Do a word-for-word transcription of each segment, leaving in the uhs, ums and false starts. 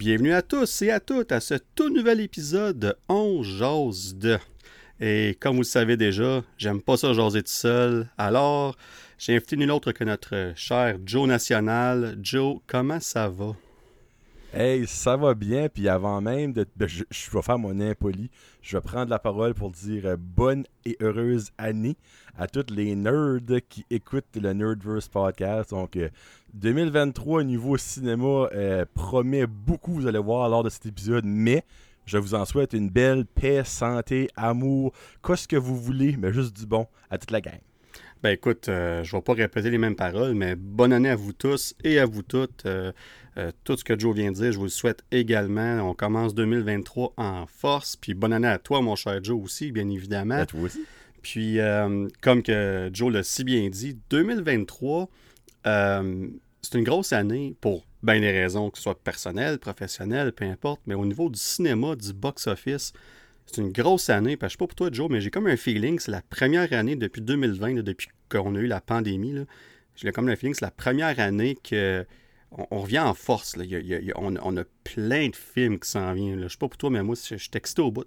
Bienvenue à tous et à toutes à ce tout nouvel épisode de On jase de. Et comme vous le savez déjà, j'aime pas ça jaser tout seul. Alors, j'ai invité nul autre que notre cher Joe National. Joe, comment ça va? Hey, ça va bien, puis avant même de... de- je, je vais faire mon impoli, je vais prendre la parole pour dire euh, bonne et heureuse année à tous les nerds qui écoutent le Nerdverse Podcast. Donc, euh, deux mille vingt-trois, niveau cinéma, euh, promet beaucoup, vous allez voir lors de cet épisode, mais je vous en souhaite une belle paix, santé, amour, qu'est-ce que vous voulez, mais juste du bon à toute la gang. Ben écoute, euh, je vais pas répéter les mêmes paroles, mais bonne année à vous tous et à vous toutes. Euh, euh, tout ce que Joe vient de dire, je vous le souhaite également. On commence deux mille vingt-trois en force. Puis bonne année à toi, mon cher Joe, aussi, bien évidemment. À toi aussi. Puis, euh, comme que Joe l'a si bien dit, deux mille vingt-trois, euh, c'est une grosse année pour bien des raisons, que ce soit personnelles, professionnelles, peu importe. Mais au niveau du cinéma, du box-office, c'est une grosse année. Parce que je sais pas pour toi, Joe, mais j'ai comme un feeling que c'est la première année depuis deux mille vingt, là, depuis qu'on a eu la pandémie. Là, j'ai comme un feeling que c'est la première année que on, on revient en force. Là. Il y a, il y a, il y a, on, on a plein de films qui s'en viennent. Là. Je sais pas pour toi, mais moi, je, je suis excité au bout.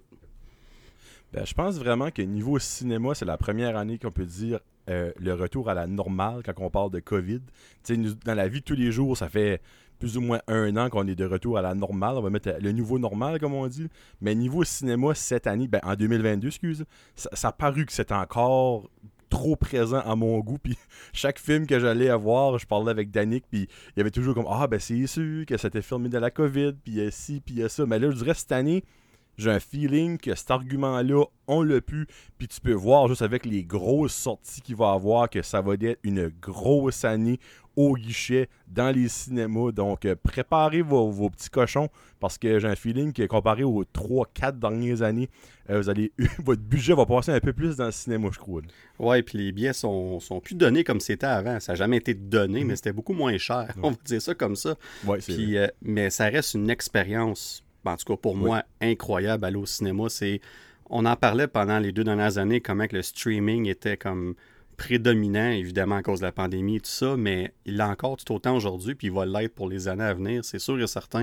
Ben, je pense vraiment que niveau cinéma, c'est la première année qu'on peut dire euh, le retour à la normale quand on parle de COVID. Tu sais, nous, dans la vie de tous les jours, ça fait plus ou moins un an qu'on est de retour à la normale. On va mettre le nouveau normal, comme on dit. Mais niveau cinéma, cette année, ben, en deux mille vingt-deux, excuse, ça, ça a paru que c'était encore trop présent à mon goût. Puis chaque film que j'allais voir, je parlais avec Danick, puis il y avait toujours comme « Ah, ben c'est sûr que c'était filmé de la COVID, puis il y a ci, puis il y a ça. » Mais là, je dirais cette année, j'ai un feeling que cet argument-là, on l'a pu, puis tu peux voir juste avec les grosses sorties qu'il va avoir que ça va être une grosse année au guichet, dans les cinémas. Donc, euh, préparez vos, vos petits cochons, parce que j'ai un feeling que comparé aux trois quatre dernières années, euh, vous allez, votre budget va passer un peu plus dans le cinéma, je crois. Là. Ouais, puis les billets sont, sont plus donnés comme c'était avant. Ça n'a jamais été donné, Mhm. mais c'était beaucoup moins cher. Ouais. On va dire ça comme ça. Ouais, c'est Puis, vrai. euh, mais ça reste une expérience, en tout cas pour Oui. moi, incroyable aller au cinéma. C'est, on en parlait pendant les deux dernières années, comment que le streaming était comme prédominant, évidemment à cause de la pandémie et tout ça, mais il l'a encore tout autant aujourd'hui, puis il va l'être pour les années à venir, c'est sûr et certain.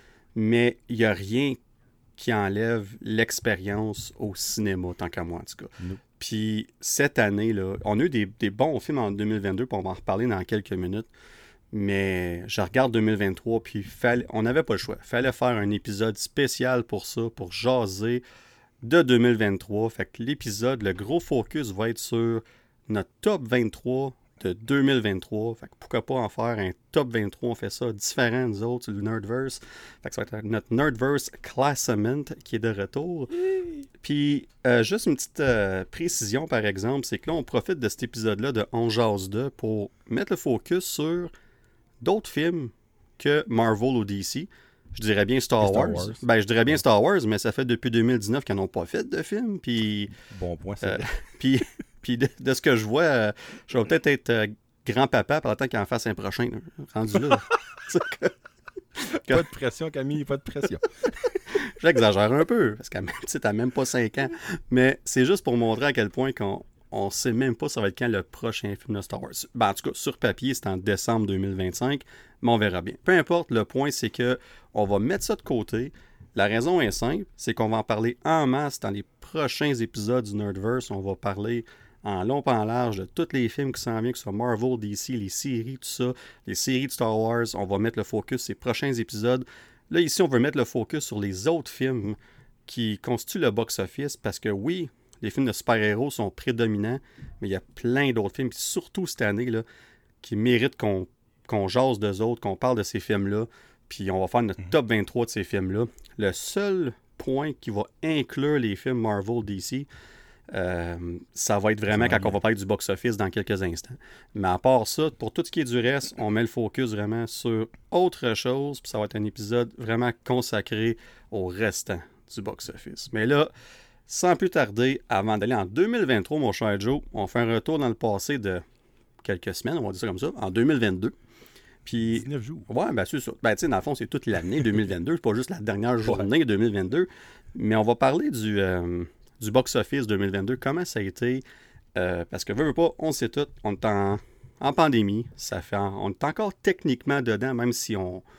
Mais il n'y a rien qui enlève l'expérience au cinéma, tant qu'à moi, en tout cas. No. Puis cette année, là, on a eu des, des bons films en deux mille vingt-deux, puis on va en reparler dans quelques minutes. Mais je regarde deux mille vingt-trois, puis fallait, on n'avait pas le choix. Il fallait faire un épisode spécial pour ça, pour jaser de deux mille vingt-trois. Fait que l'épisode, le gros focus va être sur notre top vingt-trois de deux mille vingt-trois. Fait que pourquoi pas en faire un top vingt-trois, on fait ça différent nous autres, le Nerdverse. Fait que ça va être notre Nerdverse Classement qui est de retour. Puis, euh, juste une petite euh, précision par exemple, c'est que là, on profite de cet épisode-là de On jase de pour mettre le focus sur d'autres films que Marvel ou D C. Je dirais bien Star, Star Wars. Wars. Ben, je dirais bien Star Wars, mais ça fait depuis deux mille dix-neuf qu'ils n'en ont pas fait de film. Puis, Bon point, c'est euh, vrai. puis, puis de, de ce que je vois, euh, je vais peut-être être euh, grand-papa par le temps qu'il en fasse un prochain. Là. Rendu là. Pas de pression, Camille, pas de pression. J'exagère un peu, parce qu'elle n'a même pas cinq ans. Mais c'est juste pour montrer à quel point qu'on on sait même pas ça va être quand le prochain film de Star Wars. Ben, en tout cas, sur papier, c'est en décembre deux mille vingt-cinq, mais on verra bien. Peu importe, le point, c'est que on va mettre ça de côté. La raison est simple, c'est qu'on va en parler en masse dans les prochains épisodes du Nerdverse. On va parler en long et en large de tous les films qui s'en viennent, que ce soit Marvel, D C, les séries, tout ça, les séries de Star Wars. On va mettre le focus sur ces prochains épisodes. Là, ici, on veut mettre le focus sur les autres films qui constituent le box-office, parce que oui, les films de super-héros sont prédominants, mais il y a plein d'autres films, puis surtout cette année, là, qui méritent qu'on, qu'on jase d'eux autres, qu'on parle de ces films-là, puis on va faire notre top vingt-trois de ces films-là. Le seul point qui va inclure les films Marvel, D C, euh, ça va être vraiment quand on va parler du box-office dans quelques instants. Mais à part ça, pour tout ce qui est du reste, on met le focus vraiment sur autre chose, puis ça va être un épisode vraiment consacré au restant du box-office. Mais là, sans plus tarder, avant d'aller en deux mille vingt-trois, mon cher Joe, on fait un retour dans le passé de quelques semaines, on va dire ça comme ça, en deux mille vingt-deux. Puis, dix-neuf jours. Ouais, ben c'est ça. Ben, tu sais, dans le fond, c'est toute l'année deux mille vingt-deux, c'est pas juste la dernière journée deux mille vingt-deux. Mais on va parler du, euh, du box-office deux mille vingt-deux, comment ça a été. Euh, parce que, veux, veux pas, on sait tout, on est en, en pandémie, ça fait, on est encore techniquement dedans, même si on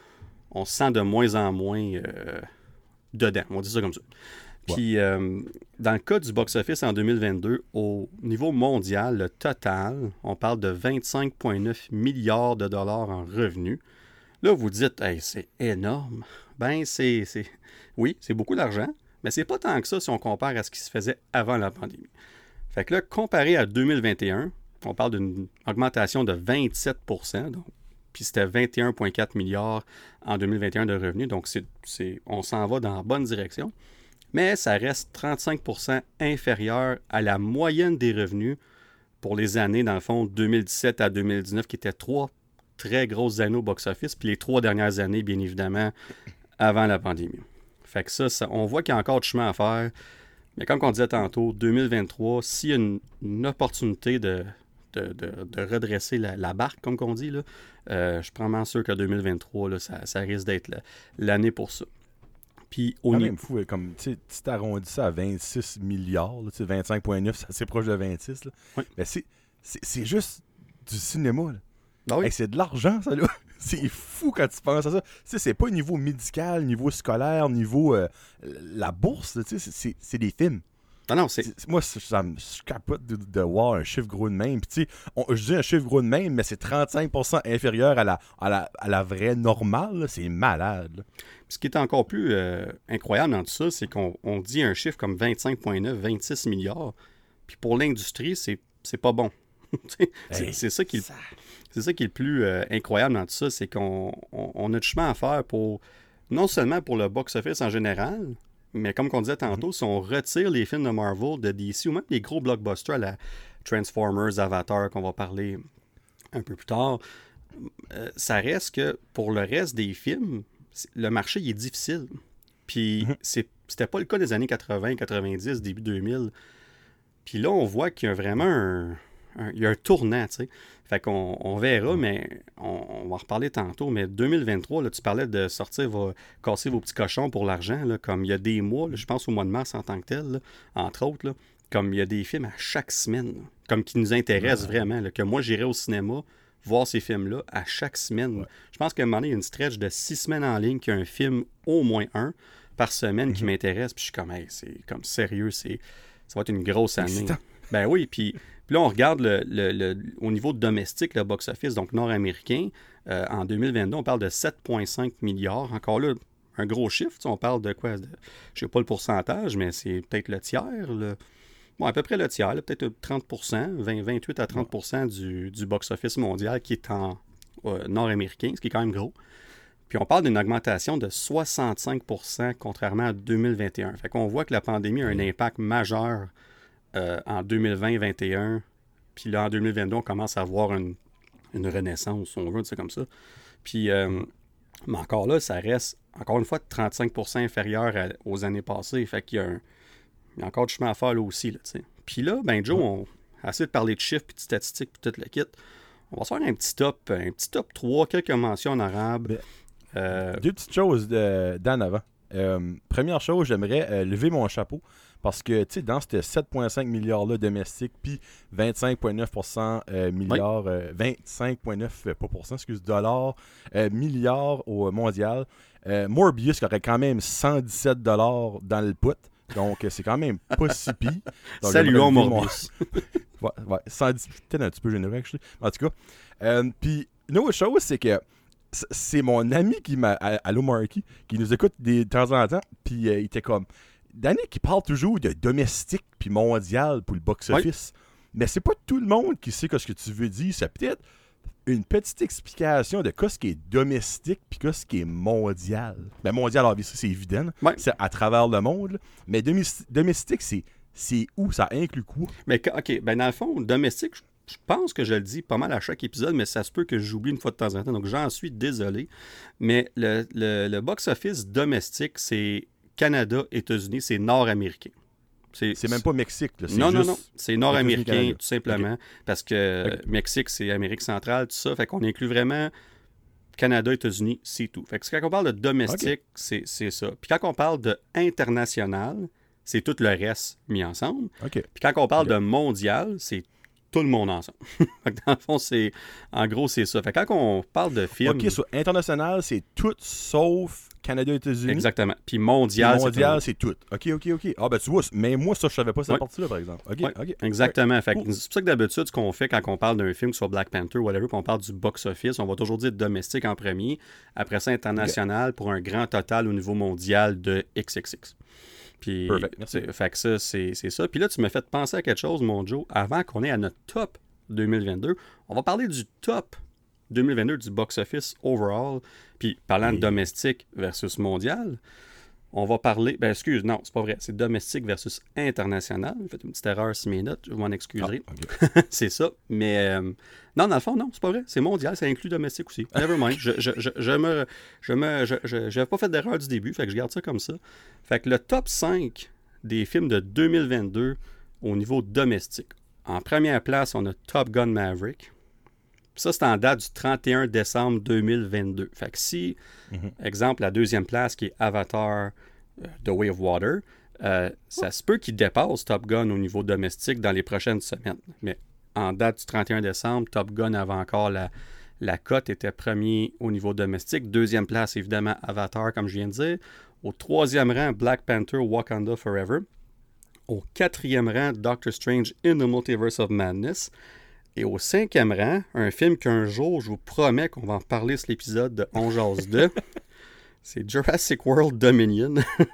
on se sent de moins en moins euh, dedans. On dit ça comme ça. Puis, ouais. euh, dans le cas du box-office en deux mille vingt-deux, au niveau mondial, le total, on parle de vingt-cinq virgule neuf milliards de dollars en revenus. Là, vous dites, hey, c'est énorme. Ben, c'est, c'est... Oui, c'est beaucoup d'argent, mais c'est pas tant que ça si on compare à ce qui se faisait avant la pandémie. Fait que là, comparé à deux mille vingt et un, on parle d'une augmentation de vingt-sept pour cent, donc, puis c'était vingt et un virgule quatre milliards en deux mille vingt et un de revenus, donc c'est, c'est, on s'en va dans la bonne direction. Mais ça reste trente-cinq pour cent inférieur à la moyenne des revenus pour les années, dans le fond, deux mille dix-sept à deux mille dix-neuf, qui étaient trois très grosses années au box-office, puis les trois dernières années, bien évidemment, avant la pandémie. Fait que ça, ça on voit qu'il y a encore du chemin à faire. Mais comme on disait tantôt, deux mille vingt-trois, s'il y a une, une opportunité de, de, de, de redresser la, la barque, comme on dit, là, euh, je suis vraiment sûr que deux mille vingt-trois, là, ça, ça risque d'être la, l'année pour ça. Puis au quand niveau... même fou, comme tu t'arrondis ça à vingt-six milliards, là, vingt-cinq virgule neuf, c'est assez proche de vingt-six. Là. Oui. Mais c'est, c'est, c'est juste du cinéma. Là. Ah oui. Hey, c'est de l'argent, ça, là. C'est fou quand tu penses à ça. T'sais, c'est pas niveau médical, niveau scolaire, niveau euh, la bourse. Là, c'est, c'est, c'est des films. Ah non, c'est... c'est moi, ça me je capote de, de voir un chiffre gros de même. Puis, on, je dis un chiffre gros de même, mais c'est trente-cinq pour cent inférieur à la, à la, à la vraie normale. Là. C'est malade. Là. Ce qui est encore plus euh, incroyable dans tout ça, c'est qu'on on dit un chiffre comme vingt-cinq virgule neuf, vingt-six milliards. Puis pour l'industrie, c'est, c'est pas bon. c'est, hey, c'est, ça qui, ça... c'est ça qui est le plus euh, incroyable dans tout ça, c'est qu'on on, on a du chemin à faire pour, non seulement pour le box-office en général, mais comme on disait tantôt, mm-hmm. si on retire les films de Marvel, de D C, ou même les gros blockbusters à la Transformers, Avatar, qu'on va parler un peu plus tard, euh, ça reste que pour le reste des films, le marché il est difficile. Puis mm-hmm. c'est, c'était pas le cas des années quatre-vingts, quatre-vingt-dix, début deux mille. Puis là, on voit qu'il y a vraiment un... Un, il y a un tournant, tu sais. Fait qu'on on verra, mais on, on va en reparler tantôt. Mais deux mille vingt-trois, là, tu parlais de sortir, va casser vos petits cochons pour l'argent, là, comme il y a des mois, là, je pense au mois de mars en tant que tel, là, entre autres, là, comme il y a des films à chaque semaine, là, comme qui nous intéressent ouais. vraiment, là, que moi, j'irai au cinéma voir ces films-là à chaque semaine. Ouais. Je pense qu'à un moment donné, il y a une stretch de six semaines en ligne qu'il y a un film, au moins un, par semaine mm-hmm. qui m'intéresse. Puis je suis comme, hey, c'est comme sérieux, c'est, ça va être une grosse année. Ben oui, puis... Puis là, on regarde le, le, le, au niveau domestique, le box-office, donc nord-américain. Euh, en deux mille vingt-deux, on parle de sept virgule cinq milliards. Encore là, un gros chiffre. On parle de quoi? De, je ne sais pas le pourcentage, mais c'est peut-être le tiers. Le, bon, à peu près le tiers, là, peut-être trente pour cent, vingt, vingt-huit à trente pour cent du, du box-office mondial qui est en euh, nord-américain, ce qui est quand même gros. Puis on parle d'une augmentation de soixante-cinq pour cent contrairement à deux mille vingt et un. Fait qu'on voit que la pandémie a un impact majeur Euh, en deux mille vingt vingt et un, puis là, en deux mille vingt-deux, on commence à avoir une, une renaissance, on veut dire ça comme ça. Puis, euh, mais encore là, ça reste, encore une fois, trente-cinq pour cent inférieur à, aux années passées. Fait qu'il y a, un, il y a encore du chemin à faire là aussi, là, tu sais. Puis là, ben Joe, on a essayé de parler de chiffres, puis de statistiques, puis tout le kit. On va se faire un petit top, un petit top trois, quelques mentions en arabe. Euh, Deux petites choses de, d'en avant. Euh, première chose, j'aimerais euh, lever mon chapeau. Parce que, tu sais, dans ces sept virgule cinq milliards-là domestiques, puis vingt-cinq virgule neuf pour cent euh, milliards, oui. euh, vingt-cinq virgule neuf, euh, pas pour cent, excuse, dollars, euh, milliards au mondial, euh, Morbius qui aurait quand même cent dix-sept dollars dans le put. Donc, euh, c'est quand même pas si pire. Saluons Morbius. Mon... ouais, ouais, cent dix, peut-être un petit peu généreux, actually. En tout cas. Euh, puis, une autre chose, c'est que c'est mon ami qui m'a, Allo Marky, qui nous écoute de temps en temps, puis euh, il était comme... Danny qui parle toujours de domestique puis mondial pour le box-office. Oui. Mais c'est pas tout le monde qui sait ce que tu veux dire. C'est peut-être une petite explication de ce qui est domestique puis ce qui est mondial. Ben, mondial, alors, c'est évident. Oui. C'est à travers le monde. Là. Mais domestique, c'est, c'est où? Ça inclut quoi? Mais, OK, ben dans le fond, domestique, je pense que je le dis pas mal à chaque épisode, mais ça se peut que j'oublie une fois de temps en temps. Donc, j'en suis désolé. Mais le, le, le box-office domestique, c'est... Canada, États-Unis, c'est nord-américain. C'est, c'est même pas Mexique. Là. C'est non, juste non, non. C'est nord-américain, Canada. tout simplement. Okay. Parce que okay. Mexique, c'est Amérique centrale, tout ça. Fait qu'on inclut vraiment Canada, États-Unis, c'est tout. Fait que quand on parle de domestique, okay. c'est, c'est ça. Puis quand on parle de international, c'est tout le reste mis ensemble. Okay. Puis quand on parle okay. de mondial, c'est tout le monde ensemble. Fait que dans le fond, c'est, en gros, c'est ça. Fait que quand on parle de films... OK, sur international, c'est tout sauf Canada et États-Unis. Exactement. Puis mondial, Puis mondial, c'est tout. OK, OK, OK. Ah, ben tu vois, mais moi, ça, je savais pas cette ouais. partie-là, par exemple. OK, ouais, OK. Exactement. Ouais. Fait que Cool. c'est pour ça que d'habitude, ce qu'on fait quand on parle d'un film, que ce soit Black Panther ou whatever, qu'on parle du box-office, on va toujours dire domestique en premier, après ça international, okay. pour un grand total au niveau mondial de X X X. Puis, c'est, fait que ça, c'est, c'est ça. Puis là, tu m'as fait penser à quelque chose, mon Joe, avant qu'on ait à notre top deux mille vingt-deux. On va parler du top deux mille vingt-deux du box-office overall. Puis, parlant oui. de domestique versus mondial, on va parler... Ben, excuse, non, c'est pas vrai. C'est domestique versus international. J'ai fait une petite erreur sur mes notes. Je m'en excuserai. Ah, okay. C'est ça. Mais, euh, non, dans le fond, non, c'est pas vrai. C'est mondial. Ça inclut domestique aussi. Never mind. je, je, je, je me... Je me... Je, je, j'avais pas fait d'erreur du début. Fait que je garde ça comme ça. Fait que le top cinq des films de deux mille vingt-deux au niveau domestique. En première place, on a Top Gun Maverick. Puis ça, c'est en date du trente et un décembre deux mille vingt-deux. Fait que si, mm-hmm. exemple, la deuxième place qui est Avatar euh, The Way of Water, euh, ça se peut qu'il dépasse Top Gun au niveau domestique dans les prochaines semaines. Mais en date du trente et un décembre, Top Gun avait encore la, la cote, était premier au niveau domestique. Deuxième place, évidemment, Avatar, comme je viens de dire. Au troisième rang, Black Panther Wakanda Forever. Au quatrième rang, Doctor Strange in the Multiverse of Madness. Et au cinquième rang, un film qu'un jour, je vous promets qu'on va en parler sur l'épisode de On jase deux. C'est Jurassic World Dominion.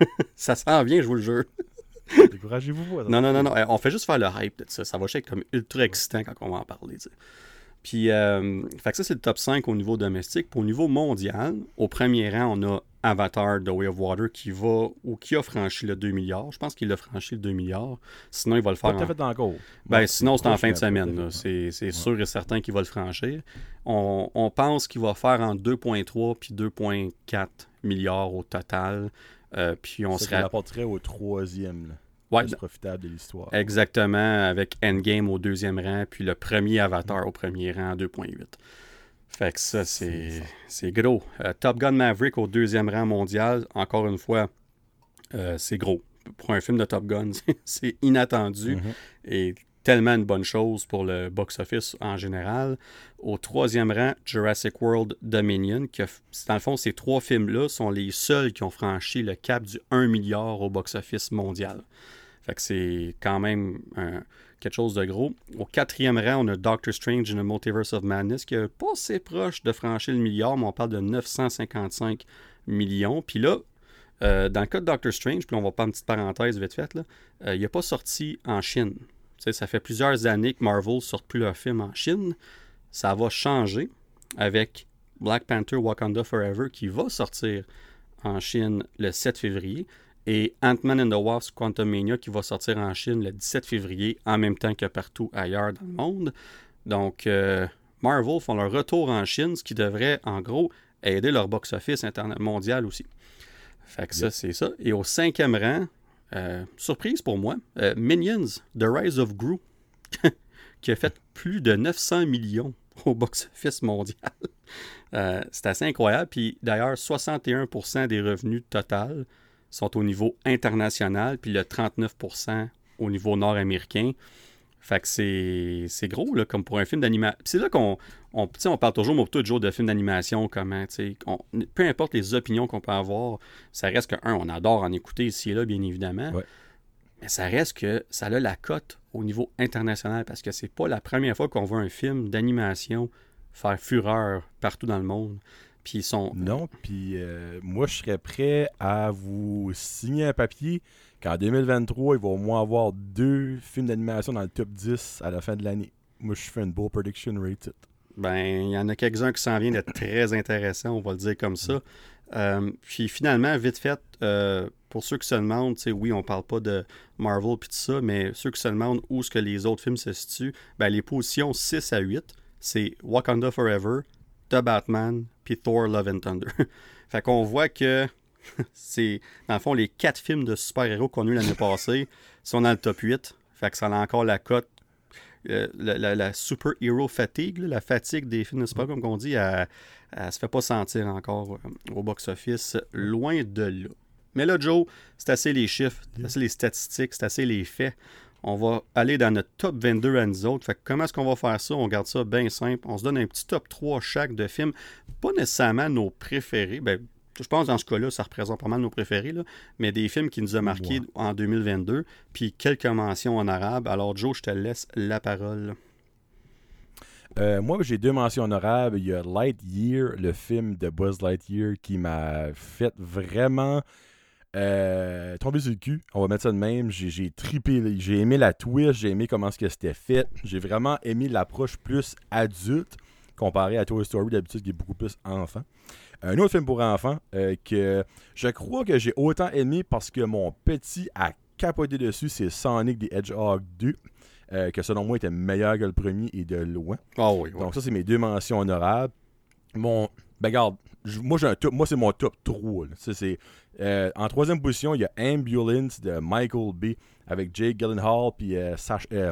Ça s'en vient, je vous le jure. Découragez-vous pas. Non, non, non, non. On fait juste faire le hype de ça. Ça va être comme ultra excitant quand on va en parler. T'sais. Puis, euh, fait que ça, c'est le top cinq au niveau domestique. Puis au niveau mondial, au premier rang, on a Avatar The Way of Water qui va ou qui a franchi le deux milliards. Je pense qu'il a franchi le deux milliards. Sinon, il va le faire. Pas en... fait encore. Ben, ouais, sinon, c'est en fin de semaine. Là. C'est, c'est ouais. sûr et certain qu'il va le franchir. On, on pense qu'il va faire en deux virgule trois puis deux virgule quatre milliards au total. Euh, puis on ça serait. Ça rapporterait au troisième. Là. Ouais, le plus profitable de l'histoire. Exactement, avec Endgame au deuxième rang, puis le premier Avatar au premier rang, deux virgule huit. Fait que ça, c'est, c'est, c'est gros. Euh, Top Gun Maverick au deuxième rang mondial, encore une fois, euh, c'est gros. Pour un film de Top Gun, c'est inattendu mm-hmm. et tellement une bonne chose pour le box-office en général. Au troisième rang, Jurassic World Dominion, qui a, dans le fond, ces trois films-là sont les seuls qui ont franchi le cap du un milliard au box-office mondial. Fait que c'est quand même un, quelque chose de gros. Au quatrième rang, on a Doctor Strange in the Multiverse of Madness, qui est pas assez proche de franchir le milliard, mais on parle de neuf cent cinquante-cinq millions. Puis là, euh, dans le cas de Doctor Strange, puis on va faire une petite parenthèse vite faite, là, euh, il n'est pas sorti en Chine. Tu sais, ça fait plusieurs années que Marvel ne sort plus leurs films en Chine. Ça va changer avec Black Panther Wakanda Forever, qui va sortir en Chine le sept février. Et Ant-Man and the Wasp Quantumania qui va sortir en Chine le dix-sept février, en même temps que partout ailleurs dans le monde. Donc, euh, Marvel font leur retour en Chine, ce qui devrait, en gros, aider leur box-office interna- mondial aussi. Fait que ça, yes. c'est ça. Et au cinquième rang, euh, surprise pour moi, euh, Minions, The Rise of Gru, qui a fait plus de neuf cents millions au box-office mondial. euh, c'est assez incroyable. Puis d'ailleurs, soixante et un pour cent des revenus total sont au niveau international, puis le trente-neuf pour cent au niveau nord-américain. Fait que c'est, c'est gros, là, comme pour un film d'animation. C'est là qu'on on, on parle toujours, moi, toujours de films d'animation, comment, tu sais, peu importe les opinions qu'on peut avoir, ça reste que, un, on adore en écouter ici et là, bien évidemment, ouais. mais ça reste que ça a la cote au niveau international, parce que c'est pas la première fois qu'on voit un film d'animation faire fureur partout dans le monde. Puis ils sont... Non, puis euh, moi, je serais prêt à vous signer un papier qu'en deux mille vingt-trois, il va au moins avoir deux films d'animation dans le top dix à la fin de l'année. Moi, je fais une bold prediction rated. Ben, il y en a quelques-uns qui s'en viennent d'être très intéressants, on va le dire comme ça. Mm. Euh, puis finalement, vite fait, euh, pour ceux qui se demandent, tu sais, oui, on parle pas de Marvel puis tout ça, mais ceux qui se demandent où est-ce que les autres films se situent, ben les positions six à huit, c'est Wakanda Forever, The Batman, puis Thor Love and Thunder. Fait qu'on voit que c'est, dans le fond, les quatre films de super-héros qu'on a eu l'année passée sont dans le top huit. Fait que ça a encore la cote. Euh, la, la, la super-héros fatigue, là, la fatigue des films de super comme on dit, elle, elle se fait pas sentir encore euh, au box-office, loin de là. Mais là, Joe, c'est assez les chiffs, c'est assez les statistiques, c'est assez les faits. On va aller dans notre top vingt-deux à nous autres. Fait que comment est-ce qu'on va faire ça? On garde ça bien simple. On se donne un petit top trois chaque de films. Pas nécessairement nos préférés. Ben, je pense que dans ce cas-là, ça représente pas mal nos préférés, là, mais des films qui nous ont marqués ouais. en deux mille vingt-deux, puis quelques mentions en arabe. Alors, Joe, je te laisse la parole. Euh, moi, j'ai deux mentions honorables. Il y a Lightyear, le film de Buzz Lightyear, qui m'a fait vraiment euh, tomber sur le cul. On va mettre ça de même. J'ai, j'ai trippé. J'ai aimé la twist. J'ai aimé comment ce que c'était fait. J'ai vraiment aimé l'approche plus adulte comparé à Toy Story d'habitude, qui est beaucoup plus enfant. Un autre film pour enfants euh, que je crois que j'ai autant aimé parce que mon petit a capoté dessus, c'est Sonic the Hedgehog deux. Euh, que selon moi était meilleur que le premier et de loin. Oh oui, oui. Donc ça, c'est mes deux mentions honorables. Mon. Ben regarde, j- moi j'ai un top. Moi, c'est mon top trois. Ça, c'est, euh, en troisième position, il y a Ambulance de Michael Bay avec Jake Gyllenhaal puis euh, Sacha, euh,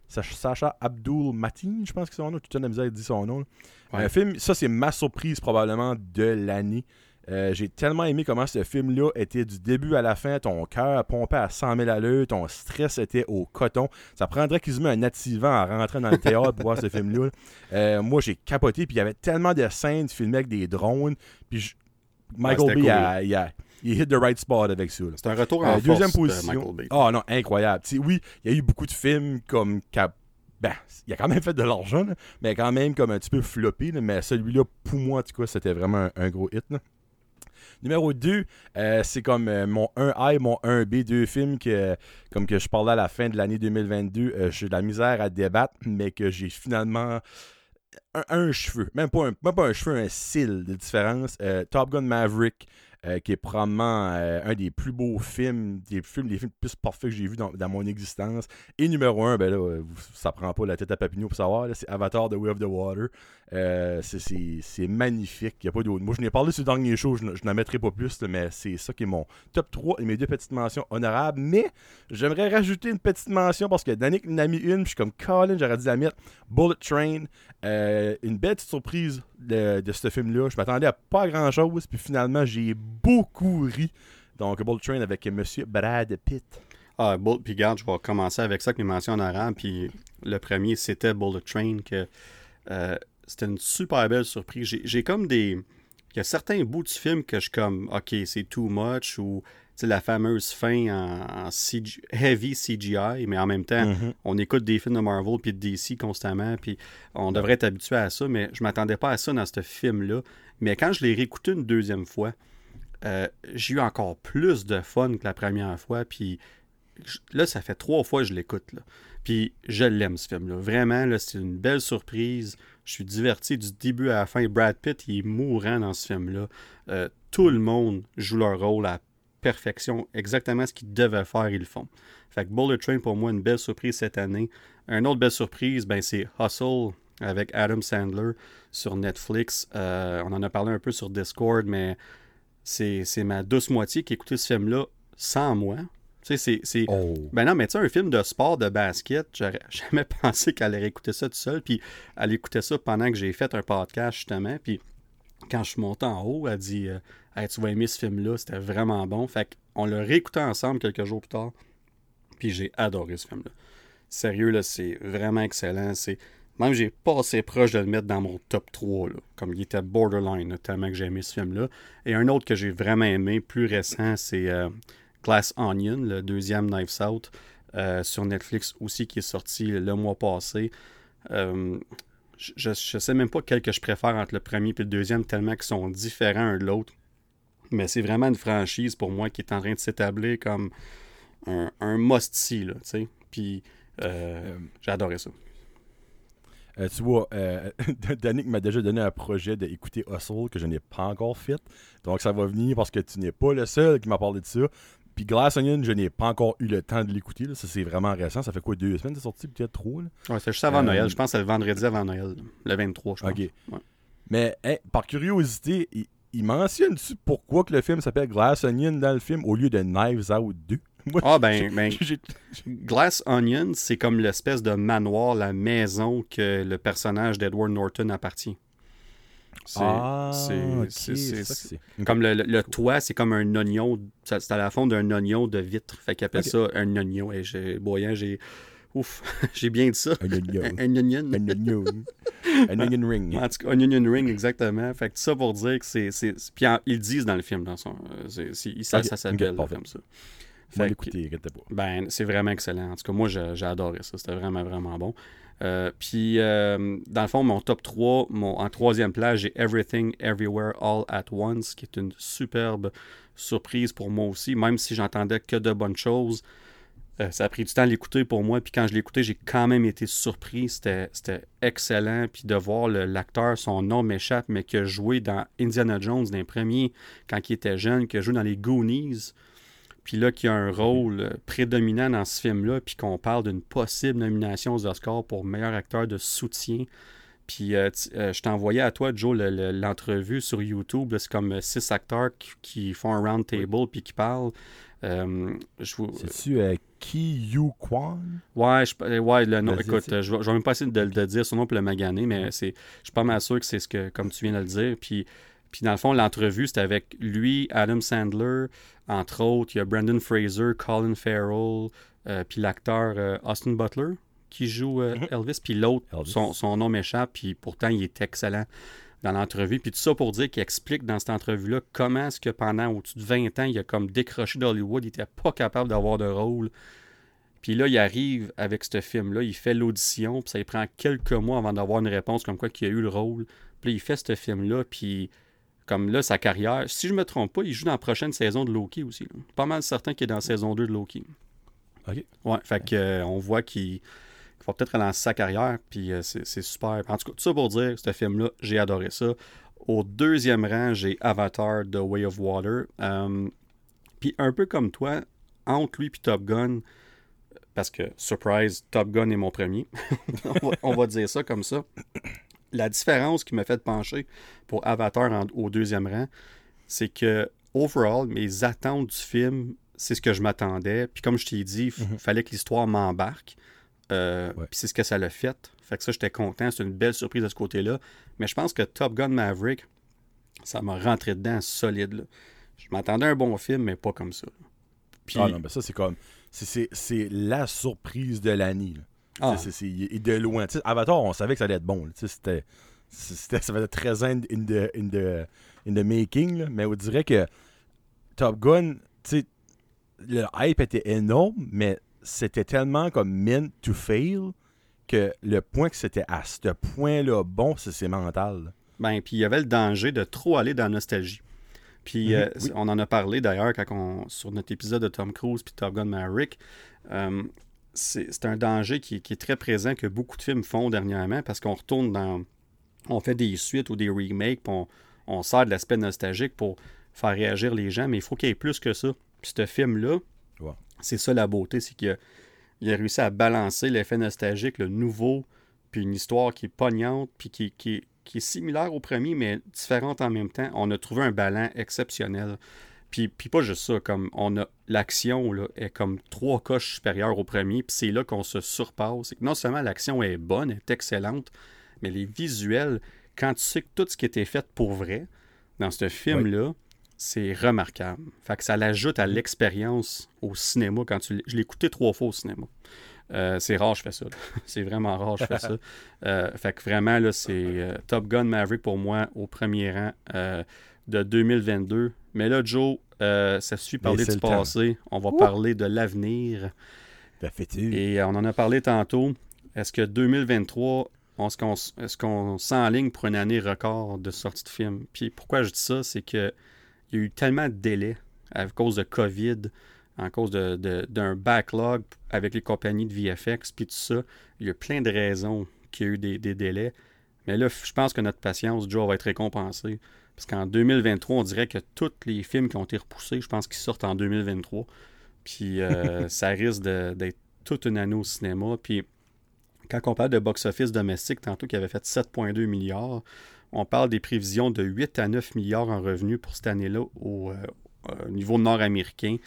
Sacha Abdul Mateen, je pense que c'est son nom. Tout le temps de misère à dire son nom. Ouais. Un film, ça c'est ma surprise probablement de l'année. Euh, j'ai tellement aimé comment ce film-là était du début à la fin. Ton cœur pompait à cent mille à l'heure, ton stress était au coton. Ça prendrait quasiment un activant à rentrer dans le théâtre pour voir ce film-là. Euh, moi, j'ai capoté. Puis il y avait tellement de scènes filmées avec des drones. Puis je... Michael ah, Bay, cool. a, il, a, il hit the right spot avec ça. Là. C'est un retour en euh, force deuxième position. De Michael Bay. Ah oh, non, incroyable. T'sais, oui, il y a eu beaucoup de films comme Cap. Ben, il a quand même fait de l'argent, là, mais quand même comme un petit peu floppé. Là, mais celui-là, pour moi, en tout cas, c'était vraiment un, un gros hit. Là. Numéro deux, euh, c'est comme euh, mon un A et mon un B, deux films que, comme que je parlais à la fin de l'année deux mille vingt-deux, euh, j'ai de la misère à débattre, mais que j'ai finalement un, un cheveu, même pas un, même pas un cheveu, un cil de différence. Euh, Top Gun Maverick, euh, qui est probablement euh, un des plus beaux films, des films, des films plus parfaits que j'ai vus dans, dans mon existence. Et numéro un, ben là, ça prend pas la tête à Papineau pour savoir, là, c'est Avatar The Way of the Water. Euh, c'est, c'est, c'est magnifique. Il y a pas d'autre. Moi, je n'ai parlé sur le dernier show, je, je n'en mettrai pas plus, là, mais c'est ça qui est mon top trois et mes deux petites mentions honorables. Mais j'aimerais rajouter une petite mention parce que Danick en a mis une, puis je suis comme Colin, j'aurais dû la mettre. Bullet Train, euh, une belle petite surprise de, de ce film-là. Je m'attendais à pas grand-chose, puis finalement, j'ai beaucoup ri. Donc, Bullet Train avec Monsieur Brad Pitt. Ah, Bullet, puis regarde, je vais commencer avec ça, avec mes mentions honorables. Puis le premier, c'était Bullet Train, que euh, c'était une super belle surprise. J'ai, j'ai comme des... Il y a certains bouts du film que je suis comme, OK, c'est too much, ou la fameuse fin en, en C G, heavy C G I, mais en même temps, mm-hmm. on écoute des films de Marvel puis de D C constamment, puis on devrait être habitué à ça, mais je m'attendais pas à ça dans ce film-là. Mais quand je l'ai réécouté une deuxième fois, euh, j'ai eu encore plus de fun que la première fois, puis là, ça fait trois fois que je l'écoute, là. Puis je l'aime, ce film-là. Vraiment, là, c'est une belle surprise. Je suis diverti du début à la fin. Brad Pitt, il est mourant dans ce film-là. Euh, tout le monde joue leur rôle à perfection. Exactement ce qu'ils devaient faire, ils le font. Fait que Bullet Train, pour moi, une belle surprise cette année. Une autre belle surprise, ben, c'est Hustle avec Adam Sandler sur Netflix. Euh, on en a parlé un peu sur Discord, mais c'est, c'est ma douce moitié qui écoutait ce film-là sans moi. Tu sais, c'est... c'est... Oh. Ben non, mais tu sais, un film de sport, de basket, j'aurais jamais pensé qu'elle allait écouter ça tout seul, puis elle écoutait ça pendant que j'ai fait un podcast, justement, puis quand je suis monté en haut, elle dit euh, « Hey, tu vas aimer ce film-là, c'était vraiment bon. » Fait qu'on l'a réécouté ensemble quelques jours plus tard, puis j'ai adoré ce film-là. Sérieux, là, c'est vraiment excellent. C'est... Même j'ai pas assez proche de le mettre dans mon top trois, là, comme il était borderline, là, tellement que j'ai aimé ce film-là. Et un autre que j'ai vraiment aimé, plus récent, c'est... Euh, Glass Onion, le deuxième Knives Out, euh, sur Netflix aussi, qui est sorti le mois passé. Euh, je ne sais même pas quel que je préfère entre le premier et le deuxième, tellement qu'ils sont différents un de l'autre. Mais c'est vraiment une franchise pour moi qui est en train de s'établir comme un, un must-see, là, tu sais. Puis euh, euh, j'ai adoré ça. Euh, tu vois, euh, Danick m'a déjà donné un projet d'écouter Hustle que je n'ai pas encore fait. Donc ça va venir parce que tu n'es pas le seul qui m'a parlé de ça. Puis Glass Onion, je n'ai pas encore eu le temps de l'écouter. Là. Ça, c'est vraiment récent. Ça fait quoi, deux semaines? C'est sorti, peut-être trois? Là? Ouais, c'est juste avant euh... Noël. Je pense que c'est le vendredi avant Noël. Le vingt-trois, je pense. OK. Ouais. Mais, hein, par curiosité, il, il mentionne-tu pourquoi que le film s'appelle Glass Onion dans le film au lieu de Knives Out deux? Moi, ah, ben, ben Glass Onion, c'est comme l'espèce de manoir, la maison que le personnage d'Edward Norton appartient. C'est, Ah, c'est, ok, c'est, c'est c'est, ça que c'est- c'est. comme Ok, le, le- le cool. toit, c'est comme un oignon. ça- C'est à la forme d'un oignon de vitre. Fait qu'ils appellent Ok. ça un oignon. Et j'ai, boyant, j'ai. Ouf, j'ai bien dit ça. Un Un, onion. un onion. Un onion. Un onion ring. En tout cas, un onion ring, exactement. Fait que tout ça pour dire que c'est. c'est c'est- puis en- ils le disent dans le film, dans son. euh, C'est, c'est- ça, Ok, ça ok, s'appelle parfait. comme ça. On va Fait que, l'écouter, inquiète pas. ben, c'est vraiment excellent. En tout cas, moi, j'ai, j'ai adoré ça. C'était vraiment, vraiment bon. Euh, puis, euh, dans le fond, mon top trois, mon, en troisième place, j'ai Everything, Everywhere, All at Once, qui est une superbe surprise pour moi aussi, même si j'entendais que de bonnes choses. Euh, ça a pris du temps à l'écouter pour moi, puis quand je l'ai écouté, j'ai quand même été surpris. C'était, c'était excellent, puis de voir le- l'acteur, son nom m'échappe, mais qui a joué dans Indiana Jones, dans les premiers, quand il était jeune, qui a joué dans les Goonies, puis là, qui a un rôle euh, prédominant dans ce film-là, puis qu'on parle d'une possible nomination aux Oscars pour meilleur acteur de soutien. Puis euh, tu- euh, je t'ai envoyé à toi, Joe, le- le- l'entrevue sur YouTube. Là, c'est comme euh, six acteurs qui, qui font un round Oui. table puis qui parlent. Euh, je vous... C'est-tu euh, Ki Yu Kwan? Ouais, je... euh, ouais, le nom. Vas-y, Écoute, vas-y. euh, je vais, je vais même pas essayer de, de dire son nom pour le maganer, mais c'est, je suis pas mal sûr que c'est ce que, comme tu viens de le dire. Puis, puis dans le fond, l'entrevue, c'était avec lui, Adam Sandler, entre autres. Il y a Brendan Fraser, Colin Farrell, euh, puis l'acteur euh, Austin Butler qui joue euh, Mhm. Elvis. Puis l'autre, Elvis. son, son nom m'échappe, puis pourtant, il est excellent dans l'entrevue. Puis tout ça pour dire qu'il explique dans cette entrevue-là comment est-ce que pendant au-dessus de vingt ans, il a comme décroché d'Hollywood, il était pas capable d'avoir de rôle. Puis là, il arrive avec ce film-là, il fait l'audition, puis ça lui prend quelques mois avant d'avoir une réponse comme quoi qu'il a eu le rôle. Puis là, il fait ce film-là, puis comme là, sa carrière, si je me trompe pas, il joue dans la prochaine saison de Loki aussi. Là. Pas mal certain qu'il est dans la saison deux de Loki. Ok. Ouais, fait que, euh, on voit qu'il, qu'il va peut-être relancer sa carrière, puis euh, c'est, c'est super. En tout cas, tout ça pour dire, ce film-là, j'ai adoré ça. Au deuxième rang, j'ai Avatar, The Way of Water. Euh, puis un peu comme toi, entre lui et Top Gun, parce que, surprise, Top Gun est mon premier. on, va, on va dire ça comme ça. La différence qui m'a fait pencher pour Avatar en- au deuxième rang, c'est que, overall, mes attentes du film, c'est ce que je m'attendais. Puis comme je t'ai dit, il Mhm. fallait que l'histoire m'embarque. Euh, Ouais. Puis c'est ce que ça l'a fait. Fait que ça, j'étais content. C'est une belle surprise de ce côté-là. Mais je pense que Top Gun Maverick, ça m'a rentré dedans solide. Là. Je m'attendais à un bon film, mais pas comme ça. Puis, Ah non, ben ça, c'est comme. C'est, c'est, c'est la surprise de l'année. là. ah, C'est, c'est, c'est- et de loin. Tu sais, Avatar, on savait que ça allait être bon. là. Tu sais, C'était, c'était, ça faisait treize ans in the, in the, in the making. là. Mais on dirait que Top Gun, tu sais, le hype était énorme, mais c'était tellement comme meant to fail que le point que c'était à ce point-là bon, c'est, c'est mental. là. ben, puis il y avait le danger de trop aller dans la nostalgie. Puis Mhm, euh, oui. on en a parlé d'ailleurs quand on, sur notre épisode de Tom Cruise puis Top Gun Maverick. Euh, c'est, c'est un danger qui, qui est très présent que beaucoup de films font dernièrement parce qu'on retourne dans... On fait des suites ou des remakes, puis on, on sert de l'aspect nostalgique pour faire réagir les gens, mais il faut qu'il y ait plus que ça. Puis ce film-là, Ouais. c'est ça la beauté, c'est qu'il a, il a réussi à balancer l'effet nostalgique, le nouveau, puis une histoire qui est pognante, puis qui, qui, qui est similaire au premier, mais différente en même temps. On a trouvé un ballon exceptionnel. Puis, puis pas juste ça, comme on a l'action là, est comme trois coches supérieures au premier, puis c'est là qu'on se surpasse. C'est que non seulement l'action est bonne, est excellente, mais les visuels, quand tu sais que tout ce qui était fait pour vrai dans ce film-là, c'est remarquable. Fait que ça l'ajoute à l'expérience au cinéma quand tu l'é- je l'ai écouté trois fois au cinéma. Euh, c'est rare je fais ça. là. C'est vraiment rare je fais ça. Euh, fait que vraiment là, c'est euh, Top Gun Maverick pour moi au premier rang euh, de deux mille vingt-deux. Mais là, Joe, euh, ça suffit de Mais parler c'est du le temps. passé. On va parler de l'avenir. La fétu. Et euh, on en a parlé tantôt. Est-ce que deux mille vingt-trois, on- est-ce qu'on, s- est-ce qu'on s'enligne pour une année record de sortie de film? Puis pourquoi je dis ça, c'est que il y a eu tellement de délais à cause de COVID, à cause de, de- d'un backlog avec les compagnies de V F X, puis tout ça. Il y a plein de raisons qu'il y a eu des, des délais. Mais là, je pense que notre patience, Joe, va être récompensée. Parce qu'en deux mille vingt-trois, on dirait que tous les films qui ont été repoussés, je pense qu'ils sortent en deux mille vingt-trois. Puis euh, ça risque de- d'être toute une année au cinéma. Puis quand on parle de box-office domestique, tantôt qui avait fait sept virgule deux milliards, on parle des prévisions de huit à neuf milliards en revenus pour cette année-là au, euh, au niveau nord-américain.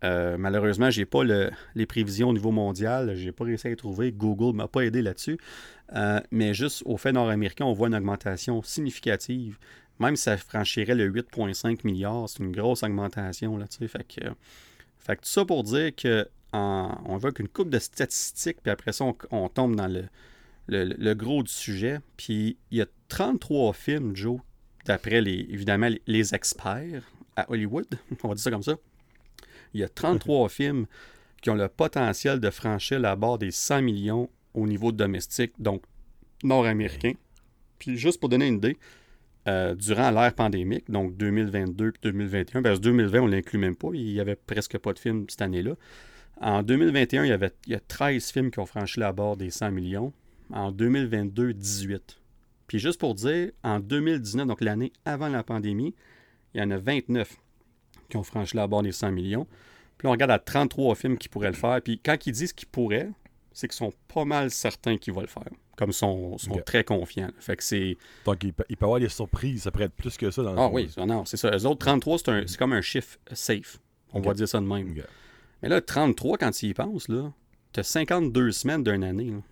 Euh, malheureusement, j'ai pas le, les prévisions au niveau mondial. J'ai pas réussi à les trouver. Google m'a pas aidé là-dessus. Euh, mais juste au fait nord-américain, on voit une augmentation significative. Même si ça franchirait le huit virgule cinq milliards, c'est une grosse augmentation. Là, fait, que, fait que tout ça pour dire que en, on voit qu'une couple de statistiques, puis après ça, on, on tombe dans le, le, le gros du sujet. Puis il y a trente-trois films, Joe, d'après les, évidemment les, les experts à Hollywood, on va dire ça comme ça. Il y a trente-trois films qui ont le potentiel de franchir la barre des cent millions au niveau domestique, donc nord-américain. Puis juste pour donner une idée, euh, durant l'ère pandémique, donc deux mille vingt-deux et deux mille vingt et un, parce que deux mille vingt, on ne l'inclut même pas, il n'y avait presque pas de films cette année-là. En deux mille vingt et un, il y, avait, il y a treize films qui ont franchi la barre des cent millions. En deux mille vingt-deux, dix-huit. Puis juste pour dire, en deux mille dix-neuf, donc l'année avant la pandémie, il y en a vingt-neuf qui ont franchi la barre des cent millions. Puis là, on regarde à trente-trois films qui pourraient le faire. Puis quand ils disent qu'ils pourraient, c'est qu'ils sont pas mal certains qu'ils vont le faire. Comme ils sont, sont okay. très confiants. Fait que c'est... Donc, il peut, il peut y avoir des surprises. Ça pourrait être plus que ça dans le Ah oui, non, c'est ça. Eux autres, trente-trois, c'est, un, c'est comme un chiffre safe. On okay. va dire ça de même. Okay. Mais là, trente-trois, quand tu y penses, là, tu as cinquante-deux semaines d'une année. Là.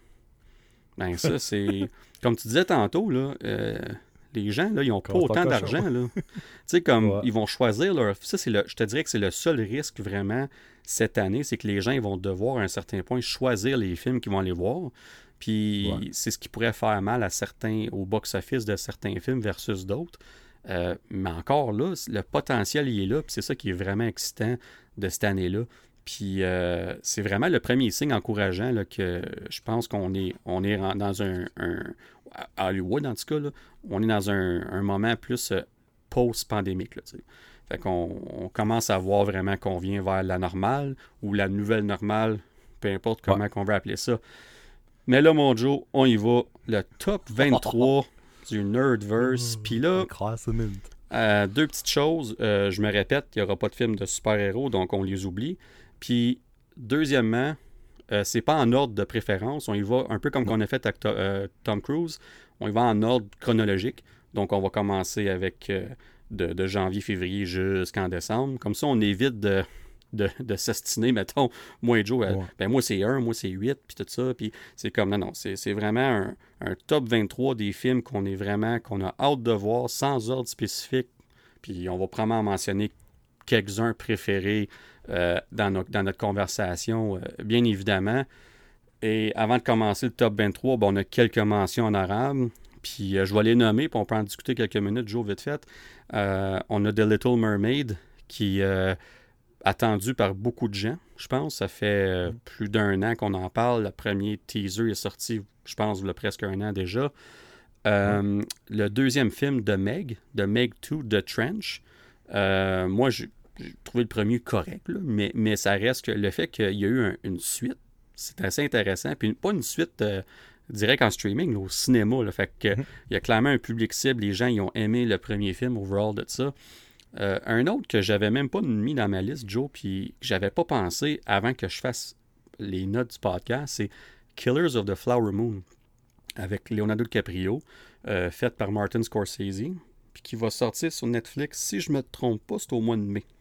Ben ça, c'est... Comme tu disais tantôt, là... Euh... Les gens, là, ils n'ont pas autant d'argent, là. Tu sais, comme, ouais. ils vont choisir leur... Ça, c'est le... Je te dirais que c'est le seul risque, vraiment, cette année, c'est que les gens, ils vont devoir, à un certain point, choisir les films qu'ils vont aller voir. Puis, ouais. c'est ce qui pourrait faire mal à certains... au box-office de certains films versus d'autres. Euh, mais encore là, le potentiel, il est là. Puis c'est ça qui est vraiment excitant de cette année-là. Puis, euh, c'est vraiment le premier signe encourageant, là, que je pense qu'on est, on est dans un... un à Hollywood, en tout cas, là, on est dans un, un moment plus euh, post-pandémique. Là, fait qu'on on commence à voir vraiment qu'on vient vers la normale ou la nouvelle normale, peu importe comment ouais. on veut appeler ça. Mais là, mon Joe, on y va. Le top vingt-trois du Nerdverse. Puis là, euh, deux petites choses. Euh, je me répète, il n'y aura pas de film de super-héros, donc on les oublie. Puis, deuxièmement, Euh, c'est pas en ordre de préférence. On y va un peu comme qu'on a fait avec to- euh, Tom Cruise. On y va en ordre chronologique. Donc, on va commencer avec euh, de, de janvier, février jusqu'en décembre. Comme ça, on évite de, de, de s'astiner, mettons, moi et Joe. Euh, ouais. Ben, moi, c'est un, moi, c'est huit, puis tout ça. Puis c'est comme, non, non, c'est, c'est vraiment un, un top vingt-trois des films qu'on est vraiment, qu'on a hâte de voir, sans ordre spécifique. Puis on va probablement mentionner quelques-uns préférés Euh, dans, no- dans notre conversation, euh, bien évidemment. Et avant de commencer le top vingt-trois, bon, on a quelques mentions en arabe. Puis euh, je vais les nommer, puis on peut en discuter quelques minutes, Joe, vite fait. Euh, on a The Little Mermaid, qui est euh, attendu par beaucoup de gens, je pense. Ça fait euh, mm. plus d'un an qu'on en parle. Le premier teaser est sorti, je pense, il y a presque un an déjà. Euh, mm. Le deuxième film de Meg, de Meg deux, The Trench. Euh, moi, je J'ai trouvé le premier correct, là, mais, mais ça reste que le fait qu'il y a eu un, une suite, c'est assez intéressant. Puis pas une suite euh, direct en streaming, là, au cinéma. Là, fait que mm-hmm. il y a clairement un public cible. Les gens ils ont aimé le premier film, overall, de ça. Euh, un autre que j'avais même pas mis dans ma liste, Joe, puis que j'avais pas pensé avant que je fasse les notes du podcast, c'est Killers of the Flower Moon, avec Leonardo DiCaprio, euh, fait par Martin Scorsese, puis qui va sortir sur Netflix, si je me trompe pas, c'est au mois de mai.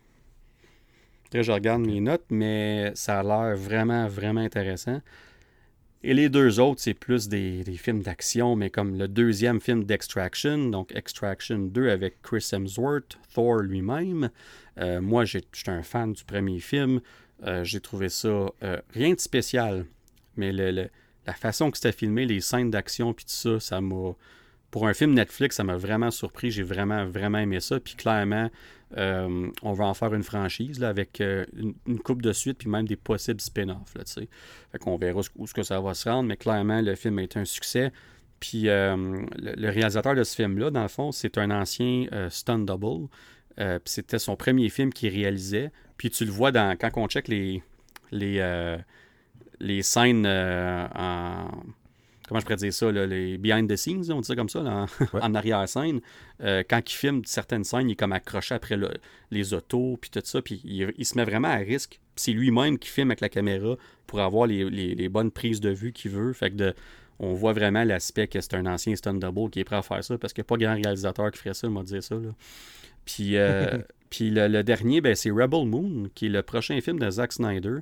Je regarde mes notes, mais ça a l'air vraiment, vraiment intéressant. Et les deux autres, c'est plus des, des films d'action, mais comme le deuxième film d'Extraction, donc Extraction deux avec Chris Hemsworth, Thor lui-même. Euh, moi, j'ai, j'étais un fan du premier film. Euh, j'ai trouvé ça euh, rien de spécial, mais le, le, la façon que c'était filmé, les scènes d'action, puis tout ça, ça m'a... Pour un film Netflix, ça m'a vraiment surpris. J'ai vraiment, vraiment aimé ça. Puis clairement, euh, on va en faire une franchise là, avec euh, une, une couple de suites puis même des possibles spin-offs. Là, fait qu'on verra où ce que ça va se rendre. Mais clairement, le film a été un succès. Puis euh, le, le réalisateur de ce film-là, dans le fond, c'est un ancien euh, stunt double. Euh, puis c'était son premier film qu'il réalisait. Puis tu le vois dans, quand on check les, les, euh, les scènes euh, en... Comment je pourrais dire ça, là, les behind the scenes, on dit ça comme ça, là, en, ouais. en arrière-scène. Euh, quand il filme certaines scènes, il est comme accroché après le, les autos, puis tout ça, puis il, il se met vraiment à risque. Puis c'est lui-même qui filme avec la caméra pour avoir les, les, les bonnes prises de vue qu'il veut. Fait que de, on voit vraiment l'aspect que c'est un ancien stunt double qui est prêt à faire ça, parce qu'il n'y a pas grand réalisateur qui ferait ça, on va dire ça. Là. Puis, euh, Puis le, le dernier, ben, c'est Rebel Moon, qui est le prochain film de Zack Snyder,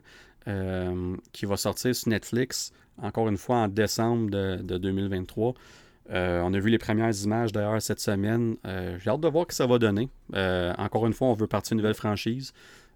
euh, qui va sortir sur Netflix, encore une fois en décembre de, de deux mille vingt-trois. Euh, on a vu les premières images d'ailleurs cette semaine. Euh, j'ai hâte de voir ce que ça va donner. Euh, encore une fois, on veut partir une nouvelle franchise.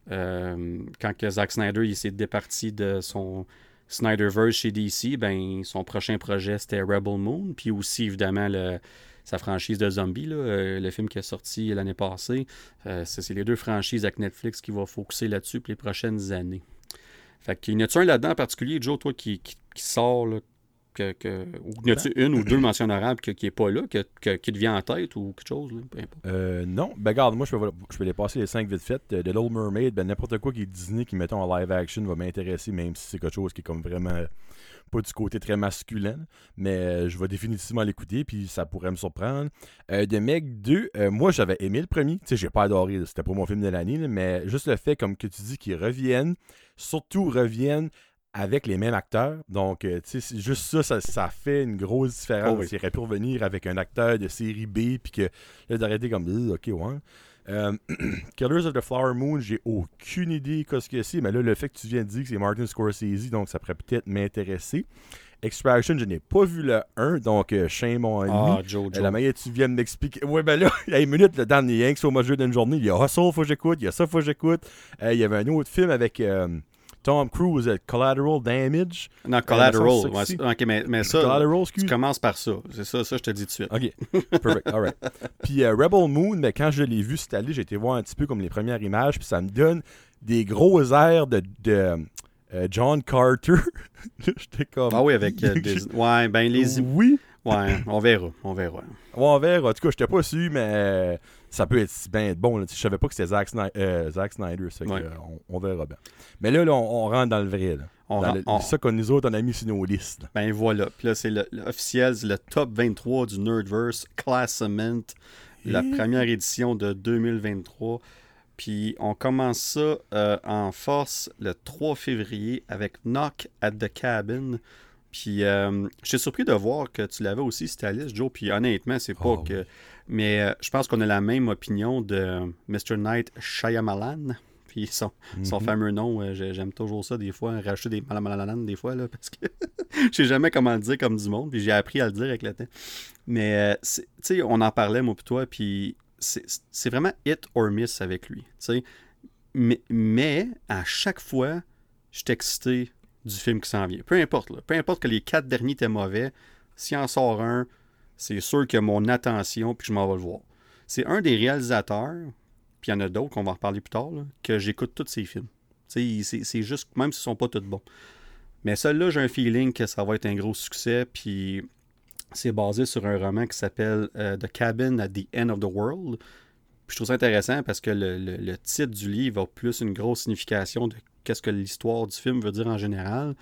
Euh, quand que Zack Snyder il s'est départi de son Snyderverse chez D C, ben, son prochain projet c'était Rebel Moon. Puis aussi, évidemment, le, sa franchise de zombies, là, euh, le film qui est sorti l'année passée. Euh, c'est, c'est les deux franchises avec Netflix qui vont focuser là-dessus pour les prochaines années. Fait qu'il y en a-tu un là-dedans en particulier, Joe, toi, qui, qui, qui sort, là, que, que, ou y a-tu une ou deux mentions honorables que, qui n'est pas là, que, que, qui te vient en tête ou quelque chose? Là? Peu importe. Euh, non, ben regarde, moi je peux, je peux les passer les cinq vite fait. The Little Mermaid, ben n'importe quoi qui est Disney, qui mettons en live action va m'intéresser, même si c'est quelque chose qui est comme vraiment pas du côté très masculin, mais euh, je vais définitivement l'écouter, puis ça pourrait me surprendre. Euh, de Meg deux, euh, moi j'avais aimé le premier, tu sais, j'ai pas adoré, c'était pas mon film de l'année, là, mais juste le fait, comme que tu dis, qu'ils reviennent, surtout reviennent avec les mêmes acteurs. Donc, euh, tu sais, juste ça, ça, ça fait une grosse différence. Oh oui. Il aurait pu revenir avec un acteur de série B, puis que là, d'arrêter comme, ok, ouais. Euh, Killers of the Flower Moon, j'ai aucune idée de ce que c'est, mais là, le fait que tu viens de dire que c'est Martin Scorsese, donc ça pourrait peut-être m'intéresser. Extraction, je n'ai pas vu le un, donc euh, shame on Ah, me. Joe, Euh, Joe. la manière que tu viens de m'expliquer. Ouais, ben là, il y a une minute, le Dan Yang, c'est au jeu d'une journée. Il y a Hustle, faut que j'écoute. Il y a ça, faut que j'écoute. Euh, il y avait un autre film avec euh, Tom Cruise, euh, Collateral Damage. Non, Collateral. Euh, Ouais, c'est- ok, mais, mais ça, Collateral, tu excuse. commences par ça. C'est ça, ça, je te dis tout de suite. Ok, perfect, alright. Puis euh, Rebel Moon, mais quand je l'ai vu cette année, j'ai été voir un petit peu comme les premières images, puis ça me donne des gros airs de, de euh, John Carter. J'étais comme... Ah oui, avec euh, des... Ouais, ben les... Oui, Ouais, on verra, on verra. ouais, on verra. En tout cas, j'étais pas sûr, mais euh, ça peut être bien bon. Là. Je savais pas que c'était Zack, Sni- euh, Zack Snyder, ça, Ouais. que, euh, on, on verra bien. Mais là, là on, on rentre dans le vrai. Là. On Dans ren- le- on- ça que nous autres, on a mis sur nos listes. Là. Ben voilà. Puis là, c'est le, le officiel, c'est le top vingt-trois du Nerdverse Classement, la Et- première édition de deux mille vingt-trois. Puis on commence ça euh, en force le trois février avec Knock at the Cabin. Puis euh, j'étais surpris de voir que tu l'avais aussi sur ta liste, Joe. Puis honnêtement, c'est pas Oh, que... oui. Mais euh, je pense qu'on a la même opinion de mister Night Shyamalan. Puis son, son Mhm. fameux nom, euh, j'ai- j'aime toujours ça des fois, rajouter des malamalalan des fois, là, parce que je sais jamais comment le dire comme du monde, puis j'ai appris à le dire avec le temps. Mais, euh, c'est- tu sais, on en parlait, moi puis toi, puis c'est c'est vraiment hit or miss avec lui, tu sais. Mais, mais, à chaque fois, je suis excité du film qui s'en vient. Peu importe, là. Peu importe que les quatre derniers étaient mauvais, s'il en sort un, c'est sûr que mon attention, puis je m'en vais le voir. C'est un des réalisateurs, puis il y en a d'autres qu'on va en reparler plus tard, là, que j'écoute tous ses films. Tu sais, c'est, c'est juste, même s'ils sont pas tous bons. Mais celui-là, j'ai un feeling que ça va être un gros succès, puis c'est basé sur un roman qui s'appelle euh, The Cabin at the End of the World. Puis je trouve ça intéressant parce que le, le- le titre du livre a plus une grosse signification de qu'est-ce que l'histoire du film veut dire en général.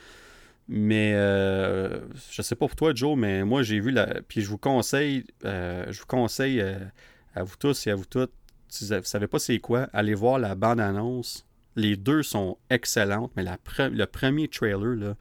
Mais euh, je sais pas pour toi, Joe, mais moi j'ai vu la. Puis je vous conseille, euh, je vous conseille euh, à vous tous et à vous toutes, si vous ne savez pas c'est quoi, allez voir la bande-annonce. Les deux sont excellentes, mais la pre- le premier trailer, là,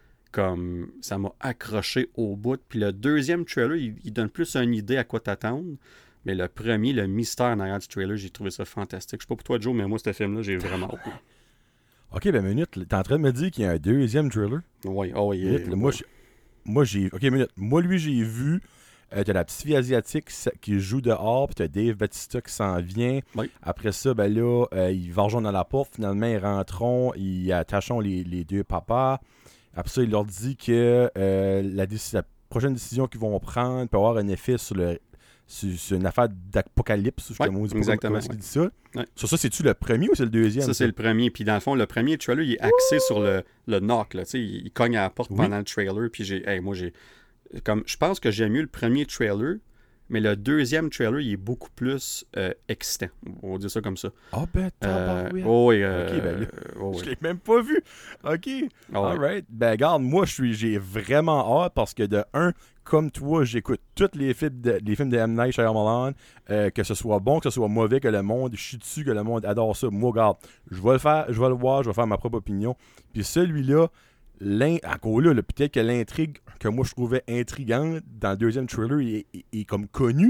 comme ça m'a accroché au bout. Puis le deuxième trailer, il, il donne plus une idée à quoi t'attendre. Mais le premier, le mystère derrière du trailer, j'ai trouvé ça fantastique. Je sais pas pour toi, Joe, mais moi, ce film-là, j'ai vraiment hâte. Ok, ben minute, là, t'es en train de me dire qu'il y a un deuxième trailer? Oui, oh, oui. Minute, là, moi, j'ai- moi, j'ai... Ok, minute. Moi, lui, j'ai vu... Euh, t'as la petite fille asiatique sa- qui joue dehors, puis t'as Dave Bautista qui s'en vient. Oui. Après ça, ben là, euh, ils vont rejoindre dans la porte. Finalement, ils rentreront, ils attachent les, les deux papas. Après ça, il leur dit que euh, la, déci- la prochaine décision qu'ils vont prendre peut avoir un effet sur le sur, sur une affaire d'apocalypse. Je Ouais, te dis pas exactement, comment est-ce qu'il dit ça. Ouais. Sur ça, c'est-tu le premier ou c'est le deuxième? Ça, c'est le premier. Puis dans le fond, le premier trailer, il est axé sur le, le knock. Là. Tu sais, il, il cogne à la porte Oui. pendant le trailer. Puis j'ai. Hey, moi, j'ai. Comme, je pense que j'aime mieux le premier trailer, mais le deuxième trailer, il est beaucoup plus euh, excitant. On va dire ça comme ça. Ah ben, Euh, tabarouette. oh, oui, euh, Ok, ben là, euh, oh, Je oui. l'ai même pas vu. OK. Ah, ouais. Alright. Ben, regarde, moi, je suis, j'ai vraiment hâte parce que de un, comme toi, j'écoute tous les films de, les films de M. Night Shyamalan, euh, que ce soit bon, que ce soit mauvais, que le monde chie dessus, que le monde adore ça. Moi, regarde, je vais le faire, je vais le voir, je vais faire ma propre opinion. Puis celui-là, l'in... encore là, là, peut-être que l'intrigue que moi je trouvais intrigante dans le deuxième trailer il est, il est comme connu, là.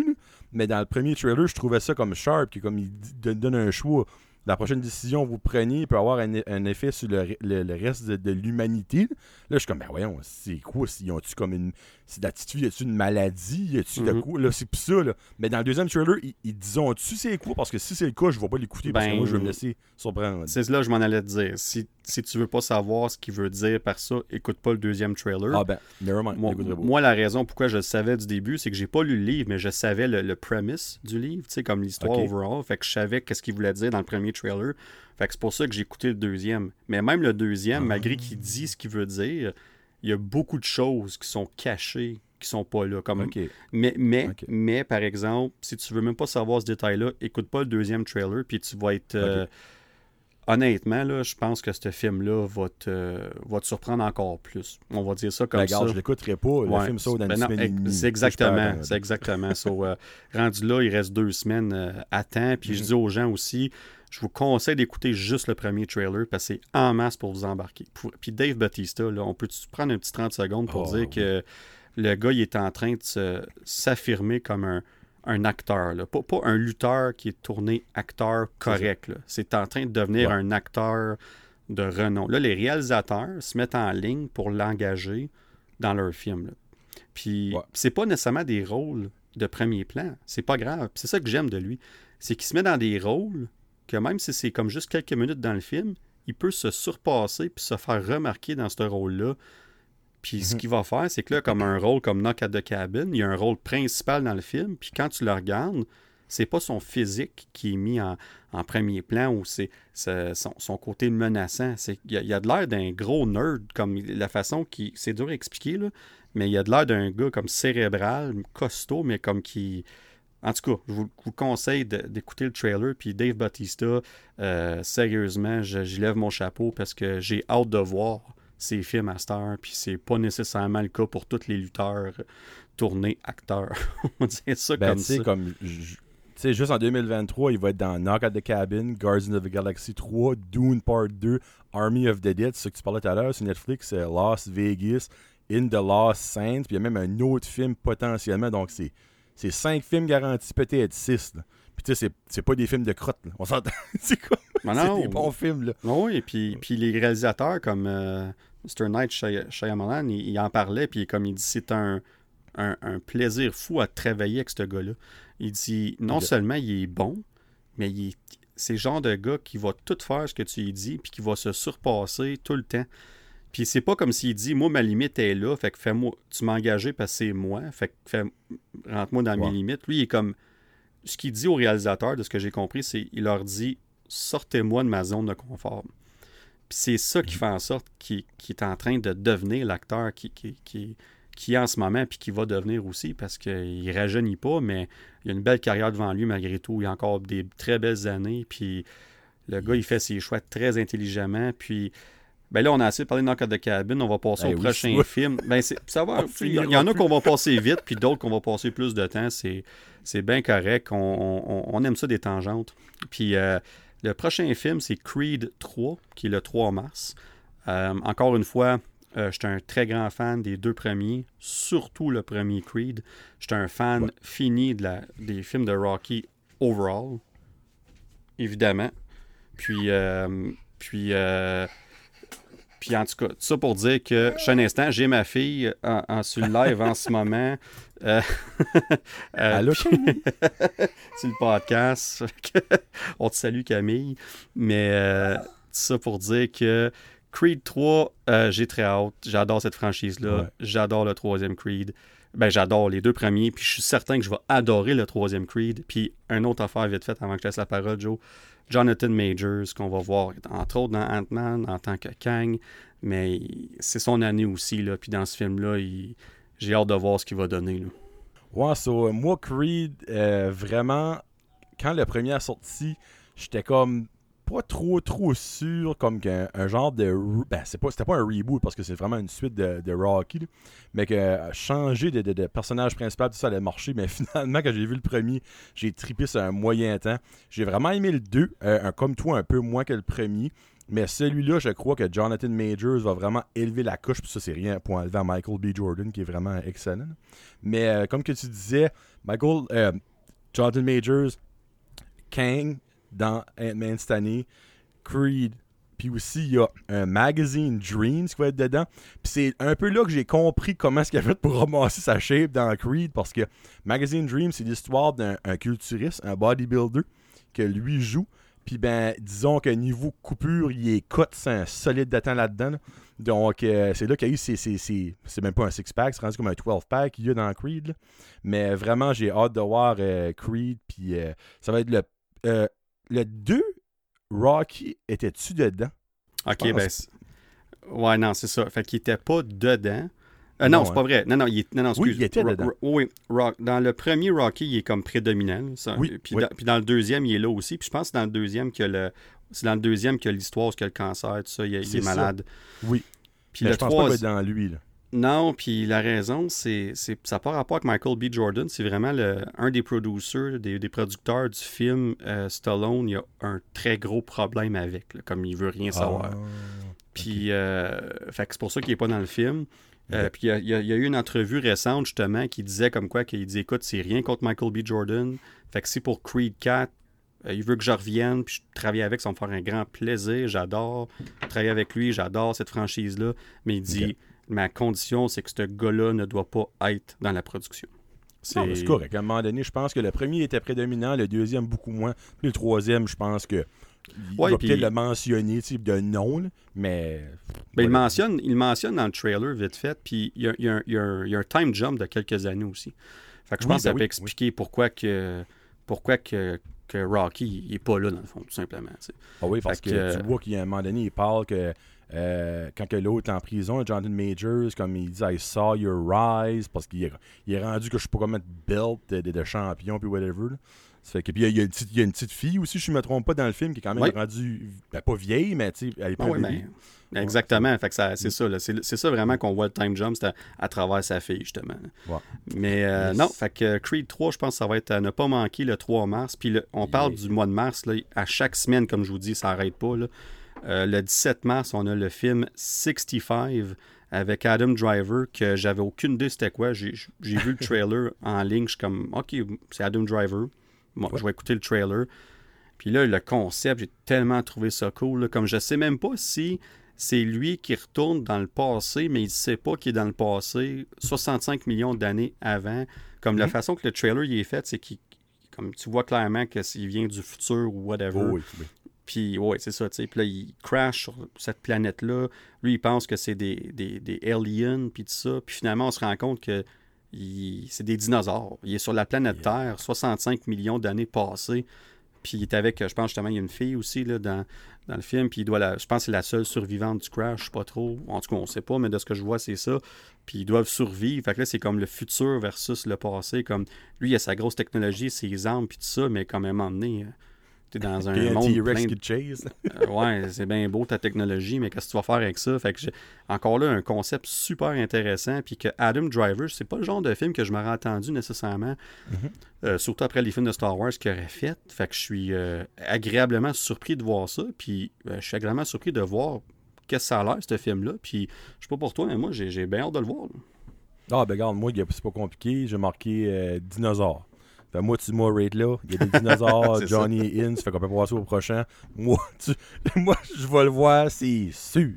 mais dans le premier trailer, je trouvais ça comme sharp, qui comme il dit- donne un choix. La prochaine décision que vous preniez peut avoir un, un effet sur le, le, le reste de, de l'humanité. Là, je suis comme, ben voyons, c'est quoi? Ils ont-tu comme une. C'est la petite fille, y a-tu une maladie? Y a-tu de Mhm. quoi? Là, c'est plus ça, là. Mais dans le deuxième trailer, ils, ils disent-tu c'est quoi? Parce que si c'est le cas, je vais pas l'écouter parce que Ben, moi, je vais me laisser surprendre. C'est là que je m'en allais te dire. Si, si tu veux pas savoir ce qu'il veut dire par ça, écoute pas le deuxième trailer. Ah ben, never mind. Moi, j'écouterai pas. moi, la raison pourquoi je le savais du début, c'est que j'ai pas lu le livre, mais je savais le, le premise du livre, tu sais, comme l'histoire Ok. overall. Fait que je savais qu'est-ce qu'il voulait dire dans le premier trailer. Fait que c'est pour ça que j'ai écouté le deuxième. Mais même le deuxième, Ah. malgré qu'il dit ce qu'il veut dire, il y a beaucoup de choses qui sont cachées, qui sont pas là. Comme... Ok. Mais, mais, Ok. mais, par exemple, si tu veux même pas savoir ce détail-là, écoute pas le deuxième trailer, puis tu vas être... euh, Ok. Honnêtement, là, je pense que ce film-là va te, va te surprendre encore plus. On va dire ça comme Ben, regarde, ça. je l'écouterai pas. Le Ouais, film sort dans ben une non, semaine et demie. C'est exactement, Ça, je peux c'est exactement. So, euh, rendu là, il reste deux semaines euh, à temps. Puis je Mhm. dis aux gens aussi, je vous conseille d'écouter juste le premier trailer parce que c'est en masse pour vous embarquer. Pour- Puis Dave Bautista, là, on peut prendre un petit trente secondes pour Oh, dire oui. que le gars, il est en train de se- s'affirmer comme un, un acteur. Là. Pas, pas un lutteur qui est tourné acteur correct. là. C'est en train de devenir Ouais. un acteur de renom. Là, les réalisateurs se mettent en ligne pour l'engager dans leur film. là. Puis Ouais. c'est pas nécessairement des rôles de premier plan. C'est pas grave. Puis c'est ça que j'aime de lui. C'est qu'il se met dans des rôles que même si c'est comme juste quelques minutes dans le film, il peut se surpasser puis se faire remarquer dans ce rôle-là. Puis ce Mhm. qu'il va faire, c'est que là, comme un rôle comme Knock at the Cabin, il y a un rôle principal dans le film, puis quand tu le regardes, c'est pas son physique qui est mis en, en premier plan ou c'est, c'est son, son côté menaçant. C'est, il, y a, il y a de l'air d'un gros nerd, comme la façon qui. C'est dur à expliquer, là, mais il y a de l'air d'un gars comme cérébral, costaud, mais comme qui. En tout cas, je vous, vous conseille de- d'écouter le trailer. Puis Dave Bautista, euh, sérieusement, je, j'y lève mon chapeau parce que j'ai hâte de voir ces films à cette heure. Puis c'est pas nécessairement le cas pour tous les lutteurs tournés acteurs. On va dire ça Ben, comme tu sais, ça. comme. j- Tu sais, juste en deux mille vingt-trois, il va être dans Knock at the Cabin, Guardians of the Galaxy trois, Dune Part deux, Army of the Dead, c'est ce que tu parlais tout à l'heure sur Netflix, euh, Las Vegas, In the Lost Saints, puis il y a même un autre film potentiellement, donc c'est, c'est cinq films garantis, peut-être six. Là. Puis tu sais, c'est, c'est pas des films de crotte, là. On s'entend. c'est comme. Mais c'est non. des bons films, là. Ah oui, puis, puis les réalisateurs comme euh, mister Night Shy- Shyamalan, il, il en parlait, puis comme il dit, c'est un, un, un plaisir fou à travailler avec ce gars-là. Il dit, non Ok. seulement il est bon, mais il est, c'est le genre de gars qui va tout faire ce que tu lui dis, puis qui va se surpasser tout le temps. Puis c'est pas comme s'il dit, moi, ma limite est là, fait que fais-moi, tu m'as engagé parce que c'est moi, fait que fais, rentre-moi dans Ouais. mes limites. Lui, il est comme, ce qu'il dit aux réalisateurs, de ce que j'ai compris, c'est, il leur dit, sortez-moi de ma zone de confort. Puis c'est ça qui fait en sorte qu'il, qu'il est en train de devenir l'acteur qui, qui, qui, qui est en ce moment, puis qui va devenir aussi, parce qu'il ne rajeunit pas, mais il a une belle carrière devant lui malgré tout. Il a encore des très belles années, puis le gars, il fait ses choix très intelligemment, puis ben là, on a assez parlé de Knock at the Cabin, on va passer Ben au oui, prochain c'est- film. Ben c'est, ça va, On il y, il y en a qu'on va passer vite, puis d'autres qu'on va passer plus de temps, c'est, c'est bien correct, on, on, on aime ça des tangentes. Puis euh, le prochain film, c'est Creed trois, qui est le trois mars. Euh, encore une fois, euh, j'étais un très grand fan des deux premiers, surtout le premier Creed. J'étais un fan Ouais. fini de la, des films de Rocky overall, évidemment. Puis, euh, puis, euh, puis en tout cas, tout ça pour dire que, juste un instant, j'ai ma fille en, en sur le live en ce moment. Euh, euh, Allô, puis- sur le podcast. On te salue, Camille. Mais euh, tout ça pour dire que Creed trois, euh, j'ai très hâte. J'adore cette franchise-là. Ouais. J'adore le troisième Creed. Ben, j'adore les deux premiers. Puis je suis certain que je vais adorer le troisième Creed. Puis une autre affaire vite faite avant que je te laisse la parole, Joe. Jonathan Majors, qu'on va voir entre autres dans Ant-Man en tant que Kang. Mais c'est son année aussi. Là. Puis dans ce film-là, il- j'ai hâte de voir ce qu'il va donner. Là. Ouais, so, euh, moi, Creed, euh, vraiment, quand le premier est sorti, j'étais comme pas trop, trop sûr, comme qu'un un genre de. re- Ben, c'est pas, c'était pas un reboot parce que c'est vraiment une suite de, de Rocky, là, mais que euh, changer de, de, de personnage principal, tout ça allait marcher. Mais finalement, quand j'ai vu le premier, j'ai trippé sur un moyen temps. J'ai vraiment aimé le deux, euh, un, comme toi, un peu moins que le premier. Mais celui-là, je crois que Jonathan Majors va vraiment élever la couche. Puis ça, c'est rien pour enlever à Michael B. Jordan, qui est vraiment excellent. Mais euh, comme que tu disais, Michael, euh, Jonathan Majors, Kang dans Ant-Man cette année, Creed, puis aussi il y a un magazine Dreams qui va être dedans. Puis c'est un peu là que j'ai compris comment est-ce qu'il a fait pour ramasser sa shape dans Creed, parce que Magazine Dreams, c'est l'histoire d'un un culturiste, un bodybuilder, que lui joue. Puis ben, disons que niveau coupure, il est cut, c'est un solide datant là-dedans. Là. Donc, euh, c'est là qu'il y a eu, c'est, c'est, c'est, c'est même pas un six-pack, c'est rendu comme un twelve-pack qu'il y a dans Creed. Là. Mais vraiment, j'ai hâte de voir euh, Creed. Puis euh, ça va être le... Euh, le deux, Rocky, était-tu dedans? Ok, ben... C'est... Ouais, non, c'est ça. Fait qu'il était pas dedans. Euh, non, non, c'est hein. pas vrai. Non, non, il, est... non, non excuse. Oui, il était Ro- dedans. Ro- oui, Rock... dans le premier Rocky, il est comme prédominant. Ça. Oui, puis, oui. Dans... puis dans le deuxième, il est là aussi. Puis je pense que c'est dans le deuxième que le... C'est dans le deuxième que l'histoire, que le cancer, tout ça, il, il est, est malade. Oui. Puis mais le je pense trois... pas que dans lui, là. Non, puis la raison, c'est, c'est ça n'a pas rapport avec Michael B. Jordan. C'est vraiment le, un des producers, des, des producteurs du film euh, Stallone. Il a un très gros problème avec, là, comme il veut rien savoir. Oh, puis, okay. euh, fait que c'est pour ça qu'il n'est pas dans le film. Euh, okay. Puis il y, y, y a eu une entrevue récente, justement, qui disait comme quoi, qu'il dit, écoute, c'est rien contre Michael B. Jordan. Fait que c'est pour Creed quatre. Euh, il veut que je revienne, puis je travaille avec, ça va me faire un grand plaisir. J'adore travailler avec lui, j'adore cette franchise-là. Mais il dit... Okay. Ma condition, c'est que ce gars-là ne doit pas être dans la production. C'est... Non, c'est correct. À un moment donné, je pense que le premier était prédominant, le deuxième beaucoup moins. Puis le troisième, je pense que il ouais, va puis... peut-être le mentionner de nom, là, mais... Ben, il, mentionne, il mentionne dans le trailer, vite fait, puis il y a, il y a, un, il y a, un, il y a un time jump de quelques années aussi. Fait que je oui, pense ben que ça oui, peut expliquer oui. pourquoi que... Pourquoi que... que Rocky n'est pas là, dans le fond, tout simplement. T'sais. Ah oui, parce que, que tu vois qu'à un moment donné, il parle que euh, quand que l'autre est en prison, Jonathan Majors, comme il dit « I saw your rise », parce qu'il est, il est rendu que je sais pas comment de belt de, de, de champion, puis whatever. Là. Ça fait que, puis il y, a une petite, il y a une petite fille aussi, je ne me trompe pas, dans le film, qui est quand même oui. rendue, ben, pas vieille, mais tu sais, elle est pas ah oui, ben, exactement, fait que ça, c'est, ça, là, c'est, c'est ça vraiment qu'on voit le time jump, c'est à, à travers sa fille, justement. Ouais. Mais euh, yes. non, fait que Creed trois, je pense que ça va être à ne pas manquer le trois mars, puis le, on parle yeah. du mois de mars, là, à chaque semaine, comme je vous dis, ça n'arrête pas, là. Euh, le dix-sept mars, on a le film soixante-quinze avec Adam Driver, que j'avais aucune idée c'était quoi. J'ai, j'ai vu le trailer en ligne, je suis comme, OK, c'est Adam Driver. Bon, ouais. Je vais écouter le trailer. Puis là, le concept, j'ai tellement trouvé ça cool. Là, comme je sais même pas si c'est lui qui retourne dans le passé, mais il ne sait pas qu'il est dans le passé soixante-cinq millions d'années avant. Comme mm-hmm. la façon que le trailer il est fait, c'est qu'il, comme tu vois clairement qu'il vient du futur ou whatever. Oh, oui, oui. Puis, ouais, c'est ça, tu sais. Puis là, il crash sur cette planète-là. Lui, il pense que c'est des, des, des aliens, puis tout ça. Puis finalement, on se rend compte que il, c'est des dinosaures. Il est sur la planète yeah. Terre, soixante-cinq millions d'années passées. Puis il est avec, je pense justement, il y a une fille aussi là, dans, dans le film. Puis il doit la, je pense que c'est la seule survivante du crash, je sais pas trop. En tout cas, on sait pas, mais de ce que je vois, c'est ça. Puis ils doivent survivre. Fait que là, c'est comme le futur versus le passé. Comme lui, il a sa grosse technologie, ses armes, puis tout ça, mais quand même emmené... T'es dans un Puis monde un T-Rex plein de... qui chase. euh, ouais, c'est bien beau ta technologie, mais qu'est-ce que tu vas faire avec ça? Fait que j'ai... Encore là, un concept super intéressant. Puis que Adam Driver, c'est pas le genre de film que je m'aurais attendu nécessairement. Mm-hmm. Euh, surtout après les films de Star Wars qu'il aurait fait. Fait que je suis euh, agréablement surpris de voir ça. Puis euh, je suis agréablement surpris de voir qu'est-ce que ça a l'air, ce film-là. Puis je sais pas pour toi, mais moi, j'ai, j'ai bien hâte de le voir. Là. Ah, ben regarde, moi, c'est pas compliqué. J'ai marqué euh, dinosaure. Fait moi, tu m'as rate là. Il y a des dinosaures, Johnny et Ince. Fait qu'on peut voir ça au prochain. Moi, tu... moi je vais le voir, c'est sûr.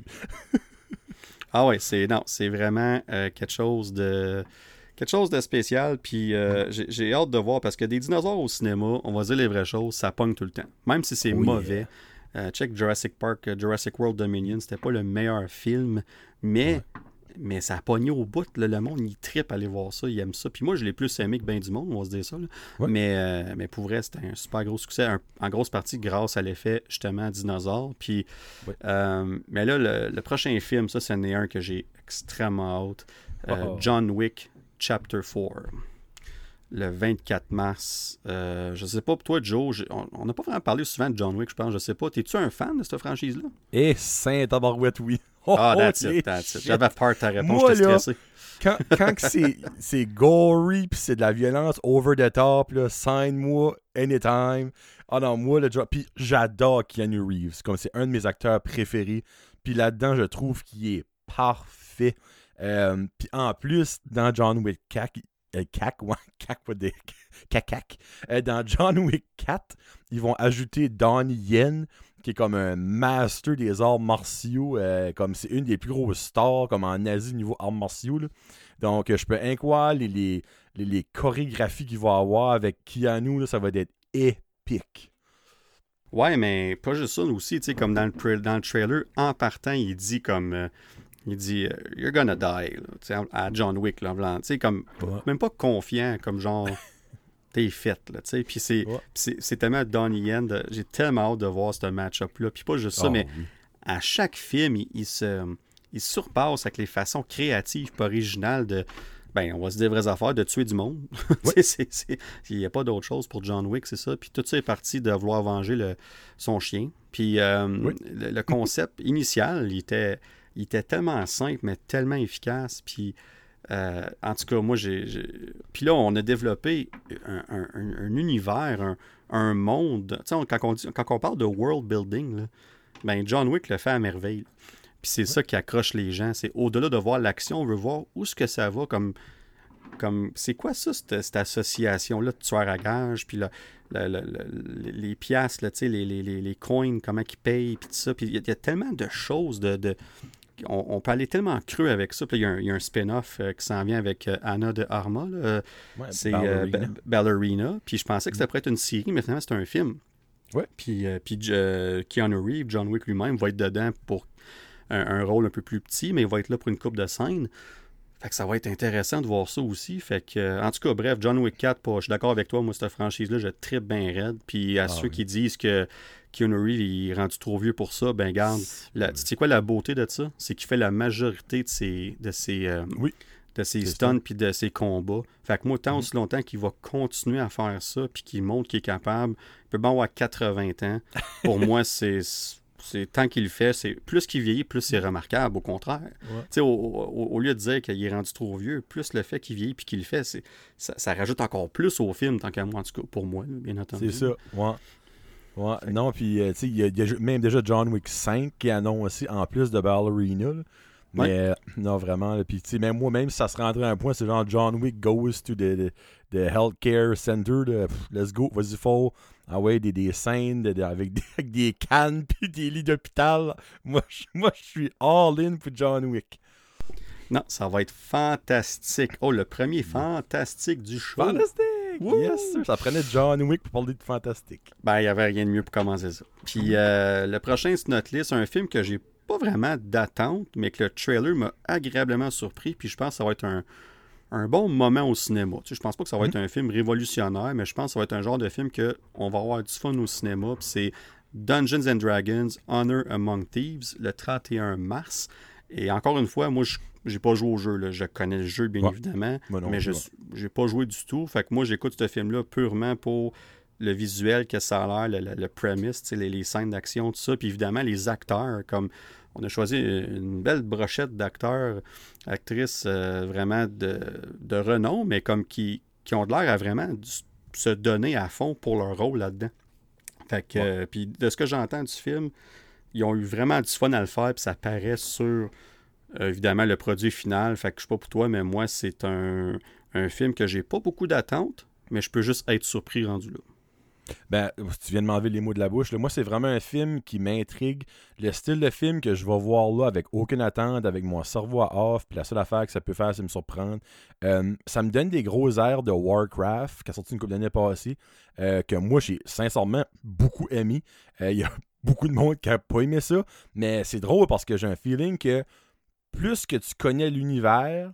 Ah ouais, c'est non, c'est vraiment euh, quelque chose de quelque chose de spécial. Puis euh, j'ai, j'ai hâte de voir parce que des dinosaures au cinéma, on va dire les vraies choses, ça pogne tout le temps. Même si c'est oui, mauvais. Euh, check Jurassic Park, Jurassic World Dominion, c'était pas le meilleur film, mais... Ouais. Mais ça a pogné au bout. Là, le monde, il trippe à aller voir ça. Il aime ça. Puis moi, je l'ai plus aimé que bien du monde, on va se dire ça. Ouais. Mais, euh, mais pour vrai, c'était un super gros succès. Un, en grosse partie grâce à l'effet, justement, dinosaure. Puis, ouais. euh, mais là, le, le prochain film, ça, c'en est un que j'ai extrêmement hâte. Euh, oh. John Wick, Chapter quatre. Le vingt-quatre mars. Euh, je sais pas, pour toi, Joe, on n'a pas vraiment parlé souvent de John Wick, je pense. Je sais pas. T'es-tu un fan de cette franchise-là? Eh, Saint-Tabarouette, oui. Oh, ah, that's it, that's it. J'avais peur de ta réponse, moi, j'étais stressé. Quand, quand c'est, c'est gory pis c'est de la violence over the top, là, sign-moi anytime. Ah non, moi, le job. Puis j'adore Keanu Reeves. Comme c'est un de mes acteurs préférés. Puis là-dedans, je trouve qu'il est parfait. Euh, puis en plus, dans John Wick quatre, euh, cac, ouais, cac, pas des cacac. Euh, dans John Wick quatre, ils vont ajouter Donnie Yen, qui est comme un master des arts martiaux, euh, comme c'est une des plus grosses stars, comme en Asie, niveau arts martiaux, là. Donc, euh, je peux incroire les, les, les, les chorégraphies qu'il va avoir avec Keanu, là, ça va être épique. Ouais, mais pas juste ça aussi, tu sais, comme dans le, tra- dans le trailer, en partant, il dit comme... euh, il dit euh, You're gonna die, là, tu sais, à John Wick, là, blanc, tu sais, comme... Ouais. Même pas confiant, comme genre... T'es fait, là, tu sais. Puis c'est, Ouais. pis c'est, c'est tellement Donnie Yen, de- j'ai tellement hâte de voir ce match-up-là. Puis pas juste ça, Ah, mais oui. à chaque film, il, il se, il se surpasse avec les façons créatives et originales de... Ben, on va se dire vraies affaires, de tuer du monde. Ouais. Tu sais, c'est, c'est, il n'y a pas d'autre chose pour John Wick, c'est ça. Puis tout ça est parti de vouloir venger le, son chien. Puis euh, Oui. le, le concept initial, il était, il était tellement simple, mais tellement efficace. Puis euh, en tout cas, moi, j'ai... j'ai... Puis là, on a développé un, un- un- un univers, un, un monde. Tu sais, on- quand, on dit- quand on parle de world building, là, ben John Wick le fait à merveille. Puis c'est ça qui accroche les gens. C'est au-delà de voir l'action, on veut voir où est-ce que ça va comme... comme c'est quoi ça, cette, cette association-là de tueurs à gages, puis là, le- le- le- les piastres, là, tu sais, les, les, les, les coins, comment ils payent, puis tout ça. Puis il y, a- il y a tellement de choses de... de- on, on peut aller tellement creux avec ça. Puis là, il y a un, il y a un spin-off euh, qui s'en vient avec euh, Anna de Arma. Là. Euh, Ouais, c'est Ballerina. euh, Ba- Ballerina. Puis je pensais que ça pourrait être une série, mais finalement, c'est un film. Ouais. Puis, euh, puis euh, Keanu Reeves, John Wick lui-même, va être dedans pour un, un rôle un peu plus petit, mais il va être là pour une coupe de scène. Fait que ça va être intéressant de voir ça aussi. Fait que, euh, en tout cas, bref, John Wick quatre, pas- je suis d'accord avec toi, moi, cette franchise-là, je trippe bien raide. Puis à Ah ceux oui. qui disent que Keanu Reeves il est rendu trop vieux pour ça, ben garde, la- tu sais quoi la beauté de ça? C'est qu'il fait la majorité de ses, de ses, euh, Oui. de ses C'est stunts ça. puis de ses combats. Fait que moi, tant Mhm. aussi longtemps qu'il va continuer à faire ça puis qu'il montre qu'il est capable, il peut bien avoir quatre-vingts ans. Pour moi, c'est... C'est tant qu'il le fait, c'est plus qu'il vieillit, plus c'est remarquable. Au contraire, Ouais. tu sais, au, au- au lieu de dire qu'il est rendu trop vieux, plus le fait qu'il vieillit puis qu'il le fait, c'est, ça, ça rajoute encore plus au film, tant qu'à moi, en tout cas, pour moi, là, bien entendu. C'est ça, ouais. Ouais, non, puis euh, tu sais, il y, a- il y a même déjà John Wick cinq qui annonce aussi, en plus de Ballerina. Là. Mais Ouais. euh, non, vraiment. là, Puis tu sais, même moi, même si ça se rendrait à un point, c'est genre John Wick goes to the, the, the healthcare center. Là, pff, let's go, vas-y, faut. Ah ouais, des, des scènes de- de- avec, des, avec des cannes puis des lits d'hôpital. Moi, je moi, je suis all in pour John Wick. Non, ça va être fantastique. Oh, le premier fantastique du show. Fantastique! Wouh! Yes, sir. Ça prenait John Wick pour parler de fantastique. Ben, il n'y avait rien de mieux pour commencer ça. Puis euh, le prochain sur notre liste, un film que j'ai pas vraiment d'attente, mais que le trailer m'a agréablement surpris. Puis je pense que ça va être un, un bon moment au cinéma. Tu sais, je pense pas que ça va être un film révolutionnaire, mais je pense que ça va être un genre de film que on va avoir du fun au cinéma. Puis c'est Dungeons and Dragons Honor Among Thieves le trente et un mars. Et encore une fois, moi, je j'ai pas joué au jeu. Là. Je connais le jeu, bien Ouais. évidemment, Moi non mais je plus, ouais. j'ai pas joué du tout. Fait que moi, j'écoute ce film-là purement pour le visuel que ça a l'air, le, le, le premise, tu sais, les, les scènes d'action, tout ça. Puis évidemment, les acteurs, comme on a choisi une belle brochette d'acteurs, actrices euh, vraiment de, de renom, mais comme qui, qui ont de l'air à vraiment du- se donner à fond pour leur rôle là-dedans. Fait que, Ouais. euh, puis de ce que j'entends du film, ils ont eu vraiment du fun à le faire, puis ça paraît sur, euh, évidemment, le produit final. Fait que je sais pas pour toi, mais moi, c'est un, un film que j'ai pas beaucoup d'attentes, mais je peux juste être surpris rendu là. Ben, tu viens de m'enlever les mots de la bouche. là. Moi, c'est vraiment un film qui m'intrigue. Le style de film que je vais voir là avec aucune attente, avec mon cerveau à off, puis la seule affaire que ça peut faire, c'est me surprendre. Euh, ça me donne des gros airs de Warcraft, qui a sorti une couple d'années passée, euh, que moi, j'ai sincèrement beaucoup aimé. Euh, Il y a beaucoup de monde qui n'a pas aimé ça, mais c'est drôle parce que j'ai un feeling que plus que tu connais l'univers,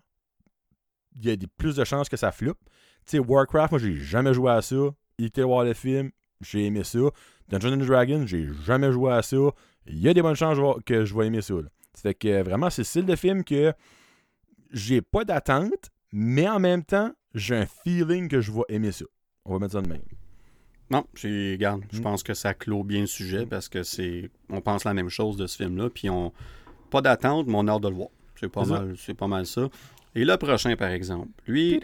il y a des, plus de chances que ça floupe. Tu sais, Warcraft, moi, j'ai jamais joué à ça. Il était voir le film, j'ai aimé ça. Dungeons and Dragons, j'ai jamais joué à ça. Il y a des bonnes chances que je vais aimer ça. Là. Ça fait que euh, vraiment, c'est le style de film que j'ai pas d'attente, mais en même temps, j'ai un feeling que je vais aimer ça. On va mettre ça de même. Non, j'ai, regarde, je Mm. pense que ça clôt bien le sujet parce que c'est, on pense la même chose de ce film-là, puis on, pas d'attente, mais on a hâte de le voir. C'est pas C'est ça. mal, c'est pas mal ça. Et le prochain, par exemple, lui,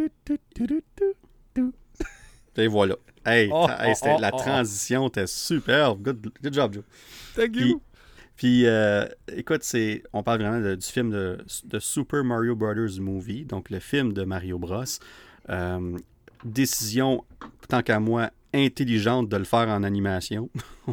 et voilà. Hey, Oh, ta- hey, oh, c'était- oh, la oh, oh. transition était superbe. Good, good job, Joe. Thank Puis, puis euh, écoute, c'est, on parle vraiment de- du film de, de Super Mario Brothers Movie, donc le film de Mario Bros. Euh, décision, tant qu'à moi, intelligente de le faire en animation.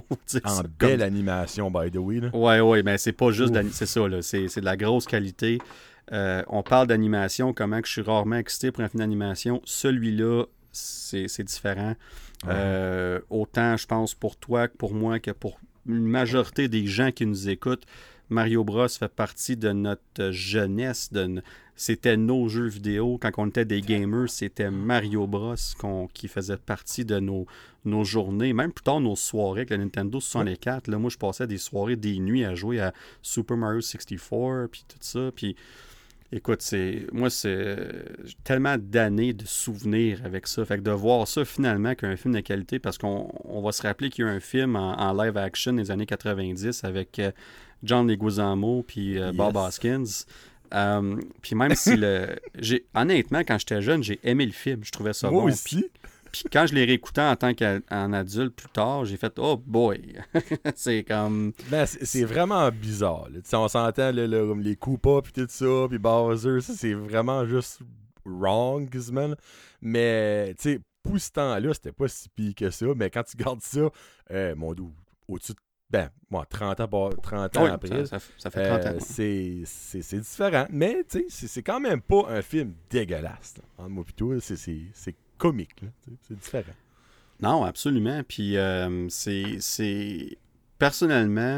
En belle comme... animation, by the way. Là. Ouais, ouais, mais c'est pas juste... De c'est ça, là. C'est, c'est de la grosse qualité. Euh, on parle d'animation, comment que je suis rarement excité pour un film d'animation. Celui-là, c'est, c'est différent. Ouais. Euh, autant, je pense, pour toi que pour moi, que pour une majorité des gens qui nous écoutent, Mario Bros fait partie de notre jeunesse. De... C'était nos jeux vidéo. Quand on était des gamers, c'était Mario Bros qu'on... qui faisait partie de nos... nos journées. Même plus tard, nos soirées avec la Nintendo soixante-quatre. Là, moi, je passais des soirées, des nuits à jouer à Super Mario soixante-quatre, puis tout ça. Puis, écoute, c'est... moi, c'est tellement d'années de souvenirs avec ça. Fait que de voir ça, finalement, qu'un film de qualité, parce qu'on on va se rappeler qu'il y a eu un film en, en live action des années quatre-vingt-dix avec... Euh, John Leguizamo puis euh, yes. Bob Hoskins. Euh, puis même si le... j'ai honnêtement, quand j'étais jeune, j'ai aimé le film. Je trouvais ça Moi bon. Moi aussi. Puis quand je l'ai réécouté en tant qu'en adulte plus tard, j'ai fait « Oh boy! » C'est comme... Ben, c'est, c'est vraiment bizarre. Là. On s'entend là, là, les Koopa puis tout ça, puis Bowser, ça, c'est vraiment juste wrong, quasiment. Mais, tu sais, pour ce temps-là, c'était pas si pire que ça. Mais quand tu gardes ça, euh, mon doux, au-dessus de Ben, moi, trente ans, trente ans oui, après, ça, ça, ça fait trente ans. Euh, c'est, c'est, c'est différent, mais tu sais, c'est, c'est quand même pas un film dégueulasse. Là. Entre moi et toi, c'est, c'est, c'est comique. Là, c'est différent. Non, absolument. Puis, euh, c'est, c'est... Personnellement,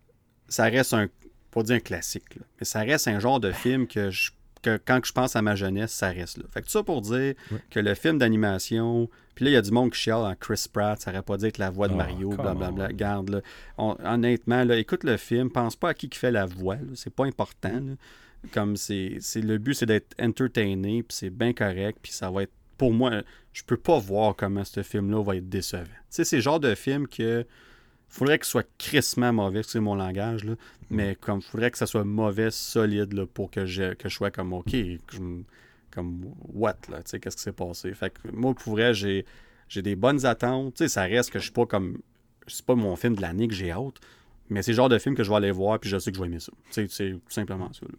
ça reste un... Pas dire un classique, là, mais ça reste un genre de film que je que quand je pense à ma jeunesse, ça reste là. Fait que tout ça pour dire ouais. que le film d'animation... Puis là, il y a du monde qui chiale en Chris Pratt, ça n'aurait pas dû être la voix de Mario, oh, blablabla. Garde, là. On, honnêtement, là, écoute le film, pense pas à qui qui fait la voix, là. C'est pas important. Là. Comme c'est, c'est... Le but, c'est d'être entertainé, puis c'est bien correct, puis ça va être... Pour moi, je peux pas voir comment ce film-là va être décevant. Tu sais, c'est le genre de film que... Faudrait qu'il soit crissement mauvais, c'est mon langage, là. Mais comme faudrait que ça soit mauvais, solide, là, pour que je, que je sois comme OK, que je, comme what, là, tu sais, qu'est-ce qui s'est passé. Fait que moi, pour vrai, j'ai, j'ai des bonnes attentes. Tu sais, ça reste que je suis pas comme. C'est pas mon film de l'année que j'ai hâte, mais c'est le genre de film que je vais aller voir, puis je sais que je vais aimer ça. Tu sais, c'est tout simplement ça,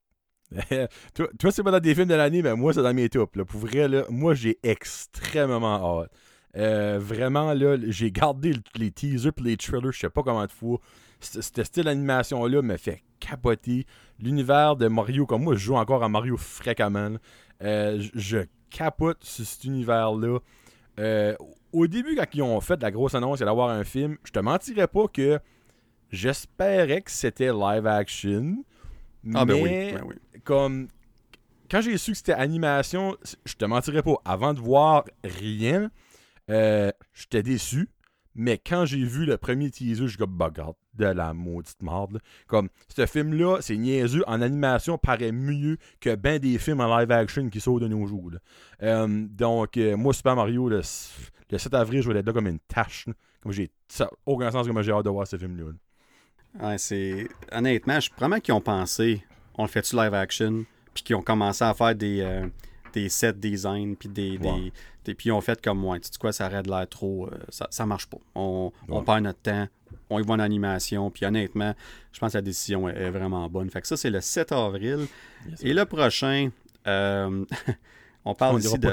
là. toi, toi, c'est pas dans des films de l'année, mais moi, c'est dans mes tops. Là. Pour vrai, là, moi, j'ai extrêmement hâte. Euh, vraiment, là, j'ai gardé les teasers et les trailers, je sais pas comment de fois. Ce style d'animation-là me fait capoter. L'univers de Mario, comme moi, je joue encore à Mario fréquemment. Euh, je capote sur cet univers-là. Euh, au début, quand ils ont fait la grosse annonce d'avoir un film, je te mentirais pas que j'espérais que c'était live action. Ah, mais ben oui, ben oui. Comme quand j'ai su que c'était animation, je te mentirais pas. Avant de voir rien, Euh, j'étais déçu, mais quand j'ai vu le premier teaser, je suis comme, bah, regarde, de la maudite marde. Là. Comme, ce film-là, c'est niaiseux, en animation, paraît mieux que ben des films en live action qui sortent de nos jours. Là. Euh, donc, euh, moi, Super Mario, le, le sept avril, je vais être là comme une tâche. Là. Comme j'ai, ça n'a aucun sens comment j'ai hâte de voir ce film-là. Là. Ouais, c'est... Honnêtement, je vraiment qu'ils ont pensé, on le fait-tu live action, puis qu'ils ont commencé à faire des... Euh... des set design, puis des, wow. des, des puis on fait comme moi. Tu sais quoi, ça aurait de l'air trop... Euh, ça, ça marche pas. On, ouais. on perd notre temps, on y va en animation, puis honnêtement, je pense que la décision est, est vraiment bonne. Fait que ça, c'est le sept avril. Yes, Et le prochain, euh, on parle on ici de...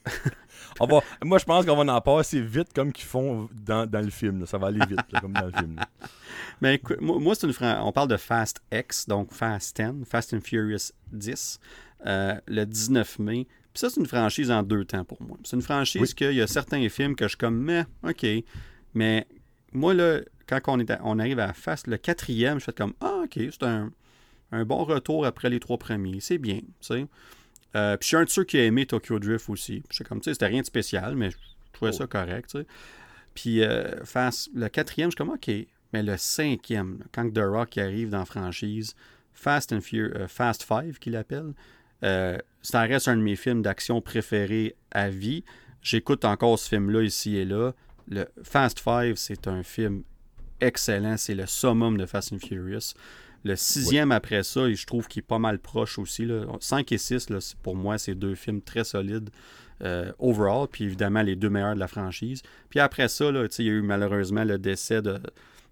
on va, moi, je pense qu'on va en passer vite comme qu'ils font dans, dans le film. Là. Ça va aller vite, là, comme dans le film. Là. Mais écoute, moi, moi c'est une fran... on parle de Fast X, donc Fast dix, Fast and Furious dix. Euh, le dix-neuf mai. Puis ça, c'est une franchise en deux temps pour moi. C'est une franchise oui. qu'il y a certains films que je suis comme, mais, OK. Mais moi, là, quand on, est à, on arrive à Fast, le quatrième, je fais comme, ah, OK, c'est un, un bon retour après les trois premiers. C'est bien, tu sais. Euh, puis je suis un de ceux qui a aimé Tokyo Drift aussi. Je suis comme, tu sais, c'était rien de spécial, mais je trouvais oh. ça correct, tu sais. Puis euh, Fast, le quatrième, je suis comme, OK. Mais le cinquième, quand The Rock arrive dans la franchise, Fast and Furious, euh, Fast Five qu'il appelle, Euh, ça reste un de mes films d'action préférés à vie. J'écoute encore ce film-là ici et là. Le Fast Five, c'est un film excellent. C'est le summum de Fast and Furious. Le sixième oui. après ça, et je trouve qu'il est pas mal proche aussi. Là. cinq et six, là, pour moi, c'est deux films très solides euh, overall. Puis évidemment, les deux meilleurs de la franchise. Puis après ça, là, il y a eu malheureusement le décès de,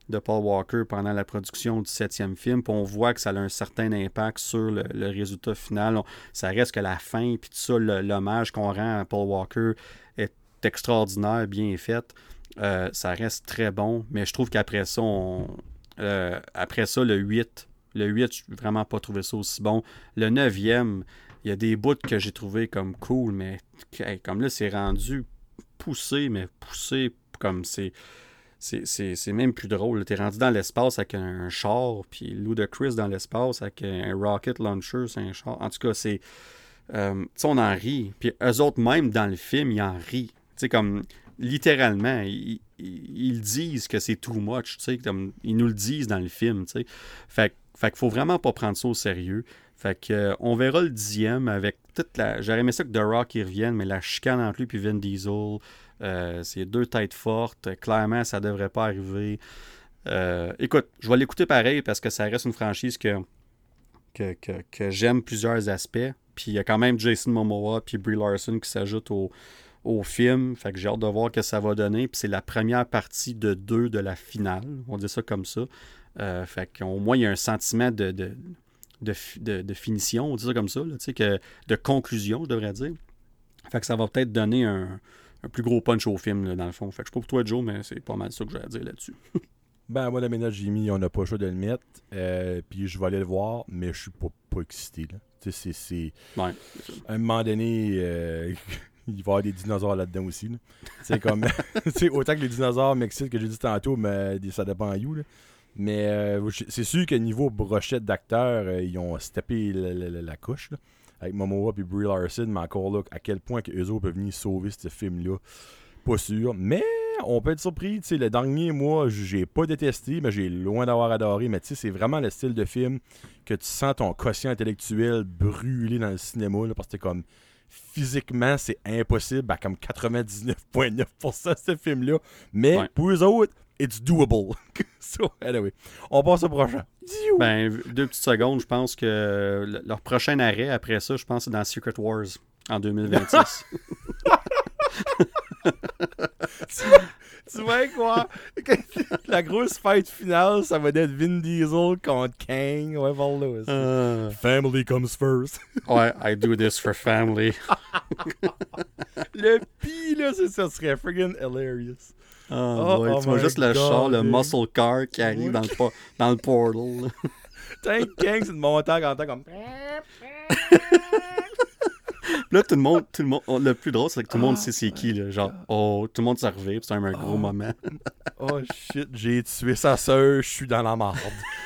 de Paul Walker pendant la production du septième film, puis on voit que ça a un certain impact sur le, le résultat final. On, ça reste que la fin, puis tout ça, le, l'hommage qu'on rend à Paul Walker est extraordinaire, bien fait. Euh, ça reste très bon, mais je trouve qu'après ça, on, euh, après ça, le huit, le huit, je n'ai vraiment pas trouvé ça aussi bon. Le neuvième, il y a des bouts que j'ai trouvé comme cool, mais hey, comme là, c'est rendu poussé, mais poussé comme c'est... C'est, c'est, c'est même plus drôle. T'es rendu dans l'espace avec un char, puis Ludacris dans l'espace avec un rocket launcher, c'est un char. En tout cas, c'est... Euh, tu sais, on en rit. Puis eux autres, même dans le film, ils en rient. Tu sais, comme... Littéralement, ils, ils, ils disent que c'est too much, tu sais, comme ils nous le disent dans le film, tu sais. Fait, fait qu'il faut vraiment pas prendre ça au sérieux. Fait que euh, on verra le dixième avec toute la... J'aurais aimé ça que The Rock y revienne, mais la chicane entre lui puis Vin Diesel, euh, c'est deux têtes fortes. Clairement, ça devrait pas arriver. Euh, écoute, je vais l'écouter pareil parce que ça reste une franchise que, que, que, que j'aime plusieurs aspects. Puis il y a quand même Jason Momoa puis Brie Larson qui s'ajoutent au, au film. Fait que j'ai hâte de voir ce que ça va donner. Puis c'est la première partie de deux de la finale. On dit ça comme ça. Euh, fait qu'au moins, il y a un sentiment de... de De, de, de finition, on dit ça comme ça, là, que, de conclusion, je devrais dire. Fait que ça va peut-être donner un, un plus gros punch au film, là, dans le fond. Fait que je sais pas pour toi, Joe, mais c'est pas mal ça que j'ai à dire là-dessus. Ben, moi, la ménage, j'ai mis, on n'a pas le choix de le mettre. Euh, puis je vais aller le voir, mais je suis pas, pas excité. Là. Tu sais, c'est, c'est... Ouais. À un moment donné, euh, il va y avoir des dinosaures là-dedans aussi. Là. C'est comme... autant que les dinosaures m'excitent que j'ai dit tantôt, mais ça dépend à you, là. Mais euh, c'est sûr que niveau brochette d'acteurs, euh, ils ont steppé la, la, la, la couche là, avec Momoa et Brie Larson, mais encore là, à quel point que eux autres peuvent venir sauver ce film-là, pas sûr. Mais on peut être surpris, tu sais, le dernier, moi, j'ai pas détesté, mais j'ai loin d'avoir adoré. Mais tu sais, c'est vraiment le style de film que tu sens ton quotient intellectuel brûler dans le cinéma, là, parce que c'est comme physiquement, c'est impossible à comme quatre-vingt-dix-neuf virgule neuf pour cent ce film-là. Mais ouais. Pour eux autres, it's doable. So, anyway, on passe au prochain. Ben, deux petites secondes, je pense que leur prochain arrêt après ça, je pense que c'est dans Secret Wars en deux mille vingt-six. tu, tu vois quoi? La grosse fight finale, ça va être Vin Diesel contre Kang. Ouais, voilà. Uh, family comes first. Ouais, I do this for family. Le pire, là, c'est ça serait friggin' hilarious. Oh, oh, boy, oh tu vois juste le God, char, le muscle car qui arrive oui. dans, le, dans le portal. Tank Kang, c'est une montagne en temps comme... Là, tout le monde, tout le monde, le plus drôle, c'est que tout le monde sait c'est qui, là. Genre, oh, tout le monde s'est arrivé, c'est un, un gros oh. moment. Oh shit, j'ai tué sa sœur, je suis dans la marde.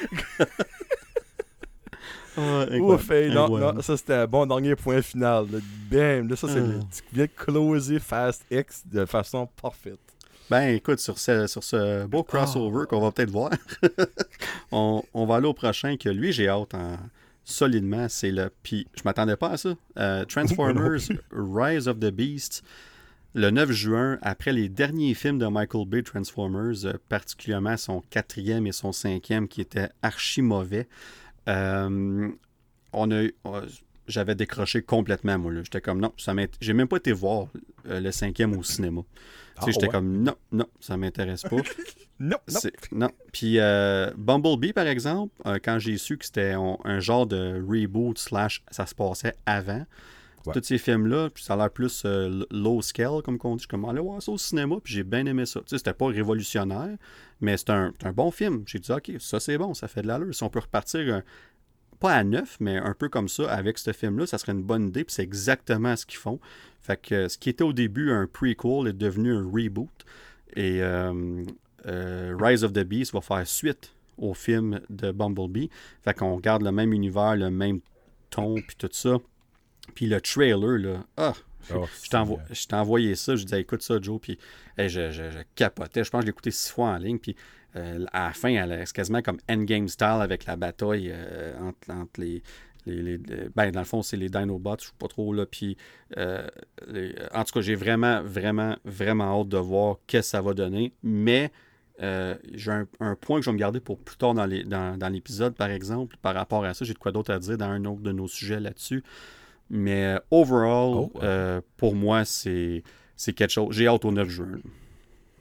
Ouais, ouf, hey, non, non, ça c'était un bon dernier point final. Là. Bam, là, ça c'est le tu viens de closer Fast X de façon parfaite. Ben écoute, sur ce, sur ce beau crossover oh. qu'on va peut-être voir, on, on va aller au prochain que lui j'ai hâte en, solidement, c'est le... Puis je m'attendais pas à ça. Euh, Transformers Rise of the Beast, le neuf juin, après les derniers films de Michael Bay Transformers, euh, particulièrement son quatrième et son cinquième qui étaient archi mauvais. Euh, on a, on, j'avais décroché complètement, moi. Là. J'étais comme, non, ça m'int... j'ai même pas été voir euh, le cinquième au cinéma. Ah, tu sais, j'étais ouais. comme, non, non, ça m'intéresse pas. non, non. non. Puis euh, Bumblebee, par exemple, euh, quand j'ai su que c'était un, un genre de reboot slash ça se passait avant, ouais. tous ces films-là, puis ça a l'air plus euh, low scale, comme on dit. Je suis comme, allez voir ça au cinéma, puis j'ai bien aimé ça. Tu sais, c'était pas révolutionnaire, mais c'est un, un bon film. J'ai dit, OK, ça c'est bon, ça fait de l'allure. Si on peut repartir... Un, pas à neuf, mais un peu comme ça, avec ce film-là, ça serait une bonne idée, puis c'est exactement ce qu'ils font. Fait que ce qui était au début un prequel est devenu un reboot, et euh, euh, Rise of the Beast va faire suite au film de Bumblebee. Fait qu'on garde le même univers, le même ton, puis tout ça. Puis le trailer, là, ah! Oh, je, t'ai envo- je t'ai envoyé ça, je disais, écoute ça, Joe, puis hey, je, je, je capotais. Je pense que je l'ai écouté six fois en ligne, puis euh, à la fin, elle, c'est quasiment comme Endgame style avec la bataille euh, entre, entre les, les, les, les. Ben, dans le fond, c'est les Dinobots, je ne sais pas trop, là, puis euh, les, en tout cas, j'ai vraiment, vraiment, vraiment hâte de voir qu'est-ce que ça va donner, mais euh, j'ai un, un point que je vais me garder pour plus tard dans, les, dans, dans l'épisode, par exemple, par rapport à ça, j'ai de quoi d'autre à dire dans un autre de nos sujets là-dessus. Mais overall, oh, wow. euh, pour moi, c'est, c'est quelque chose. J'ai hâte au neuf juin.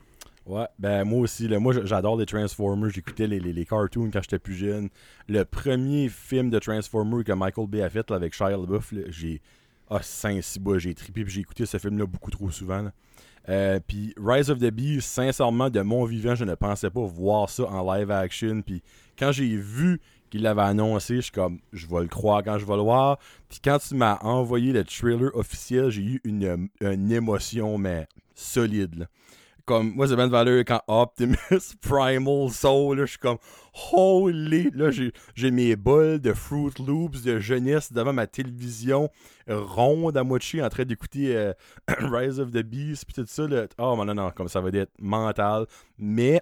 Ouais, ben moi aussi, là, moi j'adore les Transformers, j'écoutais les, les, les cartoons quand j'étais plus jeune. Le premier film de Transformers que Michael Bay a fait là, avec Shia LaBeouf, là, j'ai... Ah, Saint-Cybois, j'ai trippé, puis j'ai écouté ce film-là beaucoup trop souvent. Là. Euh, puis Rise of the Beast, sincèrement, de mon vivant, je ne pensais pas voir ça en live action. Puis quand j'ai vu qu'il l'avait annoncé, je suis comme, je vais le croire quand je vais le voir. Puis quand tu m'as envoyé le trailer officiel, j'ai eu une, une émotion, mais solide. Là. Comme, moi, c'est Ben Valeur quand Optimus Primal Soul, là, je suis comme, holy, là, j'ai, j'ai mes bols de Fruit Loops de jeunesse devant ma télévision ronde à moitié en train d'écouter euh, Rise of the Beast, puis tout ça, là. Oh, non, non, non, comme ça va être mental, mais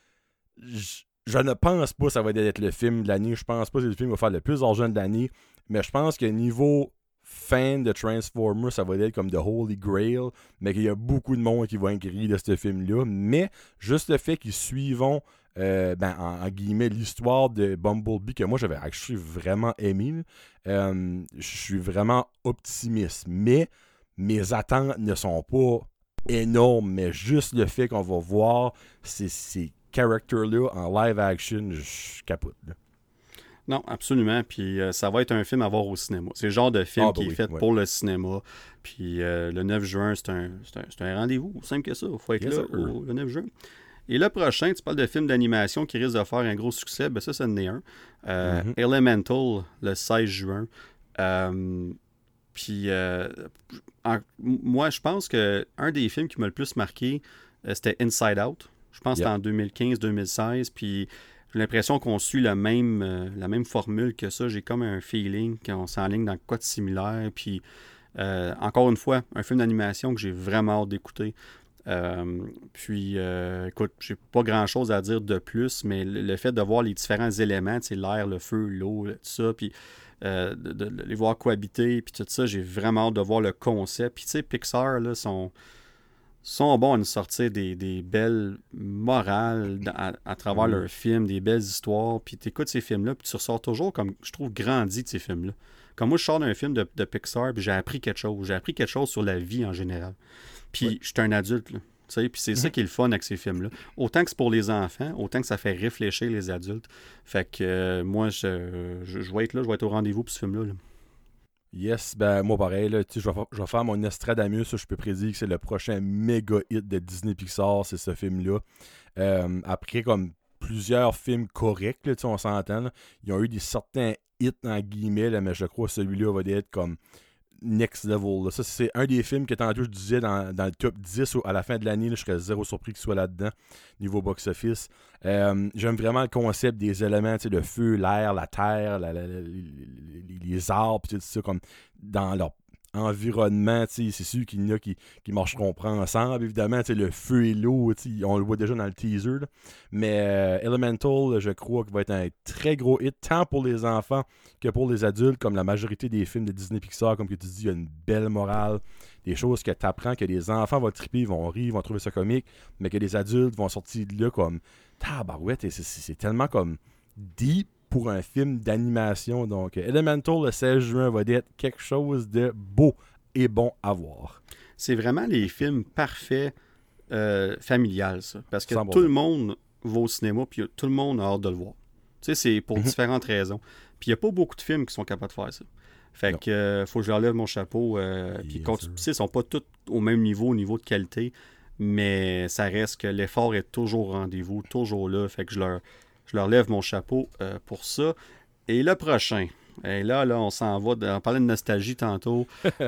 je, je ne pense pas que ça va être le film de l'année, je pense pas que c'est le film qui va faire le plus d'argent de l'année, mais je pense que niveau fan de Transformers, ça va être comme The Holy Grail, mais qu'il y a beaucoup de monde qui va inquiéter de ce film-là. Mais juste le fait qu'ils suivent, euh, ben, en, en guillemets, l'histoire de Bumblebee, que moi j'avais actually vraiment aimé, euh, je suis vraiment optimiste. Mais mes attentes ne sont pas énormes, mais juste le fait qu'on va voir ces, ces characters-là en live action, je capote. Là. Non, absolument. Puis euh, ça va être un film à voir au cinéma. C'est le genre de film ah, bah qui oui, est fait ouais. pour le cinéma. Puis euh, le neuf juin, c'est un, c'est un, c'est un rendez-vous. Simple que ça. Il faut être Yes, là au, le neuf juin. Et le prochain, tu parles de film d'animation qui risque de faire un gros succès. Ben ça, ça en est un. Euh, Mm-hmm. Elemental, le seize juin. Euh, puis euh, en, moi, je pense que un des films qui m'a le plus marqué, euh, c'était Inside Out. Je pense Yep. que c'était en deux mille quinze deux mille seize. Puis j'ai l'impression qu'on suit la même, euh, la même formule que ça. J'ai comme un feeling qu'on s'enligne dans quoi de similaire. Puis, euh, encore une fois, un film d'animation que j'ai vraiment hâte d'écouter. Euh, puis, euh, écoute, j'ai pas grand-chose à dire de plus, mais le, le fait de voir les différents éléments, tu sais, l'air, le feu, l'eau, tout ça, puis euh, de, de, de les voir cohabiter, puis tout ça, j'ai vraiment hâte de voir le concept. Puis, tu sais, Pixar, là, sont... sont bons à nous sortir des, des belles morales à, à travers Oui. leurs films, des belles histoires, puis tu écoutes ces films-là, puis tu ressors toujours, comme je trouve, grandi de ces films-là. Comme moi, je sors d'un film de, de Pixar, puis j'ai appris quelque chose. J'ai appris quelque chose sur la vie en général. Puis Oui. je suis un adulte, là. Tu sais, puis c'est ça qui est le fun avec ces films-là. Autant que c'est pour les enfants, autant que ça fait réfléchir les adultes. Fait que euh, moi, je, je, je vais être là, je vais être au rendez-vous pour ce film-là. là. Yes, ben moi pareil, là, je, vais, je vais faire mon Nostradamus, je peux prédire que c'est le prochain méga hit de Disney Pixar, c'est ce film-là. Euh, après, comme plusieurs films corrects, là, on s'entend, là, ils ont eu des certains hits en guillemets, là, mais je crois que celui-là va être comme next level. Là. Ça, c'est un des films que tantôt je disais dans, dans le top dix à la fin de l'année, là, je serais zéro surpris qu'il soit là-dedans, niveau box-office. Euh, j'aime vraiment le concept des éléments, le feu, l'air, la terre, la, la, la, les, les arbres, tout ça, comme dans leur environnement, c'est sûr qu'il y en a qui, qui marcheront pas ensemble, évidemment, le feu et l'eau, on le voit déjà dans le teaser, là. Mais euh, Elemental, je crois qu'il va être un très gros hit, tant pour les enfants que pour les adultes, comme la majorité des films de Disney Pixar, comme tu dis, il y a une belle morale, des choses que tu apprends, que les enfants vont triper, vont rire, vont trouver ça comique, mais que les adultes vont sortir de là comme tabarouette, c'est, c'est, c'est tellement comme deep pour un film d'animation. Donc, Elemental, le seize juin, va être quelque chose de beau et bon à voir. C'est vraiment les films parfaits euh, familiales, ça. Parce que cent pour tout cent. le monde va au cinéma, puis tout le monde a hâte de le voir. Tu sais, c'est pour Mhm. différentes raisons. Puis il n'y a pas beaucoup de films qui sont capables de faire ça. Fait Non. que euh, faut que je leur lève mon chapeau. Euh, puis Yes, continue- sir. tu sais, ils sont pas tous au même niveau, au niveau de qualité, mais ça reste que l'effort est toujours au rendez-vous, toujours là. Fait que je leur, je leur lève mon chapeau euh, pour ça. Et le prochain, et là, là, on s'en va, de- on parlait de nostalgie tantôt.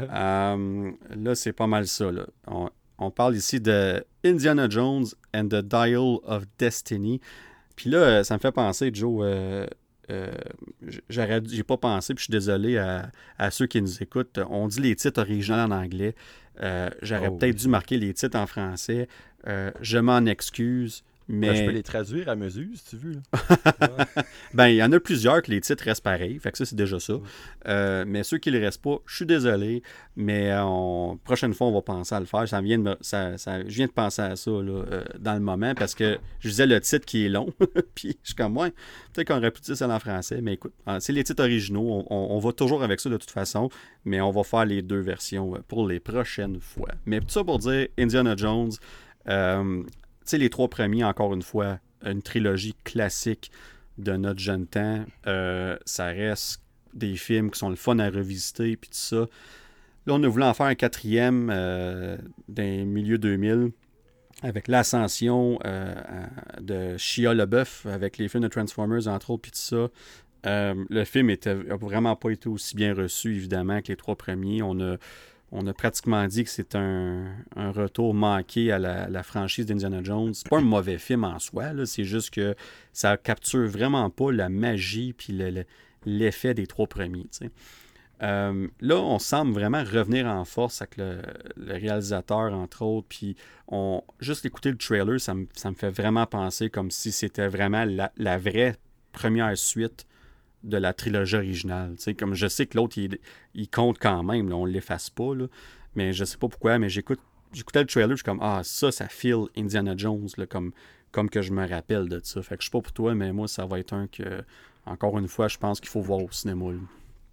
Euh, là, c'est pas mal ça. Là. On, on parle ici de Indiana Jones and the Dial of Destiny. Puis là, euh, ça me fait penser, Joe, euh, euh, j'aurais, j'ai pas pensé, puis je suis désolé à, à ceux qui nous écoutent. On dit les titres originaux en anglais. Euh, j'aurais Oh, peut-être oui. dû marquer les titres en français. Euh, je m'en excuse. Mais Ben, je peux les traduire à mesure, si tu veux. Là. ben, il y en a plusieurs que les titres restent pareils. Fait que ça, c'est déjà ça. Euh, mais ceux qui ne le restent pas, je suis désolé. Mais on... prochaine fois, on va penser à le faire. Ça vient de me... ça, ça... Je viens de penser à ça là, euh, dans le moment parce que je disais le titre qui est long. Puis je suis comme, ouais, peut-être qu'on aurait pu dire ça en français. Mais écoute, c'est les titres originaux. On, on, on va toujours avec ça de toute façon. Mais on va faire les deux versions pour les prochaines fois. Mais tout ça pour dire Indiana Jones. Euh, sais, les trois premiers, encore une fois, une trilogie classique de notre jeune temps. Euh, ça reste des films qui sont le fun à revisiter, puis tout ça. Là, on a voulu en faire un quatrième euh, dans les milieux deux mille, avec l'ascension euh, de Shia LaBeouf, avec les films de Transformers, entre autres, puis tout ça. Euh, le film était a vraiment pas été aussi bien reçu, évidemment, que les trois premiers. On a, on a pratiquement dit que c'est un, un retour manqué à la, la franchise d'Indiana Jones. C'est pas un mauvais film en soi, là, c'est juste que ça capture vraiment pas la magie puis le, le, l'effet des trois premiers, tu sais. Euh, là, on semble vraiment revenir en force avec le, le réalisateur, entre autres, puis on, juste écouter le trailer, ça me, ça me fait vraiment penser comme si c'était vraiment la, la vraie première suite de la trilogie originale. T'sais, comme je sais que l'autre, il, il compte quand même, là, on ne l'efface pas, là, mais je sais pas pourquoi, mais j'écoute, j'écoutais le trailer, je suis comme, ah, ça, ça feel Indiana Jones, là, comme, comme que je me rappelle de ça. Fait que je sais pas pour toi, mais moi, ça va être un que, encore une fois, je pense qu'il faut voir au cinéma, là.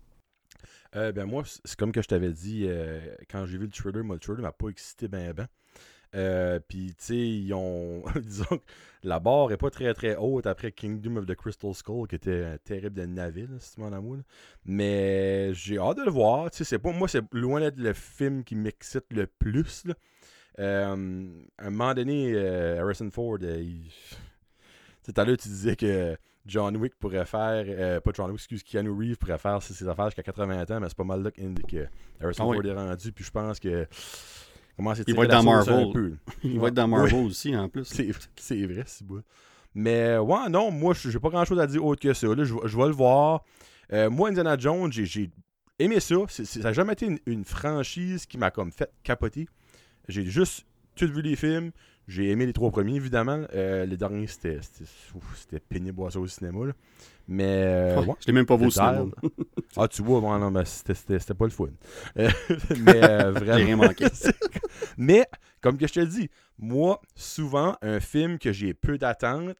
Euh, ben moi, c'est comme que je t'avais dit, euh, quand j'ai vu le trailer, moi, le trailer m'a pas excité ben ben. Euh, Puis, tu sais, ils ont. Disons que la barre est pas très très haute après Kingdom of the Crystal Skull, qui était un terrible de navet, là, si tu m'en amours. Là. Mais j'ai hâte de le voir. Tu sais, c'est pas. Moi, c'est loin d'être le film qui m'excite le plus. Là. Euh, à un moment donné, euh, Harrison Ford, euh, il. Tu sais, tout à l'heure, tu disais que John Wick pourrait faire. Euh, pas John Wick, excuse, Keanu Reeves pourrait faire ses, ses affaires jusqu'à quatre-vingts ans, mais c'est pas mal là que Harrison Ah Ford oui. est rendu. Puis je pense que. Comment c'est Il va être dans Marvel. Il va Ouais. être dans Marvel Ouais. aussi, en plus. C'est, c'est vrai, c'est beau. Mais ouais, non, moi, j'ai pas grand chose à dire autre que ça. Là, je, je vais le voir. Euh, moi, Indiana Jones, j'ai, j'ai aimé ça. C'est, c'est, ça n'a jamais été une, une franchise qui m'a comme fait capoter. J'ai juste tout vu les films. J'ai aimé les trois premiers, évidemment. Euh, les derniers, c'était, c'était, ouf, c'était pénible à ça au cinéma. Là. Mais euh, Ouais, ouais, je l'ai même pas vu au c'était cinéma. dial. Ah, tu vois, bon, non, mais c'était, c'était, c'était pas le fun. Euh, mais euh, vraiment. J'ai rien manqué. Mais, comme que je te dis, moi, souvent, un film que j'ai peu d'attentes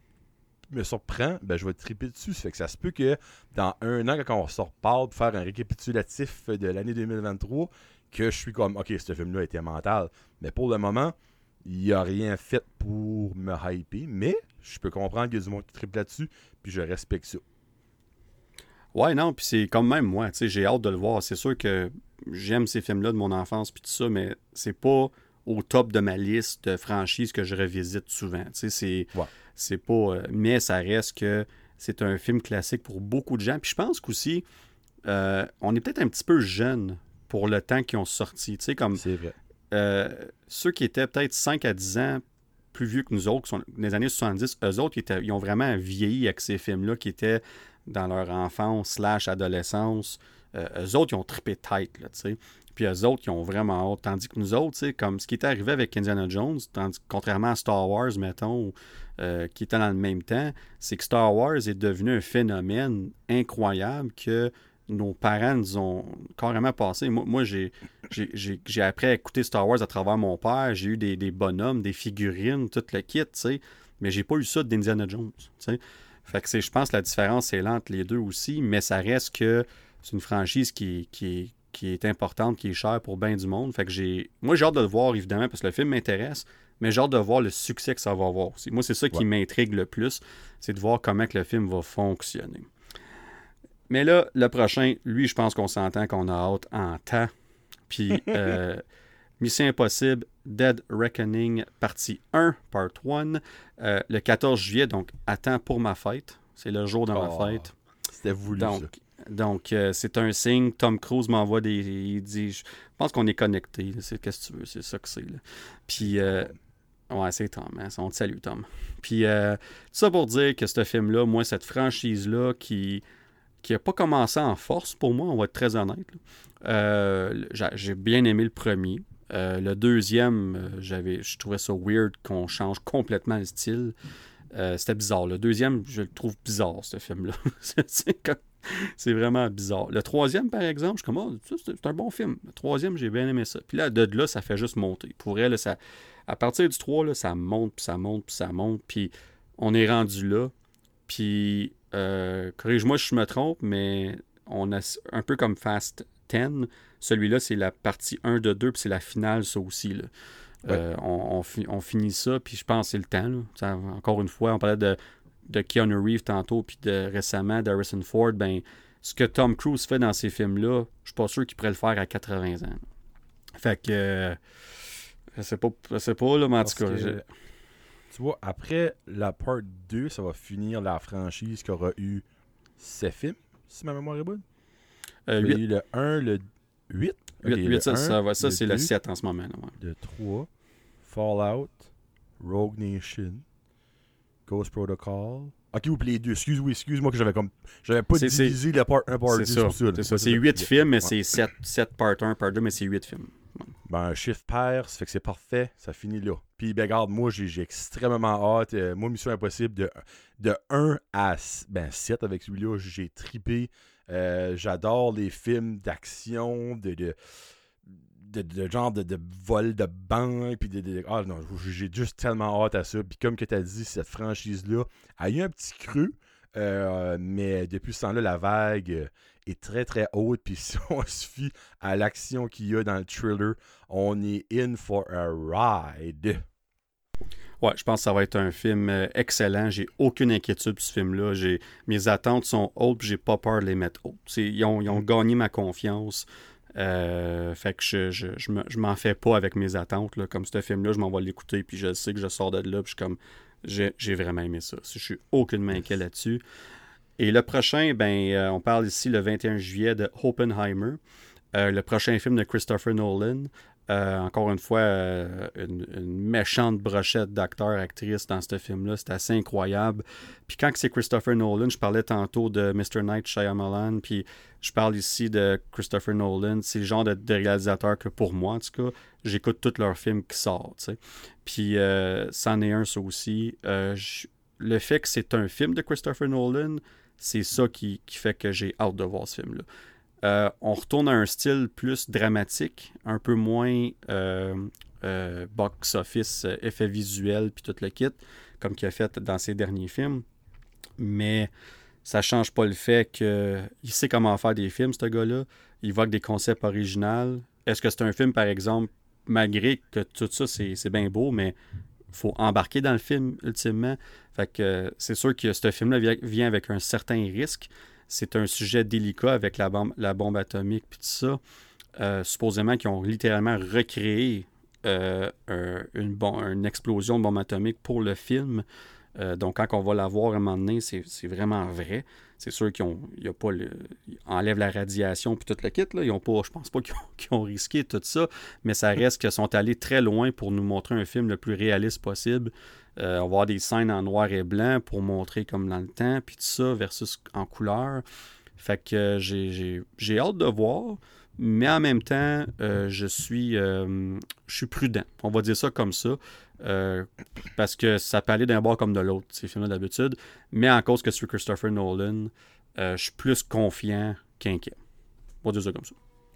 me surprend, ben, je vais triper dessus. Ça fait que ça se peut que dans un an, quand on se reparle pour faire un récapitulatif de l'année deux mille vingt-trois, que je suis comme, OK, ce film-là était mental. Mais pour le moment, il n'y a rien fait pour me hyper. Mais je peux comprendre qu'il y a du monde qui tripe là-dessus, puis je respecte ça. Ouais, non, puis c'est comme même moi, tu sais, j'ai hâte de le voir. C'est sûr que j'aime ces films-là de mon enfance, puis tout ça, mais c'est pas au top de ma liste de franchises que je revisite souvent. Tu sais, c'est, Ouais. c'est pas. euh, mais ça reste que c'est un film classique pour beaucoup de gens. Puis je pense qu'aussi, euh, on est peut-être un petit peu jeune pour le temps qu'ils ont sorti. Tu sais, comme C'est vrai. euh, ceux qui étaient peut-être cinq à dix ans plus vieux que nous autres, qui sont des années soixante-dix, eux autres, ils, étaient, ils ont vraiment vieilli avec ces films-là qui étaient dans leur enfance slash adolescence. Euh, eux autres, ils ont trippé tête, là, tu sais. Puis eux autres, ils ont vraiment hâte. Tandis que nous autres, tu sais, comme ce qui était arrivé avec Indiana Jones, tandis, contrairement à Star Wars, mettons, euh, qui était dans le même temps, c'est que Star Wars est devenu un phénomène incroyable que nos parents nous ont carrément passé. Moi, moi j'ai, j'ai, j'ai, j'ai appris à écouter Star Wars à travers mon père. J'ai eu des, des bonhommes, des figurines, tout le kit, tu sais. Mais j'ai pas eu ça d'Indiana Jones, tu sais. Fait que c'est, je pense que la différence est là entre les deux aussi, mais ça reste que c'est une franchise qui, qui, est, qui est importante, qui est chère pour bien du monde. Fait que j'ai. Moi, j'ai hâte de le voir, évidemment, parce que le film m'intéresse, mais j'ai hâte de voir le succès que ça va avoir aussi. Moi, c'est ça qui Ouais. m'intrigue le plus, c'est de voir comment que le film va fonctionner. Mais là, le prochain, lui, je pense qu'on s'entend qu'on a hâte en temps. Puis, euh, Mission Impossible, Dead Reckoning, partie un, part un, euh, le quatorze juillet, donc à temps pour ma fête. C'est le jour de ma Oh, fête. C'était voulu, Donc, ça. donc euh, c'est un signe. Tom Cruise m'envoie des. Il dit. Je pense qu'on est connectés. C'est qu'est-ce que tu veux, c'est ça que c'est. Là. Puis. Euh, ouais, c'est Tom. Hein, on te salue, Tom. Puis, euh, tout ça pour dire que ce film-là, moi, cette franchise-là qui. qui n'a pas commencé en force pour moi, on va être très honnête. Euh, j'ai, j'ai bien aimé le premier. Euh, le deuxième, euh, j'avais, je trouvais ça weird qu'on change complètement le style. Euh, c'était bizarre. Le deuxième, je le trouve bizarre, ce film-là. c'est, c'est, comme, c'est vraiment bizarre. Le troisième, par exemple, je suis comme, oh, c'est, c'est un bon film. Le troisième, j'ai bien aimé ça. Puis là, de là, ça fait juste monter. Pour elle, ça, à partir du trois, là, ça monte, puis ça monte, puis ça monte. Puis on est rendu là. Puis, euh, corrige-moi si je me trompe, mais on a un peu comme Fast dix. Celui-là, c'est la partie un de deux, puis c'est la finale, ça aussi. Là. Euh, ouais. on, on, fi- on finit ça, puis je pense que c'est le temps. Là. Ça, encore une fois, on parlait de, de Keanu Reeves tantôt, puis de, récemment d'Harrison Ford. Ben, ce que Tom Cruise fait dans ces films-là, je suis pas sûr qu'il pourrait le faire à quatre-vingts ans. Fait que... Euh, je sais pas, je sais pas là, mais en tout cas... Je... Tu vois, après la part deux, ça va finir la franchise qui aura eu sept films, si ma mémoire est bonne. Euh, Il y a eu le un, le huit. huit, Okay, huit le ça, un, ça, va, ça le c'est deux, le sept en ce moment. Là, ouais. Le trois, Fallout, Rogue Nation, Ghost Protocol. Ok, oubliez les deux. Excuse, oui, excuse-moi que j'avais comme. J'avais pas c'est, divisé c'est, la part un, part deux. C'est ça. C'est, c'est, ça. c'est huit films, mais ouais. c'est sept part un, part deux, mais c'est huit films. Ouais. Ben, un chiffre pair, ça fait que c'est parfait, ça finit là. Puis, ben, regarde, moi, j'ai, j'ai extrêmement hâte. Euh, moi, Mission Impossible, de, de un à ben, sept avec celui-là, j'ai tripé. Euh, j'adore les films d'action, de, de, de, de genre de, de vol de banque. Puis de, de, ah non, j'ai juste tellement hâte à ça. Puis, comme que tu as dit, cette franchise-là a eu un petit creux. Euh, mais depuis ce temps-là, la vague est très très haute. Puis si on se fie à l'action qu'il y a dans le thriller, on est in for a ride. Ouais, je pense que ça va être un film excellent. J'ai aucune inquiétude pour ce film-là. J'ai... Mes attentes sont hautes, puis j'ai pas peur de les mettre hautes. C'est... Ils ont, ils ont gagné ma confiance. Euh... Fait que je, je, je, me... je m'en fais pas avec mes attentes. Là. Comme ce film-là, je m'en vais l'écouter, puis je sais que je sors de là, puis je suis comme... J'ai, j'ai vraiment aimé ça. Je suis aucunement inquiet là-dessus. Et le prochain, ben, euh, on parle ici le vingt et un juillet de Oppenheimer. Euh, le prochain film de Christopher Nolan. Euh, encore une fois, euh, une, une méchante brochette d'acteurs, actrices dans ce film-là. C'est assez incroyable. Puis quand c'est Christopher Nolan, je parlais tantôt de mister Night Shyamalan, puis je parle ici de Christopher Nolan. C'est le genre de, de réalisateur que pour moi, en tout cas, j'écoute tous leurs films qui sortent. T'sais. Puis euh, c'en est un, ça aussi. Euh, je, le fait que c'est un film de Christopher Nolan, c'est ça qui, qui fait que j'ai hâte de voir ce film-là. Euh, on retourne à un style plus dramatique, un peu moins euh, euh, box-office, effets visuels, puis tout le kit, comme qu'il a fait dans ses derniers films. Mais ça change pas le fait qu'il sait comment faire des films, ce gars-là. Il va avec des concepts originaux. Est-ce que c'est un film, par exemple, malgré que tout ça, c'est, c'est bien beau, mais il faut embarquer dans le film, ultimement. Fait que c'est sûr que ce film-là vient avec un certain risque. C'est un sujet délicat avec la bombe, la bombe atomique puis tout ça. Euh, supposément qu'ils ont littéralement recréé euh, un, une, bon, une explosion de bombe atomique pour le film. Euh, donc, quand on va la voir à un moment donné, c'est, c'est vraiment vrai. C'est sûr qu'ils ont, y a pas le, ils enlèvent la radiation puis tout le kit. Là. Ils ont pas, je pense pas qu'ils ont, qu'ils ont risqué tout ça, mais ça reste qu'ils sont allés très loin pour nous montrer un film le plus réaliste possible. Euh, on va avoir des scènes en noir et blanc pour montrer comme dans le temps, puis tout ça, versus en couleur. Fait que euh, j'ai, j'ai, j'ai hâte de voir, mais en même temps, euh, je suis euh, je suis prudent. On va dire ça comme ça. Euh, parce que ça peut aller d'un bord comme de l'autre, ces films-là d'habitude. Mais en cause que c'est Christopher Nolan, euh, je suis plus confiant qu'inquiet. On va dire ça comme ça.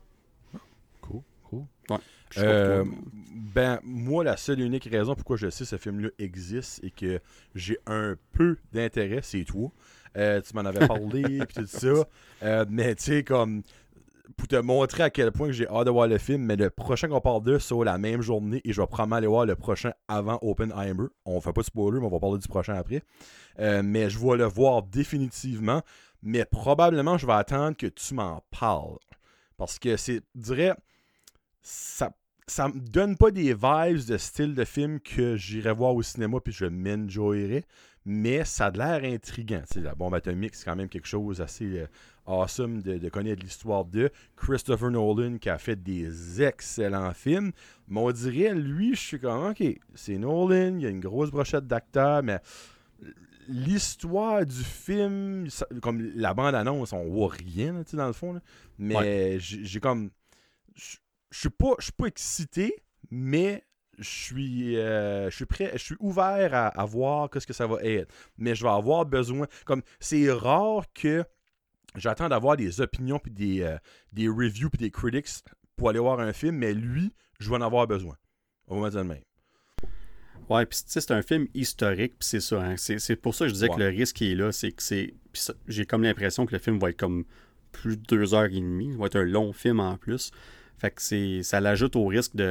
Cool, cool. Ouais. Euh, ben, moi, la seule et unique raison pourquoi je sais que ce film-là existe et que j'ai un peu d'intérêt, c'est toi. Euh, tu m'en avais parlé et tout ça. Euh, mais tu sais, comme pour te montrer à quel point que j'ai hâte de voir le film, mais le prochain qu'on parle de, c'est la même journée et je vais probablement aller voir le prochain avant Oppenheimer. On fait pas de spoiler, mais on va parler du prochain après. Euh, mais je vais le voir définitivement, mais probablement je vais attendre que tu m'en parles. Parce que c'est, je dirais, ça ça me donne pas des vibes de style de film que j'irais voir au cinéma puis je m'enjoyerais, mais ça a l'air intriguant. T'sais, la bombe atomique, c'est quand même quelque chose assez euh, awesome de, de connaître l'histoire de Christopher Nolan qui a fait des excellents films. Mais on dirait, lui, je suis comme, ok, c'est Nolan, il y a une grosse brochette d'acteurs, mais l'histoire du film, ça, comme la bande-annonce, on voit rien là, dans le fond. Là. Mais ouais. j'ai, j'ai comme... Je suis pas, je suis pas excité, mais je suis, euh, je suis prêt, je suis ouvert à, à voir ce que ça va être. Mais je vais avoir besoin, comme c'est rare que j'attends d'avoir des opinions puis des, euh, des reviews puis des critics pour aller voir un film, mais lui, je vais en avoir besoin. On va dire le même. Ouais, puis tu sais, c'est un film historique, puis c'est ça. Hein, c'est, c'est pour ça que je disais ouais. que le risque est là, c'est que c'est, pis ça, j'ai comme l'impression que le film va être comme plus de deux heures et demie, il va être un long film en plus. Fait que c'est, ça l'ajoute au risque de...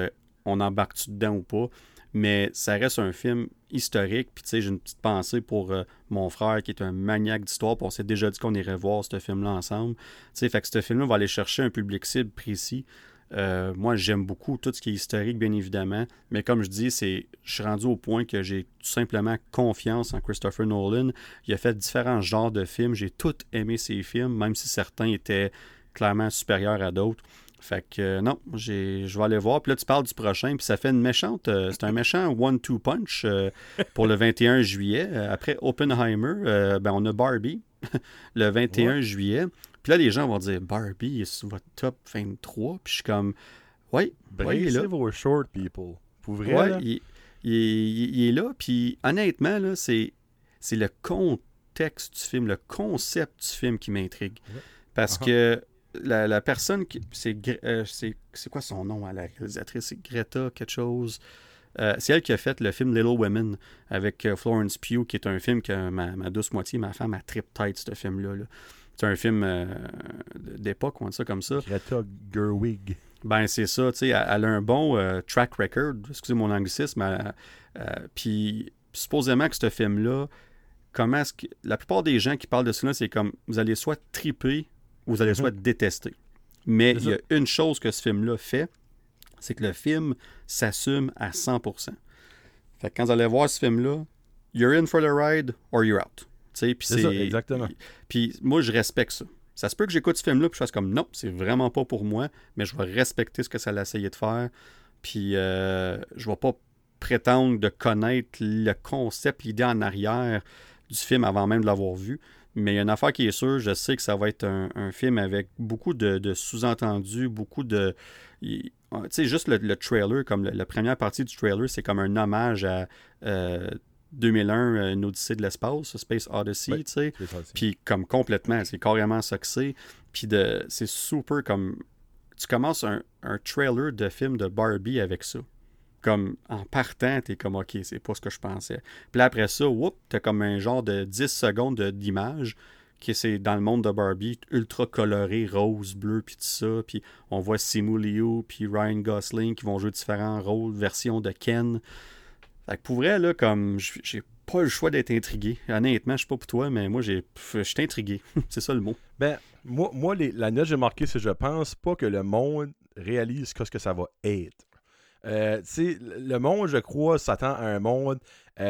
on embarque-tu dedans ou pas. Mais ça reste un film historique. Puis, tu sais, j'ai une petite pensée pour euh, mon frère qui est un maniaque d'histoire. Puis, on s'est déjà dit qu'on irait voir ce film-là ensemble. Tu sais, fait que ce film-là va aller chercher un public cible précis. Euh, moi, j'aime beaucoup tout ce qui est historique, bien évidemment. Mais comme je dis, c'est, je suis rendu au point que j'ai tout simplement confiance en Christopher Nolan. Il a fait différents genres de films. J'ai tout aimé ses films, même si certains étaient clairement supérieurs à d'autres. Fait que euh, non, j'ai, je vais aller voir. Puis là, tu parles du prochain, puis ça fait une méchante, euh, c'est un méchant one-two punch euh, pour le vingt et un juillet. Euh, après Oppenheimer, euh, ben, on a Barbie le vingt et un ouais. juillet. Puis là, les gens vont dire Barbie est sur votre top vingt-trois. Puis je suis comme, oui, ouais, il est là. vos short people. Pour vrai, ouais, là? Il, il, il, il est là. Puis honnêtement, là, c'est, c'est le contexte du film, le concept du film qui m'intrigue. Ouais. Parce uh-huh. que La, la personne, qui, c'est, euh, c'est, c'est quoi son nom à la réalisatrice? C'est Greta quelque chose. Euh, c'est elle qui a fait le film Little Women avec euh, Florence Pugh, qui est un film que ma, ma douce moitié, ma femme, a trip tête, ce film-là. Là. C'est un film euh, d'époque, on dit ça comme ça. Greta Gerwig. Ben, c'est ça, tu sais, elle, elle a un bon euh, track record, excusez mon anglicisme, euh, euh, puis supposément que ce film-là, comment est-ce que... La plupart des gens qui parlent de cela, c'est comme, vous allez soit triper vous allez soit détester. Mais il y a une chose que ce film-là fait, c'est que le film s'assume à cent pour cent. Fait que quand vous allez voir ce film-là, you're in for the ride or you're out. Puis c'est, c'est ça, exactement. Puis moi, je respecte ça. Ça se peut que j'écoute ce film-là et je fasse comme, non, c'est vraiment pas pour moi, mais je vais respecter ce que ça a essayé de faire. Puis euh, je vais pas prétendre de connaître le concept, l'idée en arrière du film avant même de l'avoir vu. Mais il y a une affaire qui est sûre, je sais que ça va être un, un film avec beaucoup de, de sous-entendus, beaucoup de... Tu sais, juste le, le trailer, comme le, la première partie du trailer, c'est comme un hommage à euh, deux mille un, une Odyssée de l'espace, Space Odyssey, oui, tu sais. Puis comme complètement, c'est carrément ça que c'est. Puis de, c'est super comme... Tu commences un, un trailer de film de Barbie avec ça. Comme en partant, t'es comme OK, c'est pas ce que je pensais. Puis là, après ça, whoop, t'as comme un genre de dix secondes de, d'image qui c'est dans le monde de Barbie, ultra coloré, rose, bleu, puis tout ça. Puis on voit Simu Liu puis Ryan Gosling qui vont jouer différents rôles, versions de Ken. Fait que pour vrai, là, comme j'ai pas le choix d'être intrigué. Honnêtement, je sais pas pour toi, mais moi, j'ai je suis intrigué. C'est ça le mot. Ben, moi, moi les, la note que j'ai marquée, c'est que je pense pas que le monde réalise ce que ça va être. Euh, tu sais, le monde, je crois, s'attend à un monde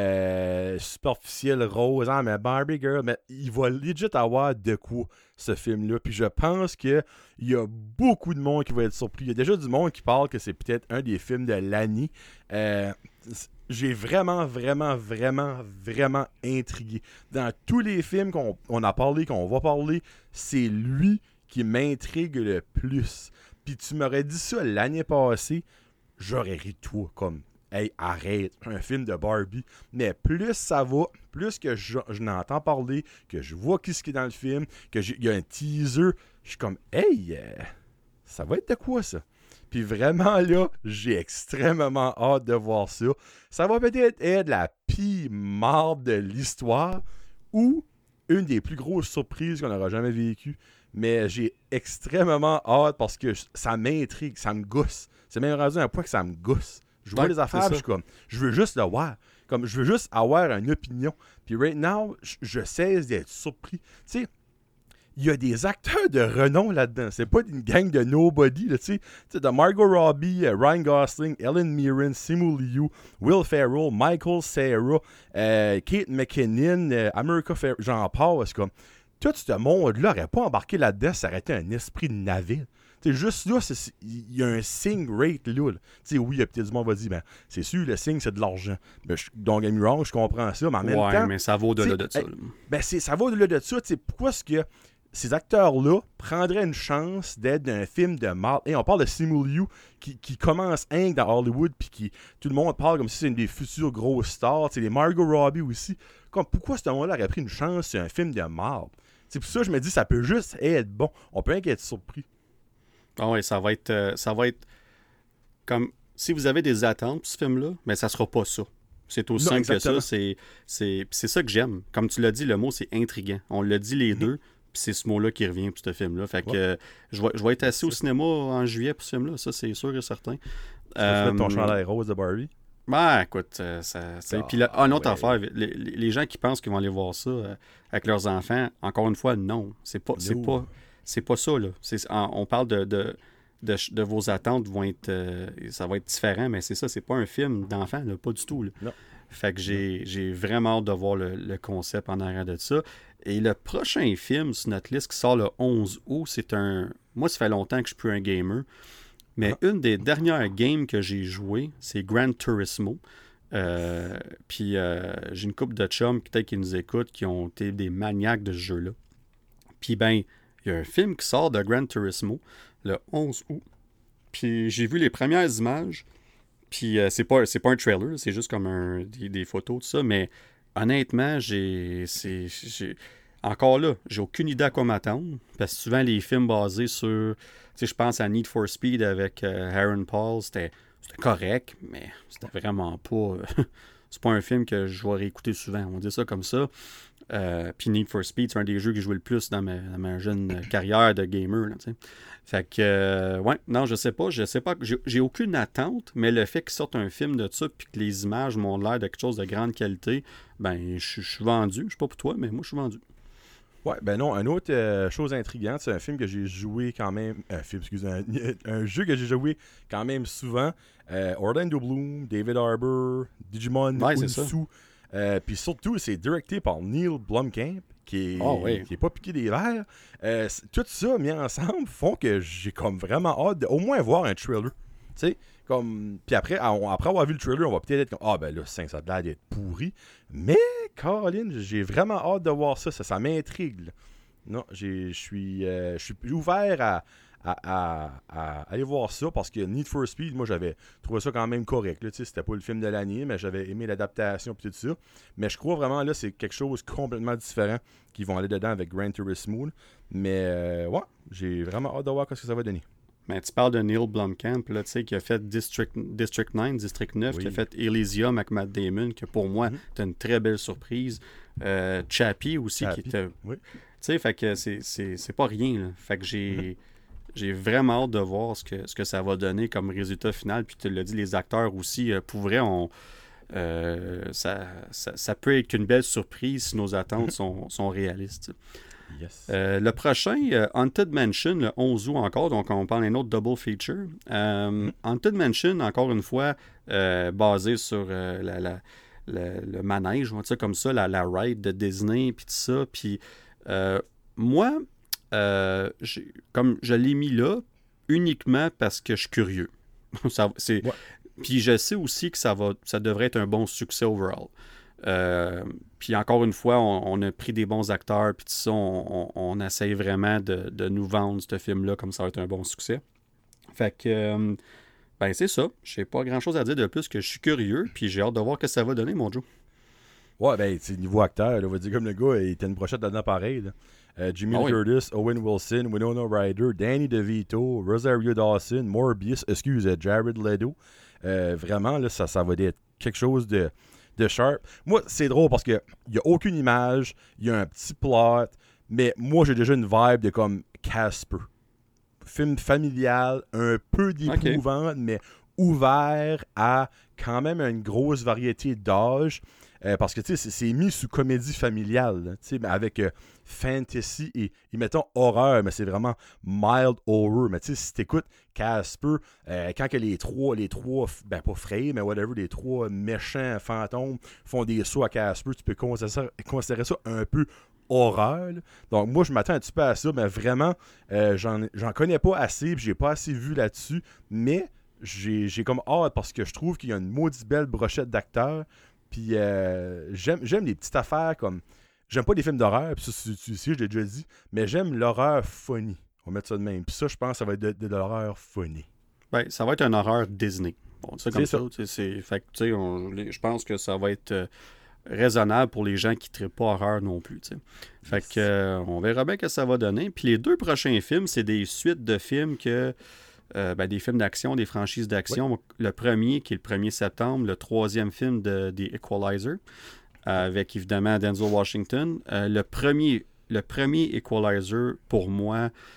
euh, superficiel, rose, hein, mais Barbie Girl, mais il va legit avoir de quoi ce film-là. Puis je pense qu'il y a beaucoup de monde qui va être surpris. Il y a déjà du monde qui parle que c'est peut-être un des films de l'année. Euh, j'ai vraiment, vraiment, vraiment, vraiment intrigué. Dans tous les films qu'on on a parlé, qu'on va parler, c'est lui qui m'intrigue le plus. Puis tu m'aurais dit ça l'année passée, j'aurais ri de toi, comme, hey, arrête, un film de Barbie. Mais plus ça va, plus que je, je n'entends parler, que je vois qui ce qui est dans le film, qu'il y a un teaser, je suis comme, hey, euh, ça va être de quoi ça? Puis vraiment là, j'ai extrêmement hâte de voir ça. Ça va peut-être être la pire marde de l'histoire ou une des plus grosses surprises qu'on n'aura jamais vécues. Mais j'ai extrêmement hâte parce que ça m'intrigue, ça me gosse. C'est même rendu à un point que ça me gosse. Je vois ouais, les affaires, je suis comme, je veux juste le voir. Comme, je veux juste avoir une opinion. Puis right now, je, je cesse d'être surpris. Tu sais, il y a des acteurs de renom là-dedans. C'est pas une gang de nobody, là, tu sais. Tu sais, de Margot Robbie, uh, Ryan Gosling, Ellen Mirren, Simu Liu, Will Ferrell, Michael Cera, euh, Kate McKinnon, euh, America Ferrell, Jean-Paul, c'est comme... Tout ce monde-là n'aurait pas embarqué là-dedans, ça aurait été un esprit de navire. T'sais, juste là, il y a un sing rate là. là. Oui, il y a peut-être du monde qui va dire, ben, c'est sûr, le sing, c'est de l'argent. Ben, je, don't get me wrong, je comprends ça, mais en même ouais, temps... mais ça va au-delà de ça. Ben, c'est, ça va au-delà de ça. Pourquoi est-ce que ces acteurs-là prendraient une chance d'être dans un film de mal? Hey, on parle de Simu Liu qui, qui commence Hank dans Hollywood, puis qui tout le monde parle comme si c'est une des futures grosses stars. T'sais, les Margot Robbie aussi. Comme, pourquoi ce monde-là aurait pris une chance sur un film de mal? C'est pour ça que je me dis, ça peut juste être bon. On peut rien qu'être surpris. Ah oui, ça va être euh, ça va être comme si vous avez des attentes pour ce film-là, mais ça sera pas ça. C'est aussi non, simple exactement. que ça. C'est, c'est, c'est ça que j'aime. Comme tu l'as dit, le mot, c'est intriguant. On l'a dit les mm-hmm. deux, puis c'est ce mot-là qui revient pour ce film-là. Fait que ouais. euh, je, vais, je vais être assis au cinéma en juillet pour ce film-là, ça c'est sûr et certain. Tu vas mettre ton chandail rose de Barbie? Ben, écoute, euh, ça, ça, Ah, puis là, une autre ouais. affaire, les, les- les gens qui pensent qu'ils vont aller voir ça euh, avec leurs enfants, encore une fois, non. C'est pas, c'est No. pas, c'est pas ça, là. C'est, en- on parle de, de, de, ch- de vos attentes vont être, euh, ça va être différent, mais c'est ça, c'est pas un film d'enfant, là, pas du tout, là. Non. Fait que j'ai, j'ai vraiment hâte de voir le, le concept en arrière de ça. Et le prochain film sur notre liste qui sort le onze août, c'est un... Moi, ça fait longtemps que je suis plus un gamer, mais Ah. une des dernières games que j'ai joué, c'est Gran Turismo. Euh, puis euh, j'ai une couple de chums peut-être qui nous écoutent qui ont été des maniaques de ce jeu-là. Puis ben, il y a un film qui sort de Gran Turismo le onze août. Puis j'ai vu les premières images. Puis euh, c'est pas, c'est pas un trailer, c'est juste comme un, des, des photos, tout ça. Mais honnêtement, j'ai, c'est, j'ai... Encore là, j'ai aucune idée à quoi m'attendre. Parce que souvent, les films basés sur... Tu sais, je pense à Need for Speed avec euh, Aaron Paul, c'était, c'était correct, mais c'était vraiment pas... euh, c'est pas un film que je vais réécouter souvent. On dit ça comme ça. Euh, Puis Need for Speed, c'est un des jeux que j'ai joué le plus dans ma, dans ma jeune carrière de gamer. Là, tu sais. Fait que, euh, ouais, non, je sais pas. Je sais pas. J'ai, j'ai aucune attente, mais le fait qu'il sorte un film de ça puis que les images m'ont l'air de quelque chose de grande qualité, ben, je je suis vendu. Je sais pas pour toi, mais moi, je suis vendu. Ouais, ben non, une autre euh, chose intriguante, c'est un film que j'ai joué quand même. Un film, excusez, un, un jeu que j'ai joué quand même souvent. Euh, Orlando Bloom, David Harbour, Digimon Ouais, c'est ça. Unsu. Euh, Puis surtout, c'est directé par Neil Blomkamp, qui est, Ah oui. qui est pas piqué des verres. Euh, c- tout ça mis ensemble font que j'ai comme vraiment hâte de au moins voir un trailer. Tu sais, comme. Puis après, à- on- après avoir vu le trailer, on va peut-être être comme ah ben là, ça a l'air d'être pourri. Mais, Colin, j'ai vraiment hâte de voir ça. Ça, ça m'intrigue. Là. Non, j'ai- je suis euh, je suis ouvert à, à, à- à aller voir ça parce que Need for Speed, moi, j'avais trouvé ça quand même correct. Là, tu sais, c'était pas le film de l'année, mais j'avais aimé l'adaptation et tout ça. Mais je crois vraiment là, c'est quelque chose complètement différent qu'ils vont aller dedans avec Gran Turismo. là. Mais, euh, ouais, j'ai vraiment hâte de voir ce que ça va donner. Mais tu parles de Neil Blomkamp, là, tu sais, qui a fait District, District neuf, District neuf, Oui. qui a fait Elysium avec Matt Damon, que pour moi, Mhm. c'était une très belle surprise. Euh, Chappie aussi, Chappie, qui était... oui. Tu sais, fait que c'est, c'est, c'est pas rien, là. Fait que j'ai... Mhm. J'ai vraiment hâte de voir ce que, ce que ça va donner comme résultat final. Puis tu l'as dit, les acteurs aussi, euh, pour vrai, on, euh, ça, ça, ça peut être qu'une belle surprise si nos attentes Mhm. sont, sont réalistes. Yes. Euh, le prochain, euh, Haunted Mansion, le onze août encore, donc on parle d'un autre double feature. Euh, Mhm. Haunted Mansion, encore une fois, euh, basé sur euh, la, la- la- le manège, on va dire comme ça, la, la ride de Disney, puis tout ça. Puis euh, moi, euh, j'ai- comme je l'ai mis là, uniquement parce que je suis curieux. Ça, c'est... Ouais. Puis je sais aussi que ça va, ça devrait être un bon succès overall. Euh, puis encore une fois, on, on a pris des bons acteurs, puis tout ça, on, on, on essaye vraiment de, de nous vendre ce film-là comme ça va être un bon succès. Fait que, euh, ben c'est ça. J'ai pas grand-chose à dire de plus que je suis curieux, puis j'ai hâte de voir ce que ça va donner, mon Joe. Ouais, ben, c'est niveau acteur, là, on va dire comme le gars, il était une brochette là-dedans pareil. Là. Euh, Jimmy Ah oui. Curtis, Owen Wilson, Winona Ryder, Danny DeVito, Rosario Dawson, Morbius, excuse, euh, Jared Leto. Euh, vraiment, là, ça, ça va être quelque chose de, de sharp. Moi, c'est drôle parce que il y a aucune image, il y a un petit plot, mais moi, j'ai déjà une vibe de comme Casper. Film familial, un peu d'épouvante, mais ouvert à quand même une grosse variété d'âge. Euh, parce que tu sais, c'est, c'est mis sous comédie familiale, là, tu sais, mais avec euh, fantasy et, et mettons horreur, mais c'est vraiment mild horror. Mais tu sais, si t'écoutes Casper, euh, quand que les trois, les trois, f- ben pas frères, mais whatever, les trois méchants fantômes font des sauts à Casper, tu peux considérer ça, considérer ça un peu horreur. là. Donc moi, je m'attends un petit peu à ça, mais vraiment, euh, j'en, j'en connais pas assez, puis j'ai pas assez vu là-dessus, mais j'ai, j'ai comme hâte parce que je trouve qu'il y a une maudite belle brochette d'acteurs. Puis euh, j'aime, j'aime les petites affaires comme. J'aime pas les films d'horreur, puis ça, tu, tu sais, je l'ai déjà dit, mais j'aime l'horreur funny. On va mettre ça de même. Puis ça, je pense que ça va être de, de l'horreur funny. Ben, ça va être un horreur Disney. Bon, tu sais, comme C'est ça. ça. tu sais, c'est... Fait que, tu sais, on- les- je pense que ça va être euh, raisonnable pour les gens qui ne traitent pas horreur non plus. tu sais. Fait Yes. que, euh, on verra bien ce que ça va donner. Puis les deux prochains films, c'est des suites de films que. euh, ben, des films d'action, des franchises d'action. Le premier, qui est le premier septembre, le troisième film de The Equalizer, euh, avec évidemment Denzel Washington. Euh, le, premier, le premier Equalizer, pour moi,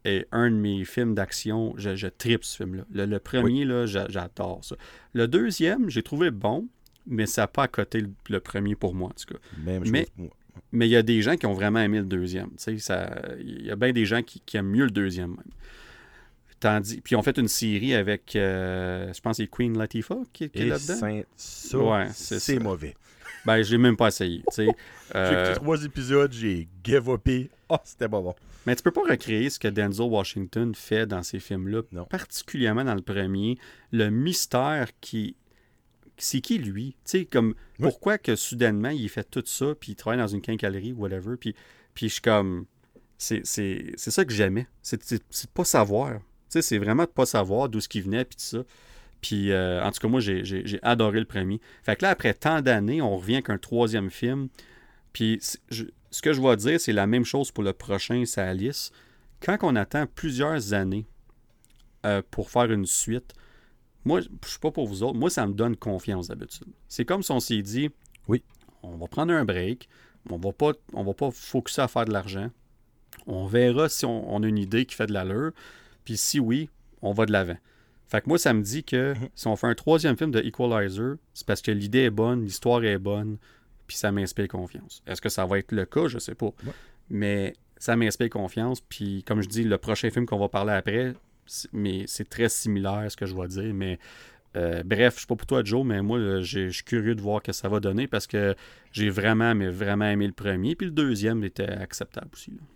est un de mes films d'action. Je, je tripe ce film-là. Le, le premier, oui. là, j'a, j'adore ça. Le deuxième, j'ai trouvé bon, mais ça n'a pas à côté le, le premier pour moi, en tout cas. Même mais, chose pour moi. Mais il y a des gens qui ont vraiment aimé le deuxième. Il y a bien des gens qui, qui aiment mieux le deuxième même. Tandis, puis ils ont fait une série avec, euh, je pense, c'est Queen Latifah qui, qui est là-dedans. Saint, ça, ouais, c'est, c'est ça. mauvais. Ben, je l'ai même pas essayé. Euh... J'ai écouté trois épisodes, j'ai give upé. Ah, oh, c'était pas bon. Mais tu peux pas recréer ce que Denzel Washington fait dans ces films-là, non. particulièrement dans le premier. Le mystère qui... C'est qui, lui? Tu sais, comme, oui. Pourquoi que soudainement, il fait tout ça, puis il travaille dans une quincaillerie, whatever, puis, puis je suis comme... C'est, c'est, c'est ça que j'aimais. C'est, c'est, c'est de pas savoir. Tu sais, c'est vraiment de pas savoir d'où ce qui venait, puis tout ça. Puis, euh, en tout cas, moi, j'ai, j'ai, j'ai adoré le premier. Fait que là, après tant d'années, on revient avec un troisième film. Puis, je, ce que je vais dire, c'est la même chose pour le prochain, c'est Alice. Quand on attend plusieurs années euh, pour faire une suite, moi, je ne suis pas pour vous autres, moi, ça me donne confiance d'habitude. C'est comme si on s'est dit, oui, on va prendre un break, on va pas, on va pas focuser à faire de l'argent. On verra si on, on a une idée qui fait de l'allure. Puis si oui, on va de l'avant. Fait que moi, ça me dit que mm-hmm. si on fait un troisième film de Equalizer, c'est parce que l'idée est bonne, l'histoire est bonne, puis ça m'inspire confiance. Est-ce que ça va être le cas? Je sais pas. Ouais. Mais ça m'inspire confiance. Puis comme je dis, le prochain film qu'on va parler après, c'est, mais c'est très similaire à ce que je vais dire. Mais euh, bref, je suis pas pour toi, Joe, mais moi, là, je suis curieux de voir ce que ça va donner parce que j'ai vraiment, mais vraiment aimé le premier. Puis le deuxième était acceptable aussi, là.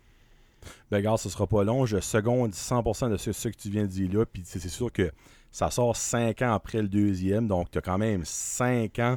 Ben, gars, ce sera pas long. Je seconde cent pour cent de ce, ce que tu viens de dire là. Puis c'est, c'est sûr que ça sort cinq ans après le deuxième. Donc, tu as quand même cinq ans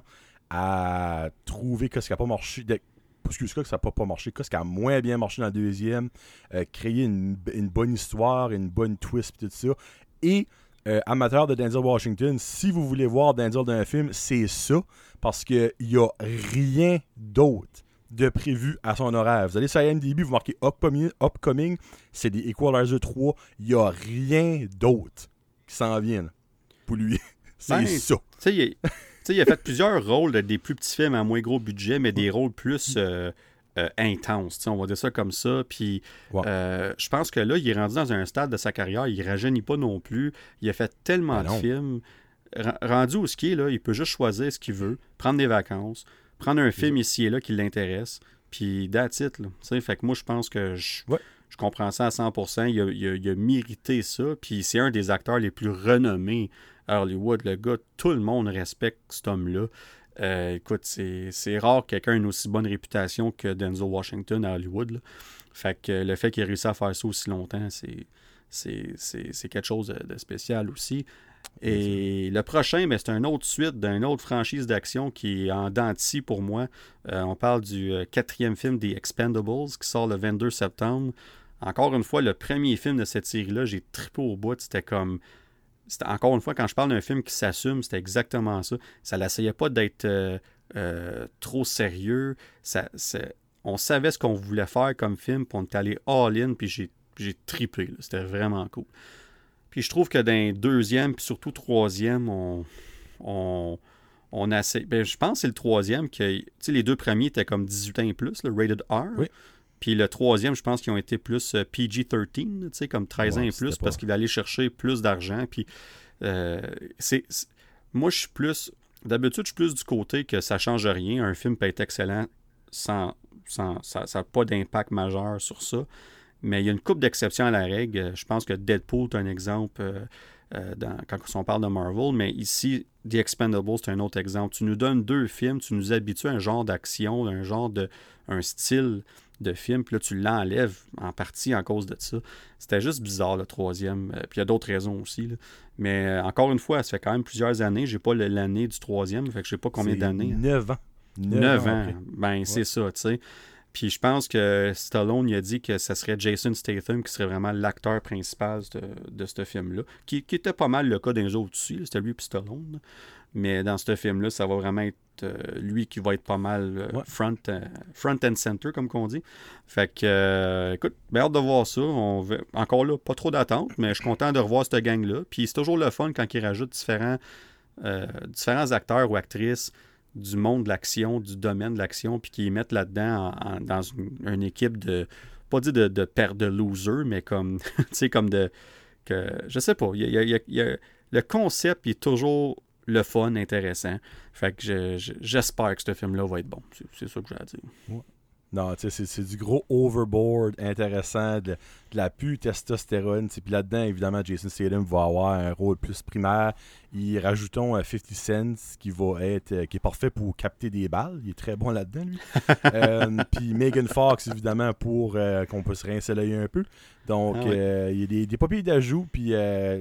à trouver ce qui n'a pas marché. De, excuse-moi, que ça n'a pas, pas marché. Ce qui a moins bien marché dans le deuxième. Euh, créer une, une bonne histoire, une bonne twist, et tout ça. Et, euh, amateur de Denzel Washington, si vous voulez voir Denzel dans un film, c'est ça. Parce qu'il n'y a rien d'autre de prévu à son horaire. Vous allez sur I M D B, vous marquez Upcoming, upcoming c'est des Equalizer trois. Il n'y a rien d'autre qui s'en vient là, pour lui. C'est ben, ça. Tu sais, il a fait plusieurs rôles de, des plus petits films à moins gros budget, mais des rôles plus euh, euh, intenses. On va dire ça comme ça. Puis, ouais. euh, je pense que là, il est rendu dans un stade de sa carrière. Il ne rajeunit pas non plus. Il a fait tellement ben de films. R- rendu où ce qui est, là, il peut juste choisir ce qu'il veut, prendre des vacances, prendre un film ici et là qui l'intéresse, puis that's it, là. T'sais, fait que moi, je pense que je, ouais. je comprends ça à cent pour cent. Il a, il, a, il a mérité ça, puis c'est un des acteurs les plus renommés à Hollywood. Le gars, tout le monde respecte cet homme-là. Euh, écoute, c'est, c'est rare que quelqu'un ait une aussi bonne réputation que Denzel Washington à Hollywood, là. Fait que le fait qu'il ait réussi à faire ça aussi longtemps, c'est, c'est, c'est, c'est quelque chose de, de spécial aussi. Et le prochain, ben, c'est une autre suite d'une autre franchise d'action qui est en dents de scie pour moi. Euh, on parle du euh, quatrième film des Expendables qui sort le vingt-deux septembre. Encore une fois, le premier film de cette série-là, j'ai trippé au bout. C'était comme... C'était, encore une fois, quand je parle d'un film qui s'assume, c'était exactement ça. Ça n'essayait pas d'être euh, euh, trop sérieux. Ça, on savait ce qu'on voulait faire comme film, puis on est allé all-in, puis j'ai, j'ai trippé. Là. C'était vraiment cool. Puis je trouve que dans le deuxième, puis surtout troisième, on, on, on a assez... Ben, je pense que c'est le troisième que... Tu sais, les deux premiers étaient comme dix-huit ans et plus, le rated R. Oui. Puis le troisième, je pense qu'ils ont été plus P G treize, tu sais, comme treize ouais, ans et plus, parce pas... qu'il allait chercher plus d'argent. Puis euh, c'est, c'est... Moi, je suis plus... D'habitude, je suis plus du côté que ça change rien. Un film peut être excellent sans... sans... Ça n'a pas d'impact majeur sur ça. Mais il y a une couple d'exceptions à la règle. Je pense que Deadpool est un exemple euh, euh, dans, quand on parle de Marvel. Mais ici, The Expendables, c'est un autre exemple. Tu nous donnes deux films, tu nous habitues à un genre d'action, un genre de un style de film, puis là, tu l'enlèves en partie en cause de ça. C'était juste bizarre, le troisième. Euh, puis il y a d'autres raisons aussi, là. Mais euh, encore une fois, ça fait quand même plusieurs années. J'ai pas le, l'année du troisième, fait que je sais pas combien c'est d'années. neuf ans. neuf ans. Okay. Ben, ouais. c'est ça, tu sais. Puis je pense que Stallone il a dit que ça serait Jason Statham qui serait vraiment l'acteur principal de, de ce film-là, qui, qui était pas mal le cas des autres aussi, là, c'était lui et Stallone. Là. Mais dans ce film-là, ça va vraiment être euh, lui qui va être pas mal euh, ouais. front, euh, front and center, comme qu'on dit. Fait que, euh, écoute, bien hâte de voir ça. On va, encore là, pas trop d'attente, mais je suis content de revoir cette gang-là. Puis c'est toujours le fun quand ils rajoutent différents, euh, différents acteurs ou actrices du monde de l'action, du domaine de l'action, puis qu'ils mettent là-dedans en, en, dans une, une équipe de, pas dire de, de père de loser, mais comme, tu sais, comme de, que, je sais pas, il y a, il y a, il y a, le concept il est toujours le fun, intéressant. Fait que je, je, j'espère que ce film-là va être bon. C'est, c'est ça que j'ai à dire. Ouais. Non, tu sais, c'est, c'est du gros overboard intéressant, de, de la pure testostérone. Puis là-dedans, évidemment, Jason Statham va avoir un rôle plus primaire. Y rajoutons euh, cinquante Cent, qui va être euh, qui est parfait pour capter des balles. Il est très bon là-dedans, lui. euh, Puis Megan Fox, évidemment, pour euh, qu'on puisse rincer l'œil un peu. Donc, il ah ouais. euh, y a des, des papiers d'ajout. Puis, euh,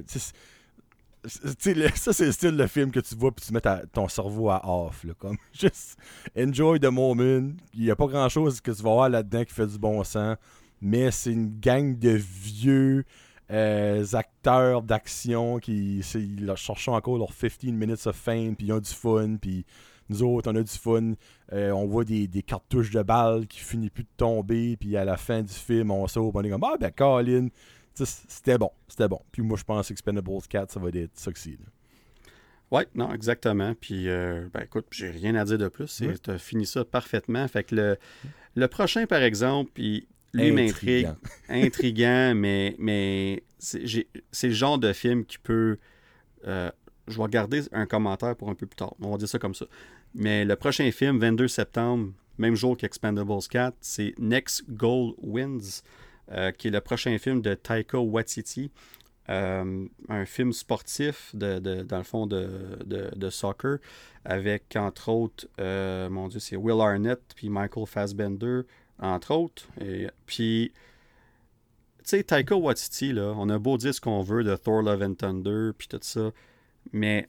le, ça, c'est le style de film que tu vois puis tu mets ta, ton cerveau à off. Là, comme juste enjoy the moment. Il n'y a pas grand-chose que tu vas voir là-dedans qui fait du bon sens. Mais c'est une gang de vieux euh, acteurs d'action qui ils cherchent encore leurs quinze minutes of fame puis ils ont du fun. Puis nous autres, on a du fun. Euh, on voit des, des cartouches de balles qui finissent plus de tomber. Puis à la fin du film, on sauve. On est comme, ah ben, Colin. C'était bon, c'était bon. Puis moi, je pense que Expendables quatre, ça va être ça aussi. Oui, non, exactement. Puis, euh, ben écoute, j'ai rien à dire de plus. Oui. Tu as fini ça parfaitement. Fait que le, le prochain, par exemple, il, lui m'intrigue. Intriguant, mais, mais c'est, j'ai, c'est le genre de film qui peut... Euh, je vais garder un commentaire pour un peu plus tard. On va dire ça comme ça. Mais le prochain film, vingt-deux septembre, même jour qu'Expendables quatre, c'est Next Goal Wins. Euh, qui est le prochain film de Taika Waititi, euh, un film sportif, de, de, dans le fond, de, de, de soccer, avec, entre autres, euh, mon Dieu, c'est Will Arnett, puis Michael Fassbender, entre autres. Et, puis, tu sais, Taika Waititi, là, on a beau dire ce qu'on veut de Thor Love and Thunder, puis tout ça, mais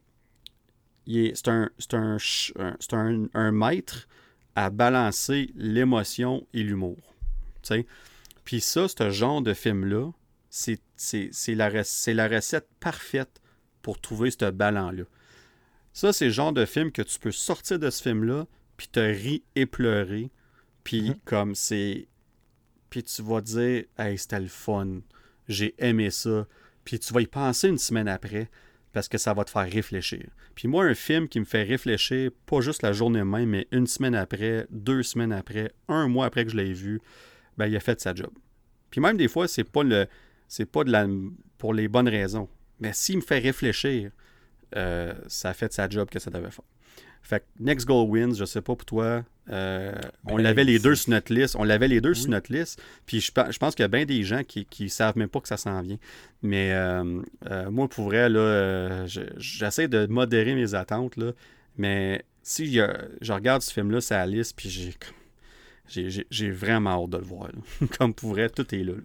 il est, c'est, un, c'est, un, c'est un, un maître à balancer l'émotion et l'humour, tu sais. Puis ça, ce genre de film-là, c'est, c'est, c'est, la, c'est la recette parfaite pour trouver ce ballon-là. Ça, c'est le genre de film que tu peux sortir de ce film-là, puis te rire et pleurer, puis mm-hmm. comme c'est... Puis tu vas dire « Hey, c'était le fun, j'ai aimé ça », puis tu vas y penser une semaine après, parce que ça va te faire réfléchir. Puis moi, un film qui me fait réfléchir, pas juste la journée même, mais une semaine après, deux semaines après, un mois après que je l'ai vu, ben, il a fait sa job. Puis même des fois, c'est pas le c'est pas de la pour les bonnes raisons. Mais s'il me fait réfléchir, euh, ça a fait sa job que ça devait faire. Fait que Next Goal Wins, je sais pas pour toi, euh, on ben, l'avait les c'est... deux sur notre liste. On l'avait les deux oui. sur notre liste. Puis je, je pense qu'il y a bien des gens qui, qui savent même pas que ça s'en vient. Mais euh, euh, moi, pour vrai, là, euh, je, j'essaie de modérer mes attentes, là. Mais si y a, je regarde ce film-là, c'est la liste, puis j'ai J'ai, j'ai, j'ai vraiment hâte de le voir. Là. Comme pour vrai, tout est là. là.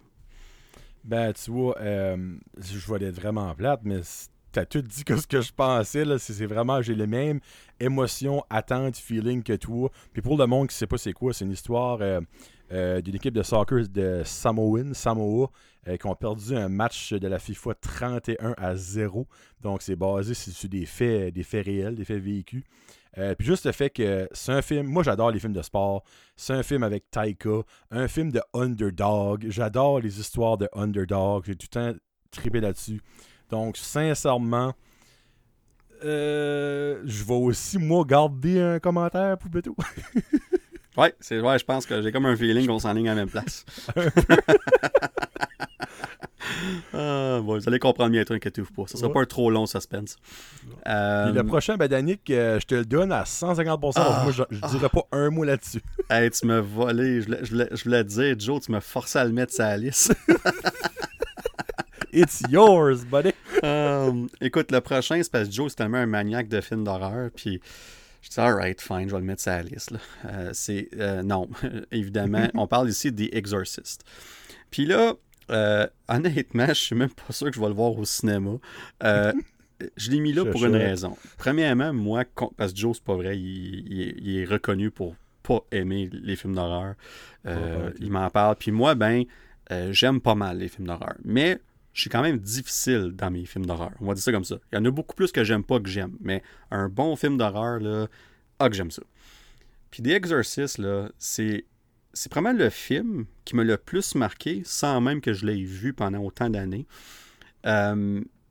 Ben, tu vois, euh, je vais être vraiment plate, mais t'as tout dit que ce que je pensais. Là, c'est, c'est vraiment, j'ai les mêmes émotions, attentes, feeling que toi. Puis pour le monde qui sait pas c'est quoi, c'est une histoire euh, euh, d'une équipe de soccer de Samoan, Samoa, euh, qui ont perdu un match de la FIFA trente et un à zéro. Donc, c'est basé sur des faits, des faits réels, des faits vécus. Euh, puis juste le fait que c'est un film, moi j'adore les films de sport, c'est un film avec Taika, un film de underdog, j'adore les histoires de underdog, j'ai tout le temps trippé là-dessus. Donc sincèrement, euh, je vais aussi moi garder un commentaire pour Beto. ouais, c'est ouais, je pense que j'ai comme un feeling qu'on s'enligne à la même place. Ah, bon, vous allez comprendre bientôt, inquiétez-vous pas. Ça sera ouais. pas un trop long suspense. Euh... Le prochain, ben Danick, euh, je te le donne à cent cinquante pour cent. Ah, moi, je, je dirais ah. pas un mot là-dessus. Hey, tu m'as volé. Je voulais, je, voulais, je voulais te dire, Joe, tu m'as forcé à le mettre sur la liste. It's yours, buddy. um, écoute, le prochain, c'est parce que Joe, c'est tellement un maniaque de films d'horreur. Puis je dis, alright, fine, je vais le mettre sur la liste. Là. Euh, c'est, euh, non, évidemment, on parle ici des Exorcist. Puis là, Euh, honnêtement, je suis même pas sûr que je vais le voir au cinéma. Euh, je l'ai mis là pour une raison. Premièrement, moi, parce que Joe, c'est pas vrai, il, il, il est reconnu pour pas aimer les films d'horreur. Euh, oh, okay. Il m'en parle. Puis moi, ben, euh, j'aime pas mal les films d'horreur. Mais je suis quand même difficile dans mes films d'horreur. On va dire ça comme ça. Il y en a beaucoup plus que j'aime pas que j'aime. Mais un bon film d'horreur, là, ah, que j'aime ça. Puis The Exorcist, là, c'est... C'est probablement le film qui m'a le plus marqué, sans même que je l'ai vu pendant autant d'années. Euh,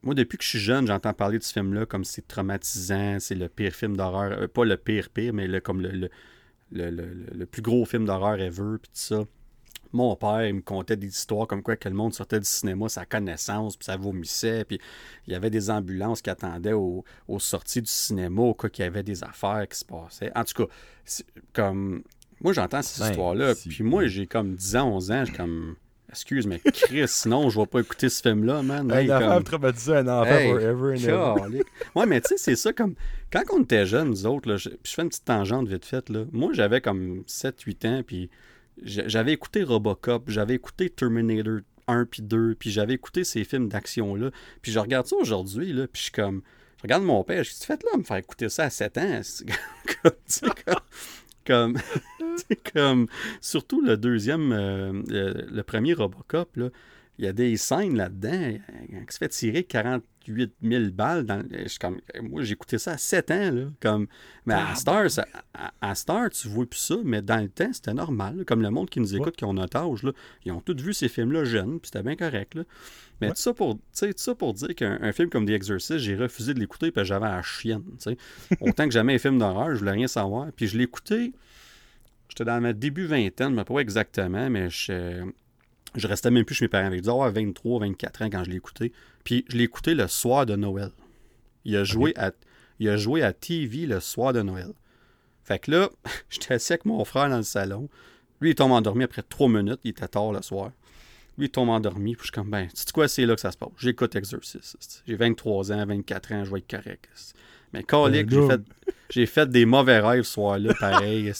moi, depuis que je suis jeune, j'entends parler de ce film-là comme c'est traumatisant, c'est le pire film d'horreur. Euh, pas le pire pire, mais le, comme le, le, le, le, le plus gros film d'horreur ever, puis tout ça. Mon père, il me contait des histoires comme quoi que le monde sortait du cinéma, sa connaissance, puis ça vomissait, puis il y avait des ambulances qui attendaient aux, aux sorties du cinéma, au cas qu'il y avait des affaires qui se passaient. En tout cas, comme moi, j'entends ces Ben, histoires-là, si. puis moi, j'ai comme dix ans, onze ans, j'ai comme... Excuse, mais Chris, sinon, je vais pas écouter ce film-là, man. Un Hey, enfant comme... traumatisé, un enfant Hey, forever and ever. calique. Ouais, mais tu sais, c'est ça comme. Quand on était jeunes, nous autres, là, je... puis je fais une petite tangente vite faite, là. Moi, j'avais comme sept huit ans, puis j'avais écouté Robocop, j'avais écouté Terminator un puis deux, puis j'avais écouté ces films d'action-là. Puis je regarde ça aujourd'hui, là, puis je suis comme. Je regarde mon père, je dis, faites là me faire écouter ça à sept ans. C'est comme. Tu sais, comme. Comme, comme, surtout le deuxième, euh, le, le premier Robocop, là, il y a des scènes là-dedans qui se fait tirer quarante-huit mille balles. Dans, je, comme, moi, j'ai écouté ça à sept ans. Là, comme, mais à Star, ça, à, à Star, tu vois plus ça, mais dans le temps, c'était normal. Là, comme le monde qui nous écoute, ouais. qui ont notre âge, là, ils ont tous vu ces films-là jeunes, puis c'était bien correct. Là. Mais ouais. tout, ça pour, tout ça pour dire qu'un film comme The Exorcist, j'ai refusé de l'écouter parce que j'avais la chienne. Autant que jamais un film d'horreur, je voulais rien savoir. Puis je l'ai écouté, j'étais dans ma début vingtaine, mais pas exactement, mais je, je restais même plus chez mes parents. Je devais avoir vingt-trois, vingt-quatre ans quand je l'ai écouté. Puis je l'ai écouté le soir de Noël. Il a joué, okay. à, il a joué à T V le soir de Noël. Fait que là, j'étais assis avec mon frère dans le salon. Lui, il tombe endormi après trois minutes. Il était tard le soir. Lui, il tombe endormi. Puis je suis comme, ben, tu sais quoi, c'est là que ça se passe. J'écoute Exorcist. J'ai vingt-trois ans, vingt-quatre ans, je vais être correct. Mais calique, j'ai fait, j'ai fait des mauvais rêves ce soir-là, pareil.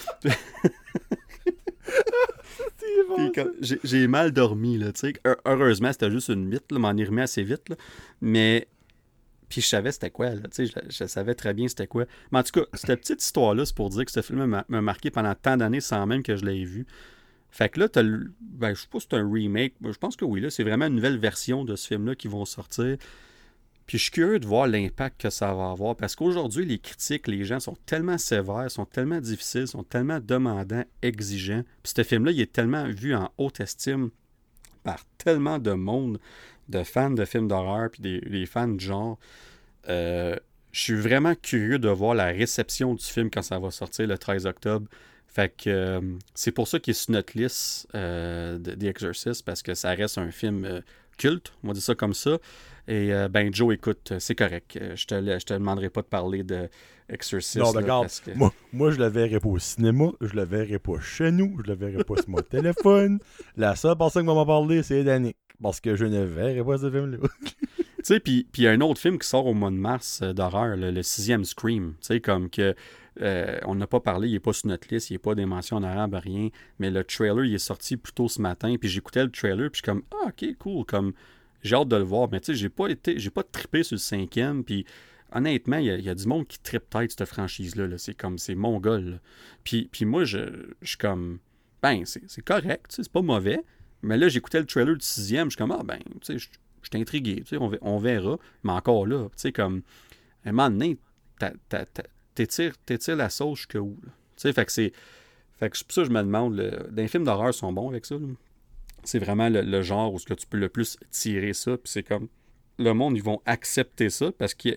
Bon, comme, j'ai, j'ai mal dormi, là, tu sais. Heureusement, c'était juste une mythe, là, m'en ai remis assez vite, là. Mais, puis je savais c'était quoi, là, tu sais, je, je savais très bien c'était quoi. Mais en tout cas, cette petite histoire-là, c'est pour dire que ce film m'a, m'a marqué pendant tant d'années sans même que je l'ai vu. Fait que là, t'as le, ben, je sais pas si c'est un remake, je pense que oui, là, c'est vraiment une nouvelle version de ce film-là qui vont sortir. Puis je suis curieux de voir l'impact que ça va avoir, parce qu'aujourd'hui, les critiques, les gens sont tellement sévères, sont tellement difficiles, sont tellement demandants, exigeants. Puis ce film-là, il est tellement vu en haute estime par tellement de monde, de fans de films d'horreur, puis des, des fans de genre. Euh, je suis vraiment curieux de voir la réception du film quand ça va sortir le treize octobre. Fait que euh, c'est pour ça qu'il est sur notre liste euh, de The Exorcist, parce que ça reste un film euh, culte, on va dire ça comme ça. Et euh, ben Joe, écoute, c'est correct. Je te, je te demanderai pas de parler de Exorcist. Non, là, regarde, parce que... moi, moi je le verrai pas au cinéma, je le verrai pas chez nous, je le verrai pas sur mon téléphone. La seule personne qui va m'en parler, c'est Danick, parce que je ne verrai pas ce film-là. Tu sais, puis il y a un autre film qui sort au mois de mars euh, d'horreur, le, le sixième Scream. Tu sais, comme que euh, on n'a pas parlé, il n'est pas sur notre liste, il n'est pas des mentions en arabe, rien. Mais le trailer, il est sorti plus tôt ce matin, puis j'écoutais le trailer, puis je suis comme, ah, ok, cool, comme... J'ai hâte de le voir, mais tu sais, j'ai pas été, j'ai pas trippé sur le cinquième, puis honnêtement, il y, y a du monde qui trippe tête cette franchise-là, là. C'est comme, c'est mongol, puis, puis moi, je, je suis comme, ben, c'est, c'est correct, tu sais, c'est pas mauvais, mais là, j'écoutais le trailer du sixième, je suis comme, ah, ben, tu sais, je suis intrigué, tu sais, on, on verra, mais encore là, tu sais, comme, à un moment donné, t'étires, t'étires la sauce jusqu'où, là, tu sais, fait que c'est, fait que c'est pour ça que je me demande, le, les films d'horreur sont bons avec ça, là. C'est vraiment le, le genre où ce que tu peux le plus tirer ça. Puis c'est comme... Le monde, ils vont accepter ça parce qu'ils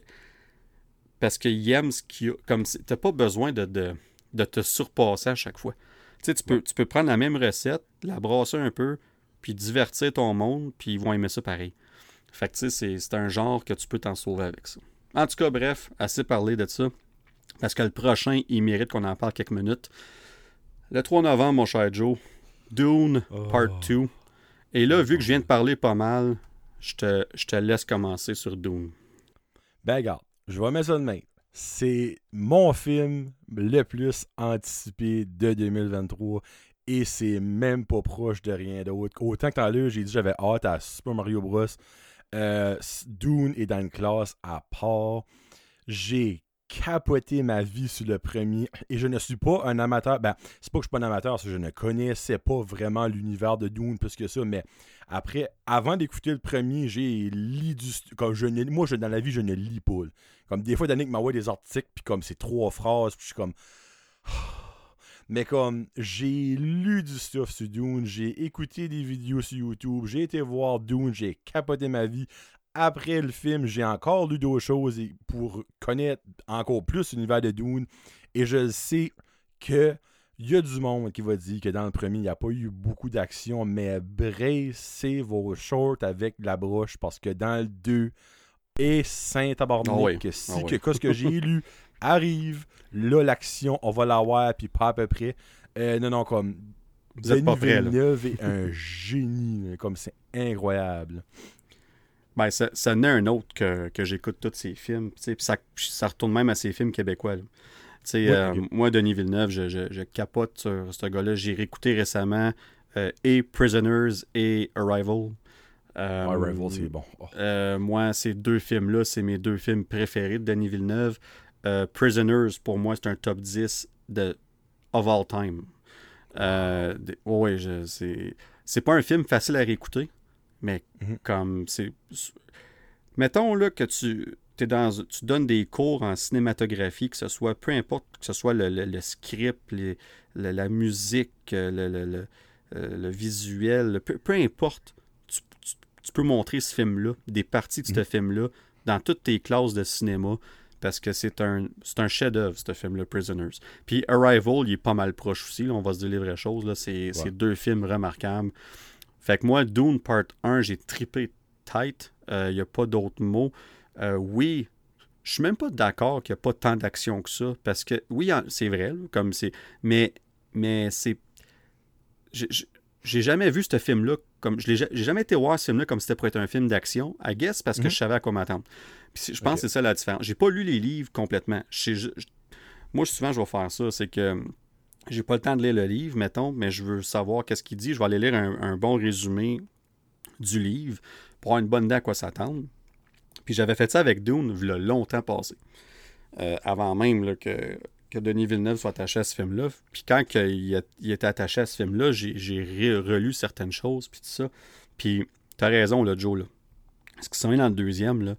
parce qu'ils aiment ce qu'il y a. Comme tu n'as pas besoin de, de, de te surpasser à chaque fois. Tu sais, tu peux, tu peux prendre la même recette, la brasser un peu, puis divertir ton monde, puis ils vont aimer ça pareil. Fait que tu sais, c'est, c'est un genre que tu peux t'en sauver avec ça. En tout cas, bref, assez parlé de ça. Parce que le prochain, il mérite qu'on en parle quelques minutes. Le trois novembre, mon cher Joe... Dune oh. Part deux. Et là, vu que je viens de parler pas mal, je te, je te laisse commencer sur Dune. Ben, regarde, je vais mettre ça de même. C'est mon film le plus anticipé de deux mille vingt-trois et c'est même pas proche de rien d'autre. Autant que t'en as, j'ai dit que j'avais hâte à Super Mario Bros. Euh, Dune est dans une classe à part. J'ai capoté ma vie sur le premier et je ne suis pas un amateur, ben c'est pas que je suis pas un amateur, c'est que je ne connaissais pas vraiment l'univers de Dune plus que ça, mais après, avant d'écouter le premier, j'ai lu du, comme je ne, moi je, dans la vie je ne lis pas, comme des fois Danick m'envoie des articles puis comme c'est trois phrases puis je suis comme mais comme j'ai lu du stuff sur Dune, j'ai écouté des vidéos sur YouTube, j'ai été voir Dune, j'ai capoté ma vie après le film, j'ai encore lu d'autres choses et pour connaître encore plus l'univers de Dune. Et je sais que il y a du monde qui va dire que dans le premier, il n'y a pas eu beaucoup d'action, mais brassez vos shorts avec la broche parce que dans le deux, et Saint-Tabarnak, oh oui. que si oh que, oui. que ce que j'ai lu arrive, là, l'action, on va l'avoir, puis pas à peu près. Euh, non, non, comme Vous êtes pas Denis prêts, là. Villeneuve est un génie, là, comme c'est incroyable. Ben, ça, ça n'est un autre que, que j'écoute tous ces films. Puis ça, ça retourne même à ces films québécois. Là. Ouais, euh, okay. Moi, Denis Villeneuve, je, je, je capote sur ce gars-là. J'ai réécouté récemment euh, et Prisoners et Arrival. Euh, Arrival, c'est bon. Oh. Euh, moi, ces deux films-là, c'est mes deux films préférés de Denis Villeneuve. Euh, Prisoners, pour moi, c'est un top dix de of all time. Euh, de, ouais, je, c'est, c'est pas un film facile à réécouter, mais mm-hmm. comme c'est. Mettons là que tu. T'es dans, tu donnes des cours en cinématographie, que ce soit, peu importe, que ce soit le, le, le script, les, le, la musique, le, le, le, le visuel, peu, peu importe, tu, tu, tu peux montrer ce film-là, des parties de ce mmh. film-là, dans toutes tes classes de cinéma, parce que c'est un, c'est un chef-d'œuvre, ce film-là, Prisoners. Puis Arrival, il est pas mal proche aussi, là, on va se dire les vraies choses, là, c'est, ouais. c'est deux films remarquables. Fait que moi, Dune Part un, j'ai trippé tight, il euh, n'y a pas d'autres mots. Euh, oui, je suis même pas d'accord qu'il n'y a pas tant d'action que ça, parce que, oui, c'est vrai, là, comme c'est, mais, mais c'est, j'ai, j'ai jamais vu ce film-là, comme, je l'ai, j'ai jamais été voir ce film-là comme si c'était pour être un film d'action, I guess, parce que mm-hmm. je savais à quoi m'attendre. Puis je pense okay. que c'est ça la différence. J'ai pas lu les livres complètement. Je, je, je, moi, souvent, je vais faire ça, c'est que j'ai pas le temps de lire le livre, mettons, mais je veux savoir qu'est-ce qu'il dit. Je vais aller lire un, un bon résumé du livre pour avoir une bonne idée à quoi s'attendre. Puis j'avais fait ça avec Dune, il y a longtemps passé. Euh, avant même là, que, que Denis Villeneuve soit attaché à ce film-là. Puis quand il, a, il était attaché à ce film-là, j'ai, j'ai re- relu certaines choses, puis tout ça. Puis t'as raison, là, Joe. Là. Ce qui s'en vient dans le deuxième, là,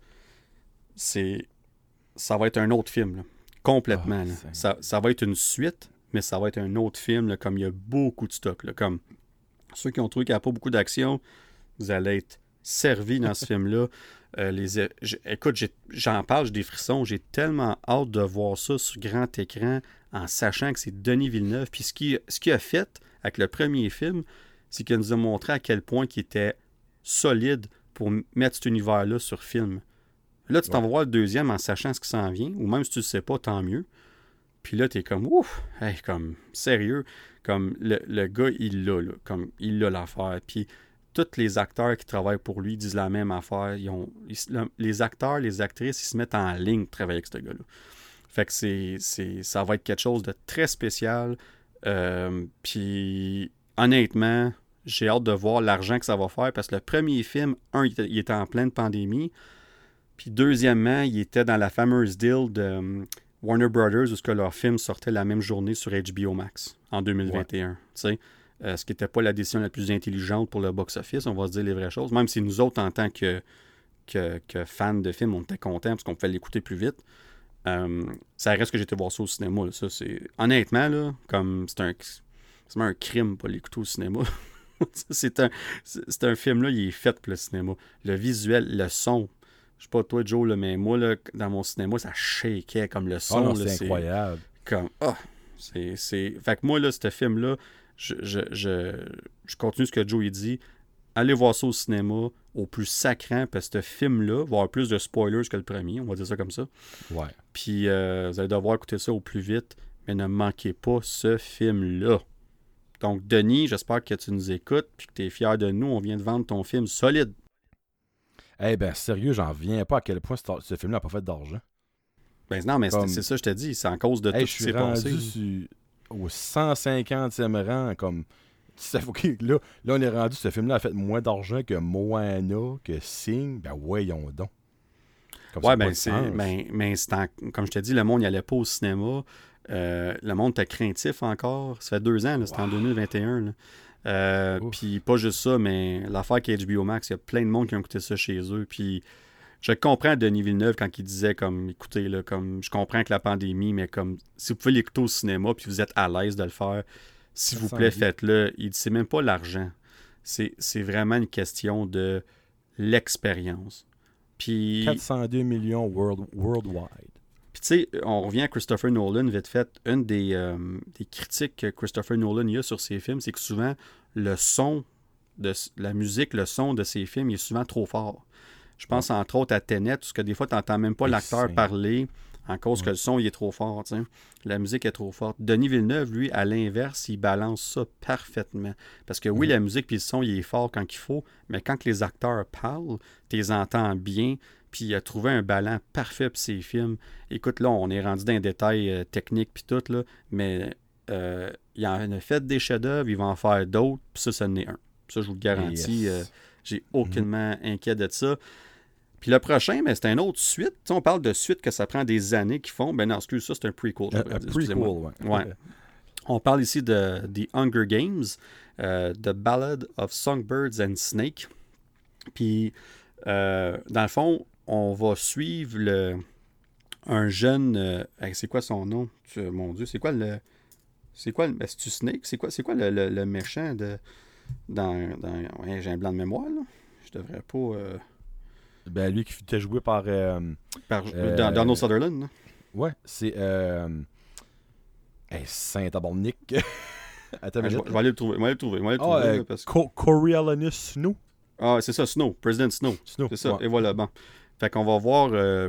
c'est... ça va être un autre film, là. Complètement. Oh, là. Ça, ça va être une suite, mais ça va être un autre film, là, comme il y a beaucoup de stock. Là, comme ceux qui ont trouvé qu'il n'y a pas beaucoup d'action, vous allez être servis dans ce film-là. Euh, les, j', écoute, j'ai, j'en parle, j'ai des frissons. J'ai tellement hâte de voir ça sur grand écran en sachant que c'est Denis Villeneuve. Puis ce qu'il, ce qu'il a fait avec le premier film, c'est qu'il nous a montré à quel point il était solide pour mettre cet univers-là sur film. Là, tu t'en vas voir le deuxième en sachant ce qui s'en vient, ou même si tu le sais pas, tant mieux. Puis là, t'es comme, ouf, hey, comme, sérieux, comme, le, le gars, il l'a, là, comme, il a l'affaire. Puis tous les acteurs qui travaillent pour lui disent la même affaire. Ils ont, ils, les acteurs, les actrices, ils se mettent en ligne pour travailler avec ce gars-là. Fait que c'est, c'est, ça va être quelque chose de très spécial. Euh, puis, honnêtement, j'ai hâte de voir l'argent que ça va faire parce que le premier film, un, il était, il était en pleine pandémie. Puis, deuxièmement, il était dans la fameuse deal de um, Warner Brothers où que leur film sortait la même journée sur H B O Max en deux mille vingt et un. Ouais. Tu sais? Euh, ce qui n'était pas la décision la plus intelligente pour le box-office, on va se dire les vraies choses. Même si nous autres, en tant que, que, que fans de films, on était contents parce qu'on pouvait l'écouter plus vite. Euh, ça reste que j'étais voir ça au cinéma. Là. Ça, c'est... Honnêtement, là, comme c'est un, c'est un crime pas l'écouter au cinéma. c'est, un, c'est, c'est un film, là, il est fait pour le cinéma. Le visuel, le son. Je sais pas toi, Joe, là, mais moi, là, dans mon cinéma, ça shakeait comme le son. Oh non, là, c'est, c'est incroyable. Comme, oh, c'est, c'est... Fait que moi, là, ce film-là, Je, je, je, je continue ce que Joe il dit. Allez voir ça au cinéma, au plus sacrant, parce que ce film-là va avoir plus de spoilers que le premier, on va dire ça comme ça. Ouais. Puis euh, vous allez devoir écouter ça au plus vite, mais ne manquez pas ce film-là. Donc, Denis, j'espère que tu nous écoutes puis que tu es fier de nous. On vient de vendre ton film solide. Eh hey ben, sérieux, j'en reviens pas à quel point ce, ce film-là n'a pas fait d'argent. Ben non, mais comme... c'est, c'est ça, je te dis. C'est en cause de hey, tout ce qui s'est passé. Je suis rendu au cent cinquantième rang, comme... Okay, là, là, on est rendu, ce film-là a fait moins d'argent que Moana, que Sing. Ben, voyons donc. Comme ouais, ben, c'est, ben, mais c'est en, comme je te dis, le monde n'y allait pas au cinéma. Euh, le monde était craintif encore. Ça fait deux ans, là, c'était wow. en deux mille vingt et un. Là. Euh, puis pas juste ça, mais l'affaire qui est H B O Max, il y a plein de monde qui ont écouté ça chez eux. Puis je comprends Denis Villeneuve quand il disait, comme, écoutez, là, comme, je comprends que la pandémie, mais comme, si vous pouvez l'écouter au cinéma puis vous êtes à l'aise de le faire, s'il vous plaît, faites-le. Il dit, c'est même pas l'argent. C'est, c'est vraiment une question de l'expérience. Puis, quatre cent deux millions world, worldwide. Puis tu sais, on revient à Christopher Nolan, vite fait. Une des, euh, des critiques que Christopher Nolan y a sur ses films, c'est que souvent, le son, de la musique, le son de ses films, il est souvent trop fort. Je pense ouais. entre autres à Tenet, parce que des fois, tu n'entends même pas l'acteur parler en cause ouais. que le son il est trop fort. T'sais. La musique est trop forte. Denis Villeneuve, lui, à l'inverse, il balance ça parfaitement. Parce que oui, mmh. la musique puis le son, il est fort quand il faut, mais quand les acteurs parlent, tu les entends bien, puis il a trouvé un ballon parfait pour ses films. Écoute, là, on est rendu dans les détails euh, techniques puis tout, là, mais euh, il en a fait des chefs-d'œuvre, il va en faire d'autres, puis ça, ça en est un. Ça, je vous le garantis. Yes. Euh, j'ai aucunement mmh. inquiet de ça. Puis le prochain, ben, c'est une autre suite. T'sais, on parle de suite que ça prend des années qu'ils font. Ben non, excuse, ça, c'est un prequel. Un, un prequel, ouais. ouais. On parle ici de The Hunger Games, euh, The Ballad of Songbirds and Snakes. Puis, euh, dans le fond, on va suivre le, un jeune... Euh, c'est quoi son nom? Tu, mon Dieu, c'est quoi le... C'est quoi le... Est-ce que tu Snake? C'est quoi, c'est quoi le, le, le méchant de... Dans... dans ouais, j'ai un blanc de mémoire, là. Je devrais pas... Euh... Ben, lui qui était joué par... Euh, par euh, Donald Sutherland, non? Ouais, c'est... Euh... Hey, Saint-Tabarnak. Attends, ah, je, je vais aller le trouver. Je vais aller le trouver. Je vais aller le oh, trouver euh, là, parce que... Co- Coriolanus Snow. Ah, c'est ça, Snow. President Snow. Snow. C'est ça. Ouais. Et voilà, bon. Fait qu'on va voir euh,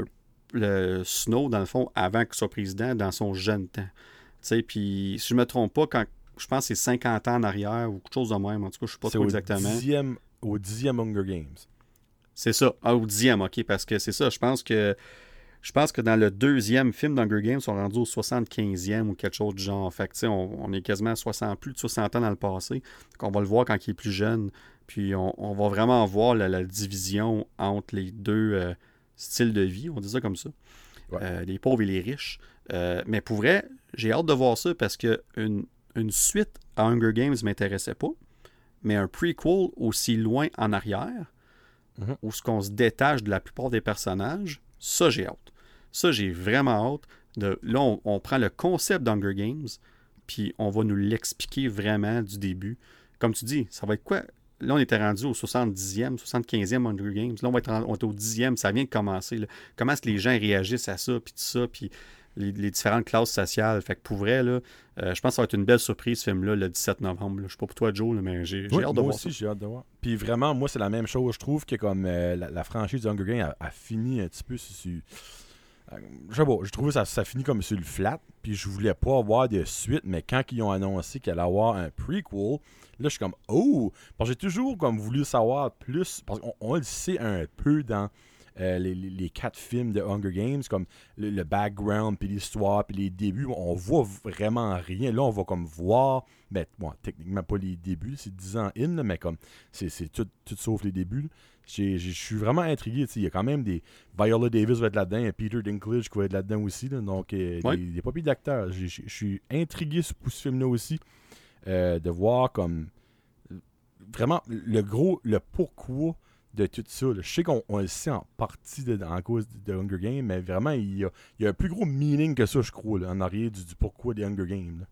le Snow, dans le fond, avant qu'il soit président, dans son jeune temps. Tu sais, puis si je me trompe pas, quand je pense que c'est cinquante ans en arrière ou quelque chose de même. En tout cas, je sais pas c'est trop au exactement. Dixième, au dixième Hunger Games. C'est ça. Ah, au dixième, OK. Parce que c'est ça, je pense que je pense que dans le deuxième film d'Hunger Games, on est rendu au soixante-quinzième ou quelque chose du genre. Fait que, tu sais, on, on est quasiment à soixante, plus de soixante ans dans le passé. Donc, on va le voir quand il est plus jeune. Puis, on, on va vraiment voir la, la division entre les deux euh, styles de vie, on dit ça comme ça. Ouais. Euh, les pauvres et les riches. Euh, mais pour vrai, j'ai hâte de voir ça parce que une, une suite à Hunger Games ne m'intéressait pas. Mais un prequel aussi loin en arrière, Mm-hmm. où ce qu'on se détache de la plupart des personnages, ça, j'ai hâte. Ça, j'ai vraiment hâte. De, là, on, on prend le concept d'Hunger Games, puis on va nous l'expliquer vraiment du début. Comme tu dis, ça va être quoi? Là, on était rendu au soixante-dixième, soixante-quinzième Hunger Games. Là, on va être en, on est au dixième. Ça vient de commencer. Là. Comment est-ce que les gens réagissent à ça, puis tout ça, puis les, les différentes classes sociales. Fait que pour vrai, là, euh, je pense que ça va être une belle surprise, ce film-là, le dix-sept novembre. Là. Je sais pas pour toi, Joe, là, mais j'ai, j'ai oui, hâte de moi voir aussi, ça. j'ai hâte de voir. Puis vraiment, moi, c'est la même chose. Je trouve que comme euh, la, la franchise de Hunger Games a, a fini un petit peu sur... sur euh, je sais pas, je trouve que ça, ça finit comme sur le flat. Puis je voulais pas avoir de suite, mais quand ils ont annoncé qu'il allait avoir un prequel, là, je suis comme, oh! Parce que j'ai toujours comme voulu savoir plus, parce qu'on on le sait un peu dans... Euh, les, les, les quatre films de Hunger Games, comme le, le background, puis l'histoire, puis les débuts, on voit vraiment rien. Là, on va comme voir, ben, bon, techniquement pas les débuts, c'est dix ans in, là, mais comme, c'est, c'est tout, tout sauf les débuts. Je suis vraiment intrigué, il y a quand même des... Viola Davis va être là-dedans, il y a Peter Dinklage qui va être là-dedans aussi, là, donc euh, ouais. il n'y a pas plus d'acteurs. Je suis intrigué pour ce film-là aussi, euh, de voir comme, vraiment, le gros, le pourquoi de tout ça. Là. Je sais qu'on on le sait en partie de, en cause de, de Hunger Games, mais vraiment, il y, a, il y a un plus gros meaning que ça, je crois, là, en arrière du, du pourquoi des Hunger Games.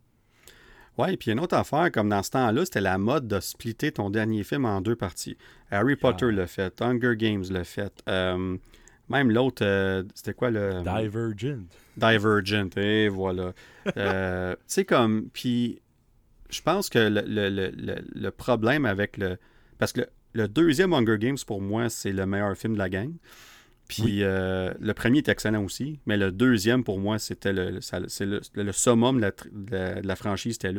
Oui, puis une autre affaire, comme dans ce temps-là, c'était la mode de splitter ton dernier film en deux parties. Harry Potter ah. l'a fait, Hunger Games l'a fait, euh, même l'autre, euh, c'était quoi le... Divergent. Divergent, et voilà. euh, tu sais, comme, puis je pense que le, le, le, le, le problème avec le... Parce que le, le deuxième Hunger Games, pour moi, c'est le meilleur film de la gang. Puis oui. euh, le premier est excellent aussi, mais le deuxième, pour moi, c'était le, ça, c'est le, le summum de la, de, la, de la franchise, c'était là.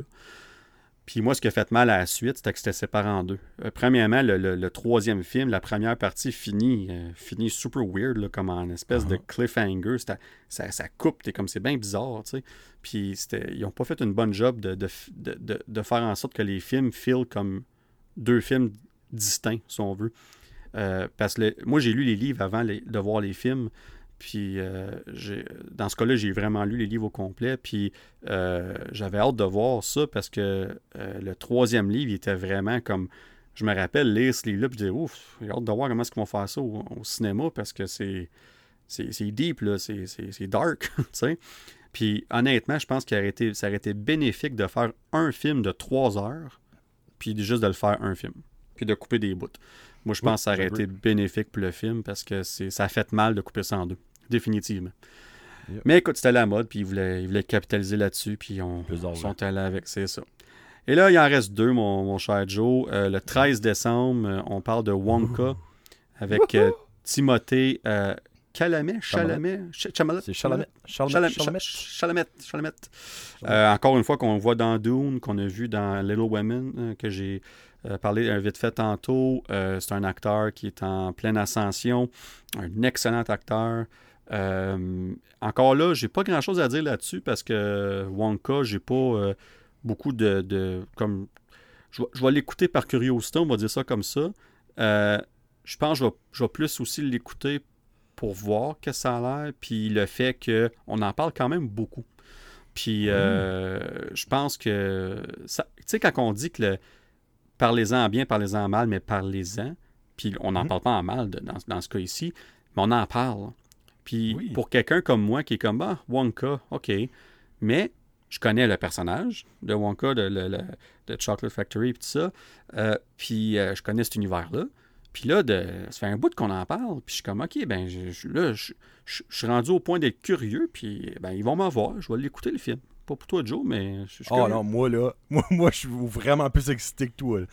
Puis moi, ce qui a fait mal à la suite, c'était que c'était séparé en deux. Euh, premièrement, le, le, le troisième film, la première partie finit, euh, finit super weird, là, comme en espèce uh-huh. de cliffhanger. C'était, ça, ça coupe, t'es comme c'est bien bizarre, tu sais. Puis c'était, ils n'ont pas fait une bonne job de, de, de, de, de faire en sorte que les films filent comme deux films distincts, si on veut. Euh, parce que le, moi, j'ai lu les livres avant les, de voir les films. Puis, euh, j'ai, dans ce cas-là, j'ai vraiment lu les livres au complet. Puis, euh, j'avais hâte de voir ça parce que euh, le troisième livre, il était vraiment comme... Je me rappelle lire ce livre-là, puis je disais, ouf, j'ai hâte de voir comment est-ce qu'ils vont faire ça au, au cinéma parce que c'est, c'est, c'est deep, là, c'est, c'est, c'est dark, tu sais. Puis, honnêtement, je pense qu'il aurait été, ça aurait été bénéfique de faire un film de trois heures, puis juste de le faire un film. puis de couper des bouts. Moi, je pense Oui, que ça aurait été bénéfique pour le film parce que c'est, ça a fait mal de couper ça en deux, définitivement. Yep. Mais écoute, c'était la mode, puis ils voulaient, ils voulaient capitaliser là-dessus, puis on, ils sont allés avec, c'est ça. Et là, il en reste deux, mon, mon cher Joe. Euh, le treize décembre, euh, on parle de Wonka avec euh, Timothée euh, Chalamet, Chalamet, Chalamet, c'est Chalamet, Chalamet, Chalamet, Chalamet, Chalamet. Euh, encore une fois, qu'on voit dans Dune, qu'on a vu dans Little Women, euh, que j'ai euh, parlé euh, vite fait tantôt. Euh, c'est un acteur qui est en pleine ascension, un excellent acteur. Euh, encore là, j'ai pas grand-chose à dire là-dessus parce que Wonka, j'ai pas euh, beaucoup de, de comme je vais, je vais l'écouter par curiosité, on va dire ça comme ça. Euh, je pense que je vais, je vais plus aussi l'écouter pour voir que ça a l'air, puis le fait qu'on en parle quand même beaucoup. Puis euh, mmh. je pense que tu sais, quand on dit que le parlez-en en bien, parlez-en en mal, mais parlez-en, puis on n'en mmh. parle pas en mal de, dans, dans ce cas ici, mais on en parle. Puis oui. Pour quelqu'un comme moi qui est comme, ah, Wonka, OK. Mais je connais le personnage de Wonka, de, de, de, de Chocolate Factory et tout ça. Euh, puis euh, je connais cet univers-là. Puis là, de, ça fait un bout qu'on en parle. Puis je suis comme, OK, ben je, je, là, je, je, je suis rendu au point d'être curieux. Puis ben, ils vont m'en voir. Je vais l'écouter, le film. Pas pour toi, Joe, mais je suis Oh non, moi, là, moi, moi je suis vraiment plus excité que toi.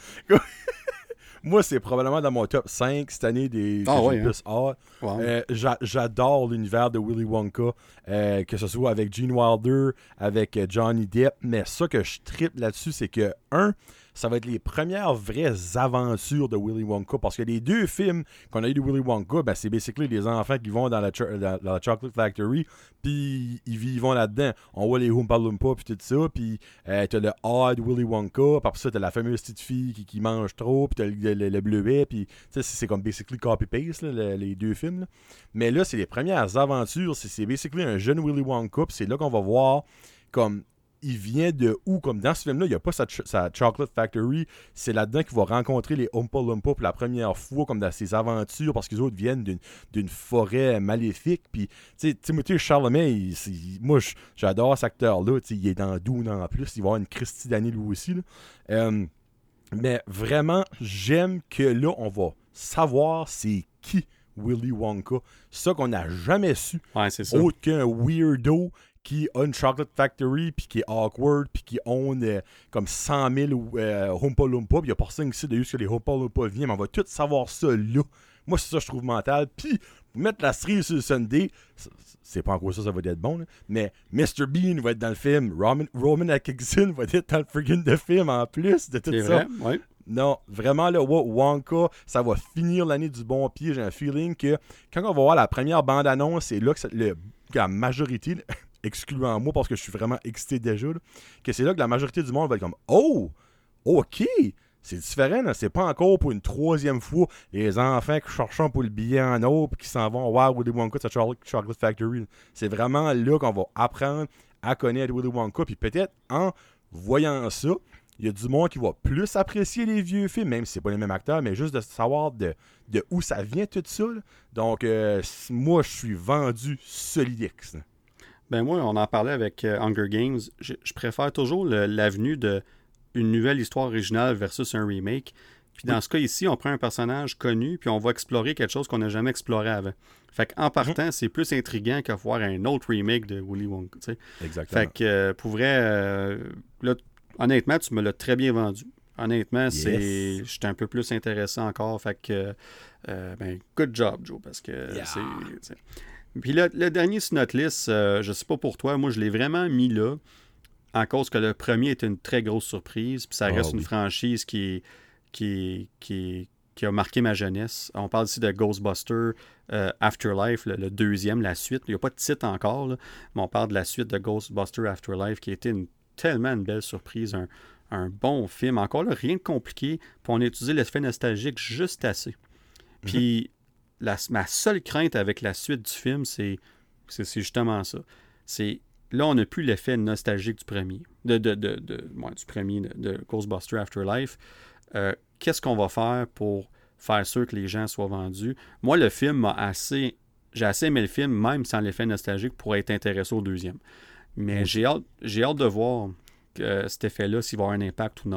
Moi, c'est probablement dans mon top cinq cette année des ah, ouais, plus hâte. Wow. Euh, j'a- j'adore l'univers de Willy Wonka, euh, que ce soit avec Gene Wilder, avec euh, Johnny Depp. Mais ça que je trippe là-dessus, c'est que, un, ça va être les premières vraies aventures de Willy Wonka. Parce que les deux films qu'on a eu de Willy Wonka, ben, c'est basically les enfants qui vont dans la, cho- dans la Chocolate Factory, puis ils, ils vont là-dedans. On voit les Oompa Loompa, puis tout ça, puis euh, t'as le Odd Willy Wonka, puis après ça, t'as la fameuse petite fille qui, qui mange trop, puis t'as le, le, le bleuet, puis c'est, c'est comme basically copy-paste, là, le, les deux films. Là. Mais là, c'est les premières aventures, c'est, c'est basically un jeune Willy Wonka, puis c'est là qu'on va voir comme il vient de où, comme dans ce film-là, il n'y a pas sa, ch- sa Chocolate Factory, c'est là-dedans qu'il va rencontrer les Oompa Loompa pour la première fois, comme dans ses aventures, parce qu'ils autres viennent d'une, d'une forêt maléfique, puis, tu sais, Timothée Chalamet, il, il, moi, j'adore cet acteur-là, tu sais, il est dans Dune en plus, il va avoir une Christie d'année lui aussi, là. Euh, mais vraiment, j'aime que là, on va savoir c'est qui Willy Wonka, ça qu'on n'a jamais su, ouais, c'est ça. Autre qu'un weirdo qui a une Chocolate Factory, puis qui est awkward, puis qui own euh, comme cent mille euh, Oompa Loompa, puis il n'y a personne ici de juste que les Oompa Loompa viennent, mais on va tout savoir ça là. Moi, c'est ça que je trouve mental. Puis, mettre la cerise sur le Sunday, c'est pas encore ça, ça va être bon, là. Mais mister Bean va être dans le film, Roman, Roman Atkinson va être dans le friggin' de film en plus de tout c'est ça. Vrai, ouais. Non, vraiment, là, Wonka, ça va finir l'année du bon pied. J'ai un feeling que quand on va voir la première bande-annonce, c'est là que ça, le, la majorité, excluant moi parce que je suis vraiment excité déjà, là, que c'est là que la majorité du monde va être comme « Oh! OK! » C'est différent, là. C'est pas encore pour une troisième fois les enfants qui cherchent pour le billet en eau et qui s'en vont voir Willy Wonka de Chocolate Factory. C'est vraiment là qu'on va apprendre à connaître Willy Wonka. Puis peut-être en voyant ça, il y a du monde qui va plus apprécier les vieux films, même si c'est pas les mêmes acteurs, mais juste de savoir de, de où ça vient tout ça. Là. Donc, euh, moi, je suis vendu solidix. Ben moi, on en parlait avec euh, Hunger Games. Je, je préfère toujours le, l'avenue de une nouvelle histoire originale versus un remake. Puis dans oui. ce cas ici, on prend un personnage connu, puis on va explorer quelque chose qu'on n'a jamais exploré avant. Fait qu'en partant, mm-hmm. c'est plus intriguant que voir un autre remake de Willy Wonka. T'sais. Exactement. Fait que euh, pour vrai, euh, là, honnêtement, tu me l'as très bien vendu. Honnêtement, yes. c'est, j'étais un peu plus intéressant encore. Fait que, euh, ben, good job, Joe, parce que yeah. c'est... T'sais. Puis le, le dernier sur notre liste, euh, je sais pas pour toi, moi je l'ai vraiment mis là, en cause que le premier était une très grosse surprise, puis ça reste oh, une oui. franchise qui, qui, qui, qui a marqué ma jeunesse. On parle ici de Ghostbusters euh, Afterlife, le, le deuxième, la suite. Il n'y a pas de titre encore, là, mais on parle de la suite de Ghostbusters Afterlife, qui a été une, tellement une belle surprise, un, un bon film. Encore là, rien de compliqué, puis on a utilisé l'effet nostalgique juste assez. Puis... Mm-hmm. La, ma seule crainte avec la suite du film, c'est, c'est, c'est justement ça. C'est, là, on n'a plus l'effet nostalgique du premier, de, de, de, de, ouais, du premier, de, de Ghostbusters Afterlife. Euh, qu'est-ce qu'on va faire pour faire sûr que les gens soient vendus? Moi, le film m'a assez... J'ai assez aimé le film, même sans l'effet nostalgique, pour être intéressé au deuxième. Mais oui. j'ai, hâte, j'ai hâte de voir que cet effet-là, s'il va avoir un impact ou non.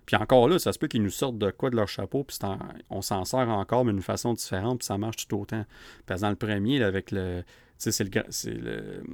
Puis encore là, ça se peut qu'ils nous sortent de quoi de leur chapeau, puis en, on s'en sert encore, mais d'une façon différente, puis ça marche tout autant. Parce que dans le premier, là, avec le... Tu sais, c'est le, c'est le euh,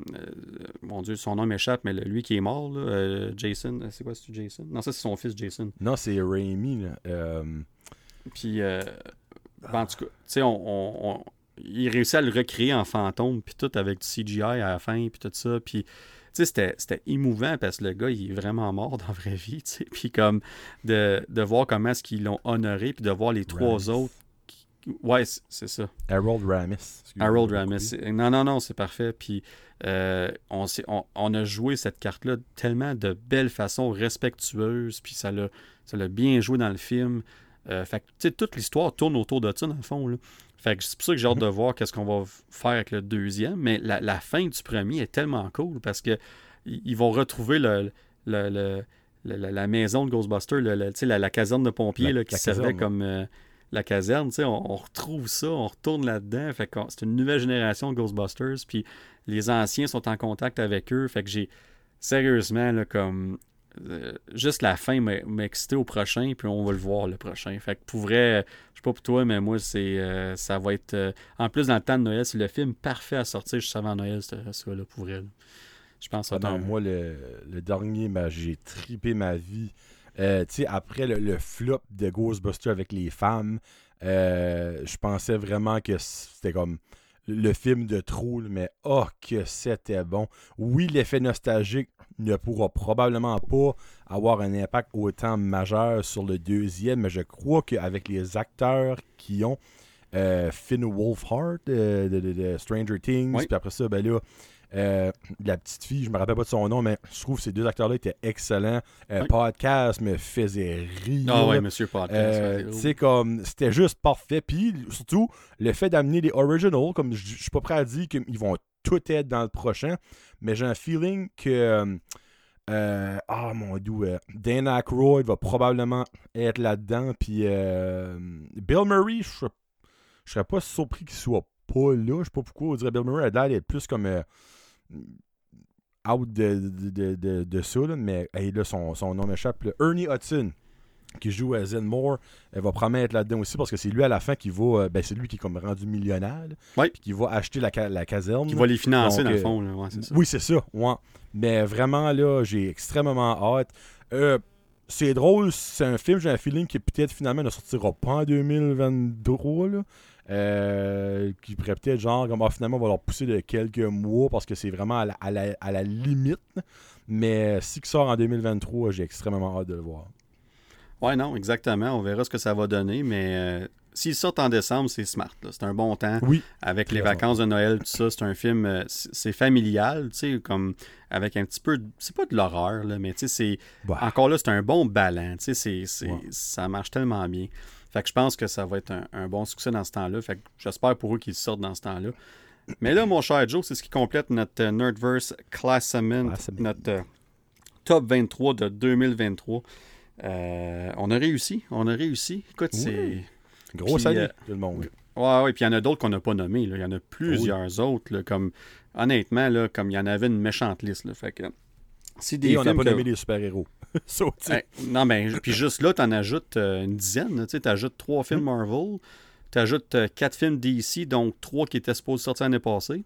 mon Dieu, son nom m'échappe, mais le, lui qui est mort, là, euh, Jason, c'est quoi, c'est Jason? Non, ça, c'est son fils, Jason. Non, c'est Raimi, là. Euh... Puis, euh, ben, en tout cas, tu sais, on, on, on, il réussit à le recréer en fantôme, puis tout avec du C G I à la fin, puis tout ça, puis... Tu sais, c'était, c'était émouvant parce que le gars, il est vraiment mort dans la vraie vie, tu sais. Puis comme de, de voir comment est-ce qu'ils l'ont honoré, puis de voir les trois Ramis. autres. Qui... Ouais, c'est, c'est ça. Harold Ramis. Harold Ramis. Non, non, non, c'est parfait. Puis euh, on, on, on a joué cette carte-là tellement de belle façon, respectueuse, puis ça l'a, ça l'a bien joué dans le film. Euh, fait que, tu sais, toute l'histoire tourne autour de ça, dans le fond, là. Fait que c'est pour ça que j'ai hâte de voir qu'est-ce qu'on va faire avec le deuxième. Mais la, la fin du premier est tellement cool parce que ils vont retrouver le, le, le, le la, la maison de Ghostbusters, le, le, la, la caserne de pompiers là, qui servait comme euh, la caserne. On, on retrouve ça, on retourne là-dedans. Fait que c'est une nouvelle génération de Ghostbusters. Puis les anciens sont en contact avec eux. Fait que j'ai sérieusement là, comme... Euh, juste la fin m'a, m'a excité au prochain, puis on va le voir le prochain. Fait que pour vrai, je sais pas pour toi, mais moi, c'est euh, ça va être... Euh, en plus, dans le temps de Noël, c'est le film parfait à sortir juste avant Noël, ça, ça là, pour vrai. Là. Je pense ah que non, un... moi, le, le dernier, ben, j'ai tripé ma vie. Euh, tu sais, après le, le flop de Ghostbusters avec les femmes, euh, je pensais vraiment que c'était comme le film de trop, mais oh, que c'était bon. Oui, l'effet nostalgique ne pourra probablement pas avoir un impact autant majeur sur le deuxième, mais je crois qu'avec les acteurs qui ont euh, Finn Wolfhard euh, de, de, de Stranger Things, oui. puis après ça, ben là, euh, la petite fille, je me rappelle pas de son nom, mais je trouve que ces deux acteurs-là étaient excellents. Euh, oui. Podcast me faisait rire. Ah oui, monsieur Podcast. Euh, c'est comme, c'était juste parfait. Puis surtout, le fait d'amener les originals, comme je suis pas prêt à dire qu'ils vont tout être dans le prochain, mais j'ai un feeling que euh, ah mon dieu, euh, Dan Aykroyd va probablement être là-dedans. Puis euh, Bill Murray, je serais, je serais pas surpris qu'il soit pas là. Je sais pas pourquoi on dirait Bill Murray a l'air d'être plus comme euh, out de, de, de, de, de ça, là, mais hey, là, son, son nom m'échappe. Là. Ernie Hudson, qui joue à Zenmore, elle va probablement être là-dedans aussi parce que c'est lui à la fin qui va. Euh, ben, c'est lui qui est comme rendu millionnaire. Oui. Qui va acheter la, la caserne. Qui va les financer, donc, dans le euh, fond. Là. Ouais, c'est ça. Oui, c'est ça. Ouais. Mais vraiment, là, j'ai extrêmement hâte. Euh, c'est drôle, c'est un film, j'ai un feeling qui peut-être finalement ne sortira pas en deux mille vingt-trois. Là. Euh, qui pourrait peut-être genre comme ah, finalement on va leur pousser de quelques mois parce que c'est vraiment à la, à la, à la limite, mais si qui sort en deux mille vingt-trois, j'ai extrêmement hâte de le voir. Ouais, non, exactement, on verra ce que ça va donner, mais euh, s'ils sortent en décembre, c'est smart, là. C'est un bon temps, oui, avec les vacances de Noël, tout ça, c'est un film, euh, c'est familial, tu sais, comme avec un petit peu, de, c'est pas de l'horreur, là, mais tu sais, c'est, bah. encore là, c'est un bon ballon, tu sais, c'est, c'est, ouais. ça marche tellement bien. Fait que je pense que ça va être un, un bon succès dans ce temps-là. Fait que j'espère pour eux qu'ils sortent dans ce temps-là. Mais là, mon cher Joe, c'est ce qui complète notre uh, Nerdverse Classement, notre uh, top vingt-trois de deux mille vingt-trois. Euh, on a réussi, on a réussi. Écoute, oui. c'est... Grosse année, euh, tout le monde. Ouais, ouais, puis il y en a d'autres qu'on n'a pas nommés. Là. Il y en a plusieurs oui. autres. Là, comme, honnêtement, là, comme il y en avait une méchante liste. Là, fait que... Si des Et on n'a pas que... nommé les super-héros. ça, hey, non, mais puis juste là, tu en ajoutes euh, une dizaine. Tu ajoutes trois films mm. Marvel, tu ajoutes euh, quatre films D C, donc trois qui étaient supposés sortir l'année passée.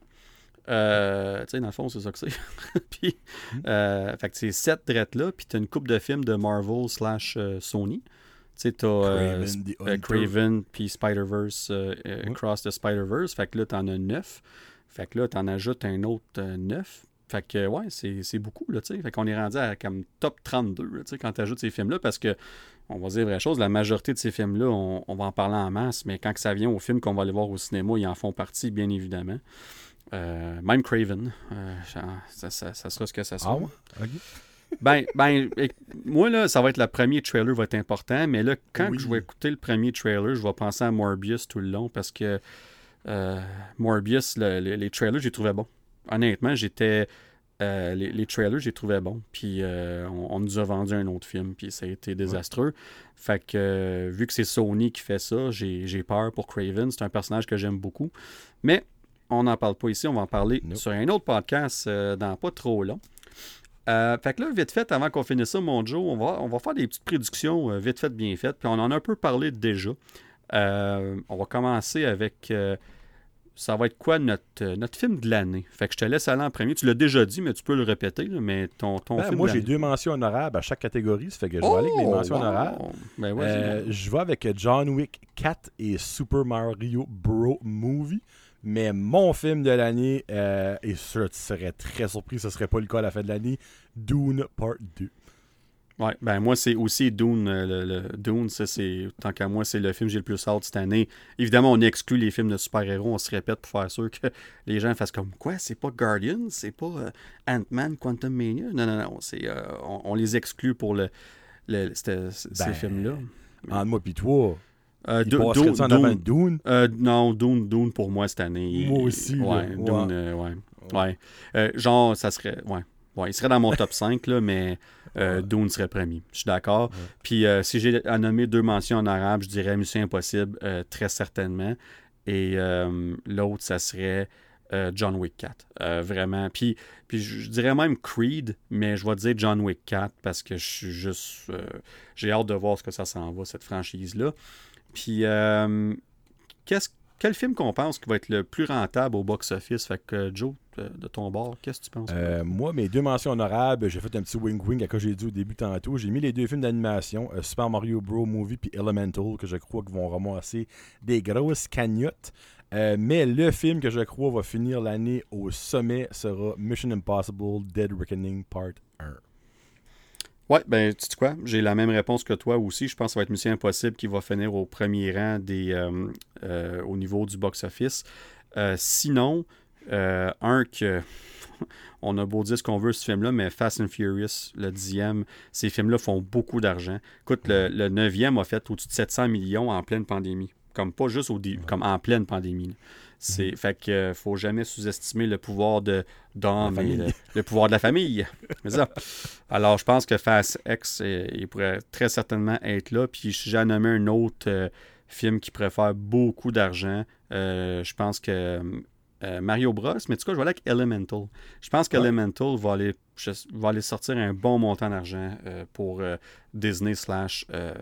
Euh, tu sais, dans le fond, c'est ça que c'est. puis, mm. euh, fait que c'est sept drettes là, puis tu as une couple de films de Marvel slash euh, Sony. Tu sais, tu as euh, euh, Craven, puis Spider-Verse, euh, mm. Across the Spider-Verse. Fait que là, tu en as neuf. Fait que là, tu en ajoutes un autre euh, neuf. Fait que, ouais, c'est, c'est beaucoup, là, tu sais. Fait qu'on est rendu à comme top trente-deux, tu sais, quand tu ajoutes ces films-là, parce que, on va dire la vraie chose, la majorité de ces films-là, on, on va en parler en masse, mais quand que ça vient aux films qu'on va aller voir au cinéma, ils en font partie, bien évidemment. Euh, même Craven, euh, ça, ça, ça sera ce que ça sera. Ah ouais? Okay. ben, ben, moi, là, ça va être le premier trailer, va être important, mais là, quand oui. je vais écouter le premier trailer, je vais penser à Morbius tout le long, parce que euh, Morbius, le, le, les trailers, j'ai trouvé bon. Honnêtement, j'étais... Euh, les, les trailers, j'ai trouvé bons. Puis euh, on, on nous a vendu un autre film, puis ça a été désastreux. Ouais. Fait que, euh, vu que c'est Sony qui fait ça, j'ai, j'ai peur pour Craven. C'est un personnage que j'aime beaucoup. Mais on n'en parle pas ici. On va en parler nope. sur un autre podcast euh, dans pas trop long. Euh, fait que là, vite fait, avant qu'on finisse ça, mon Joe, on va, on va faire des petites prédictions euh, vite fait, bien faites. Puis on en a un peu parlé déjà. Euh, on va commencer avec... euh, ça va être quoi notre, euh, notre film de l'année? Fait que je te laisse aller en premier. Tu l'as déjà dit, mais tu peux le répéter. Là, mais ton, ton Ben, film moi, de j'ai l'année. deux mentions honorables à chaque catégorie. Ça fait que je vais Oh, aller avec les mentions wow! honorables. Ben, vas-y, Euh, mon- je vais avec John Wick quatre et Super Mario Bros. Movie. Mais mon film de l'année, euh, et ça, tu serais très surpris, ce serait pas le cas à la fin de l'année, Dune Part deux. Ouais, ben moi, c'est aussi Dune. euh, Le, le- Dune, ça, c'est, tant qu'à moi, c'est le film que j'ai le plus hâte cette année. Évidemment, on exclut les films de super-héros. On se répète pour faire sûr que les gens fassent comme quoi, c'est pas Guardians, c'est pas euh, Ant-Man, Quantum Mania. Non, non, non. C'est, euh, on, on les exclut pour le, le- c'était- c- ces Ben, films-là. Entre moi pis toi, Euh, il Du- passerait Dune- ça en avant de Dune- Dune. euh, non, Dune, Dune pour moi cette année. il- Moi aussi, là. Ouais, Ouais. Dune, euh, ouais. Ouais. Euh, genre, ça serait. Ouais. Ouais, il serait dans mon top cinq, là, mais euh, Ouais. Dune serait premier. Je suis d'accord. Ouais. Puis euh, si j'ai à nommer deux mentions en arabe, je dirais Mission Impossible, euh, très certainement. Et euh, l'autre, ça serait euh, John Wick quatre. Euh, vraiment. Puis, puis je je dirais même Creed, mais je vais dire John Wick quatre parce que je suis juste. euh, j'ai hâte de voir ce que ça s'en va, cette franchise-là. Puis, euh, qu'est-ce, quel film qu'on pense qui va être le plus rentable au box-office? Fait que, Joe, de, de ton bord, qu'est-ce que tu penses? Euh, moi, mes deux mentions honorables, j'ai fait un petit wing-wing à quoi j'ai dit au début tantôt. J'ai mis les deux films d'animation, euh, Super Mario Bros. Movie puis Elemental, que je crois qu'ils vont ramasser des grosses cagnottes. Euh, mais le film que je crois va finir l'année au sommet sera Mission Impossible Dead Reckoning Part un. Ouais, ben, tu sais quoi? J'ai la même réponse que toi aussi. Je pense que ça va être Mission Impossible qui va finir au premier rang des, euh, euh, au niveau du box-office. Euh, sinon, euh, un que... On a beau dire ce qu'on veut, ce film-là, mais Fast and Furious, le dixième, ces films-là font beaucoup d'argent. Écoute, le, le neuvième a fait au-dessus de sept cents millions en pleine pandémie. Comme pas juste au début, comme en pleine pandémie. là. C'est, Fait que euh, faut jamais sous-estimer le pouvoir de d'homme La et famille. le, le pouvoir de la famille. C'est ça. Alors, je pense que Fast X, euh, il pourrait très certainement être là. Puis, si j'ai nommé un autre euh, film qui pourrait faire beaucoup d'argent, euh, je pense que euh, Mario Bros. Mais en tout cas, je vais aller avec Elemental. Je pense Ouais. qu'Elemental va aller, je- va aller sortir un bon montant d'argent euh, pour euh, Disney slash euh,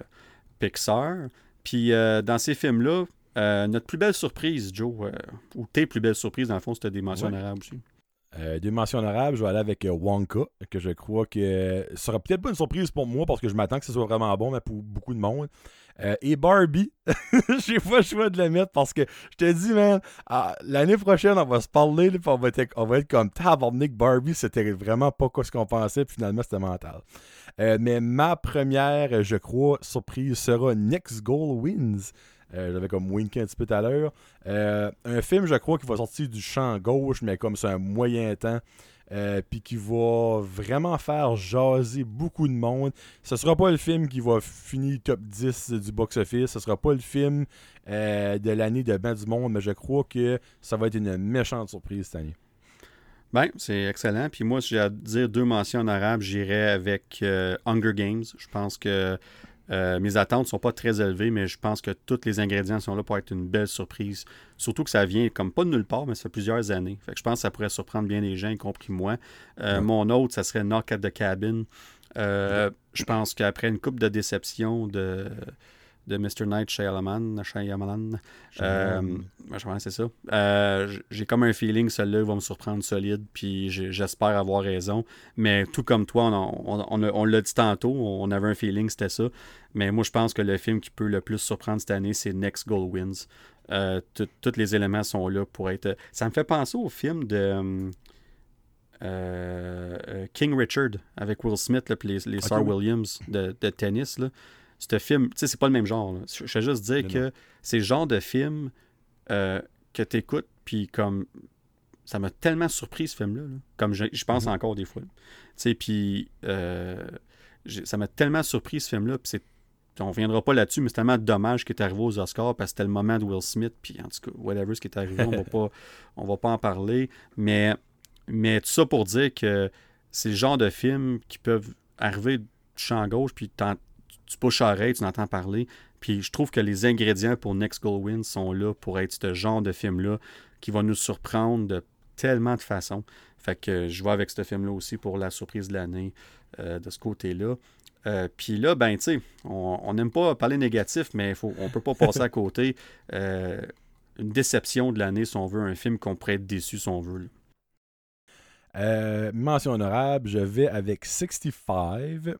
Pixar. Puis, euh, dans ces films-là, euh, notre plus belle surprise, Joe, euh, ou tes plus belles surprises, dans le fond, c'était des mentions Ouais. arabes aussi. Euh, deux mentions honorables, je vais aller avec euh, Wonka, que je crois que ce sera peut-être pas une surprise pour moi parce que je m'attends que ce soit vraiment bon, mais pour beaucoup de monde. Euh, et Barbie, j'ai pas le choix de le mettre parce que je te dis, man, ah, l'année prochaine, on va se parler, là, puis on va être, on va être comme tabarnak. Barbie, c'était vraiment pas quoi ce qu'on pensait, puis finalement, c'était mental. Euh, mais ma première, je crois, surprise sera Next Goal Wins. Euh, J'avais comme winké un petit peu tout à l'heure. Euh, un film, je crois, qui va sortir du champ gauche, mais comme c'est un moyen temps. Euh, puis qui va vraiment faire jaser beaucoup de monde. Ce sera pas le film qui va finir top dix du box-office. Ce sera pas le film euh, de l'année de Ben du monde, mais je crois que ça va être une méchante surprise cette année. Ben, c'est excellent. Puis moi, si j'ai à dire deux mentions en arabe, j'irais avec euh, Hunger Games. Je pense que euh, mes attentes sont pas très élevées, mais je pense que tous les ingrédients sont là pour être une belle surprise. Surtout que ça vient comme pas de nulle part, mais ça fait plusieurs années. Fait que je pense que ça pourrait surprendre bien les gens, y compris moi. Euh, Ouais. Mon autre, ça serait Knock at the Cabin. Euh, je pense qu'après une coupe de déception de, de mister Night Shyamalan, Shyamalan euh, ben, je pense que c'est ça. Euh, j- j'ai comme un feeling que celui-là va me surprendre solide, puis j'ai- j'espère avoir raison. Mais tout comme toi, on, on, on, a- on l'a dit tantôt, on avait un feeling que c'était ça. Mais moi, je pense que le film qui peut le plus surprendre cette année, c'est Next Goal Wins. Euh, tout- Tous les éléments sont là pour être... Ça me fait penser au film de... euh, euh, King Richard avec Will Smith là, puis les, les Ok, sœurs oui. Williams de, de tennis. Là. Ce film, tu sais, c'est pas le même genre. là. Je je vais juste dire Non, que non. c'est le genre de film euh, que tu écoutes, puis comme ça m'a tellement surpris ce film-là, là. Comme je, je pense Mhm. encore des fois. Tu sais, puis euh, j'ai- ça m'a tellement surpris ce film-là, puis c'est on reviendra pas là-dessus, mais c'est tellement dommage qu'il est arrivé aux Oscars parce que c'était le moment de Will Smith, puis en tout cas, whatever ce qui est arrivé, on va pas, on va pas en parler. Mais, mais tout ça pour dire que c'est le genre de films qui peuvent arriver du champ gauche, puis t'en- tu pushes l'oreille, tu n'entends parler. Puis je trouve que les ingrédients pour Next Goal Win sont là pour être ce genre de film-là qui va nous surprendre de tellement de façons. Fait que je vais avec ce film-là aussi pour la surprise de l'année euh, de ce côté-là. Euh, Puis là, ben, tu sais, on n'aime pas parler négatif, mais faut, on peut pas passer à côté. Euh, une déception de l'année, si on veut, un film qu'on pourrait être déçu, si on veut. Euh, mention honorable, je vais avec sixty-five.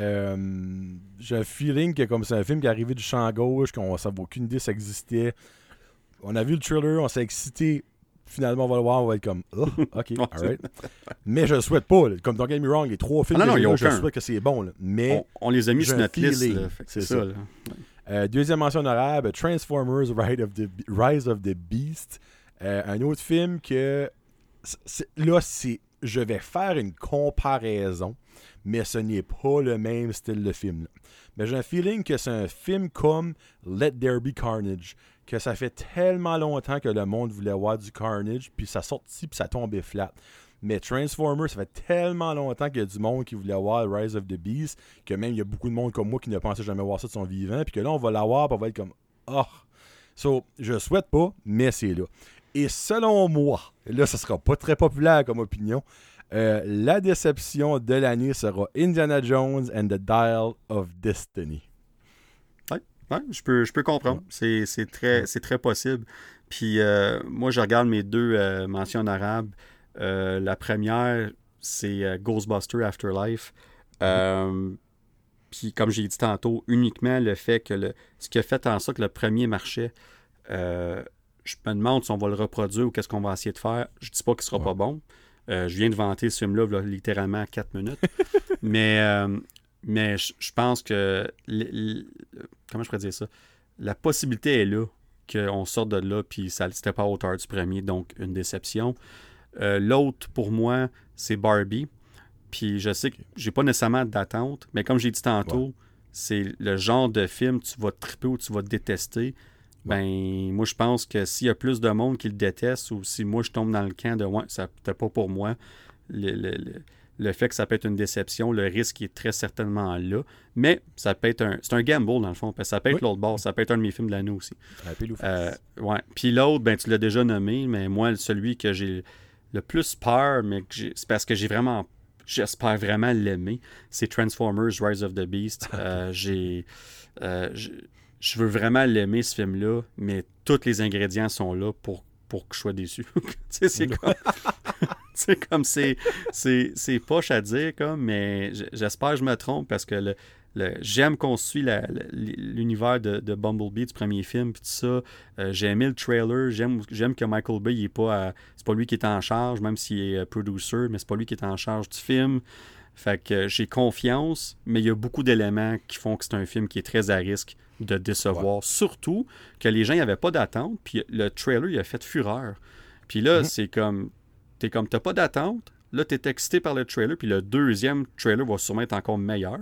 Euh, j'ai un feeling que comme c'est un film qui est arrivé du champ gauche, qu'on ne savait aucune idée ça existait. On a vu le trailer, on s'est excité. Finalement, on va le voir, on va être comme oh, ok, alright. Mais je le souhaite pas. Là. Comme Don't Get Me Wrong, les trois films, ah non, non, là, je souhaite que c'est bon. Là. Mais on, on les a mis sur notre liste. Là, c'est ça. ça là. Euh, deuxième mention honorable, Transformers Rise of the, Rise of the Beast. Euh, un autre film que c'est, là, c'est je vais faire une comparaison, mais ce n'est pas le même style de film. Là. Mais j'ai un feeling que c'est un film comme Let There Be Carnage, que ça fait tellement longtemps que le monde voulait voir du Carnage, puis ça sortit, puis ça tombait flat. Mais Transformers, ça fait tellement longtemps qu'il y a du monde qui voulait voir Rise of the Beast, que même il y a beaucoup de monde comme moi qui ne pensait jamais voir ça de son vivant, puis que là, on va l'avoir, puis on va être comme « Oh! » So, je souhaite pas, mais c'est là. Et selon moi, là, ça sera pas très populaire comme opinion, euh, la déception de l'année sera Indiana Jones and the Dial of Destiny. Oui, ouais, je peux, je peux comprendre. Ouais. C'est, c'est, très, ouais. c'est très possible. Puis euh, moi, je regarde mes deux euh, mentions honorables. Euh, la première, c'est euh, Ghostbusters Afterlife. Euh, Puis comme j'ai dit tantôt, uniquement le fait que le, ce qui a fait en sorte que le premier marchait, euh, je me demande si on va le reproduire ou qu'est-ce qu'on va essayer de faire. Je dis pas qu'il sera ouais. pas bon. Euh, je viens de vanter ce film-là là, littéralement à quatre minutes. mais euh, mais je, je pense que... L, l, comment je pourrais dire ça? La possibilité est là qu'on sorte de là puis ça n'était pas à hauteur du premier, donc une déception. Euh, l'autre, pour moi, c'est Barbie. Puis je sais que j'ai pas nécessairement d'attente, mais comme j'ai dit tantôt, ouais. c'est le genre de film tu vas triper ou tu vas détester. Ouais. Ben, moi, je pense que s'il y a plus de monde qui le déteste ou si moi, je tombe dans le camp de « ouais, ça peut pas pour moi », le, le, le, le fait que ça peut être une déception, le risque est très certainement là. Mais ça peut être un... C'est un gamble, dans le fond, parce que ça peut être oui. l'autre bord. Ça peut être un de mes films de l'année aussi. Euh, ouais. Puis l'autre, ben, tu l'as déjà nommé, mais moi, celui que j'ai le plus peur, mais que j'ai... c'est parce que j'ai vraiment... J'espère vraiment l'aimer. C'est Transformers Rise of the Beast. Euh, j'ai... Euh, j'ai... Je veux vraiment l'aimer, ce film-là, mais tous les ingrédients sont là pour, pour que je sois déçu. tu sais, c'est comme... c'est comme... C'est, c'est, c'est poche à dire, comme, mais j'espère que je me trompe, parce que le, le, j'aime qu'on suit la, la, l'univers de, de Bumblebee du premier film, puis tout ça. Euh, j'ai aimé le trailer. J'aime, j'aime que Michael Bay, il est pas... À, c'est pas lui qui est en charge, même s'il est producer, mais c'est pas lui qui est en charge du film. Fait que euh, j'ai confiance, mais il y a beaucoup d'éléments qui font que c'est un film qui est très à risque de décevoir. Ouais. Surtout que les gens n'avaient pas d'attente, puis le trailer, il a fait fureur. Puis là, mm-hmm. c'est comme... T'es comme, t'as pas d'attente, là, t'es excité par le trailer, puis le deuxième trailer va sûrement être encore meilleur.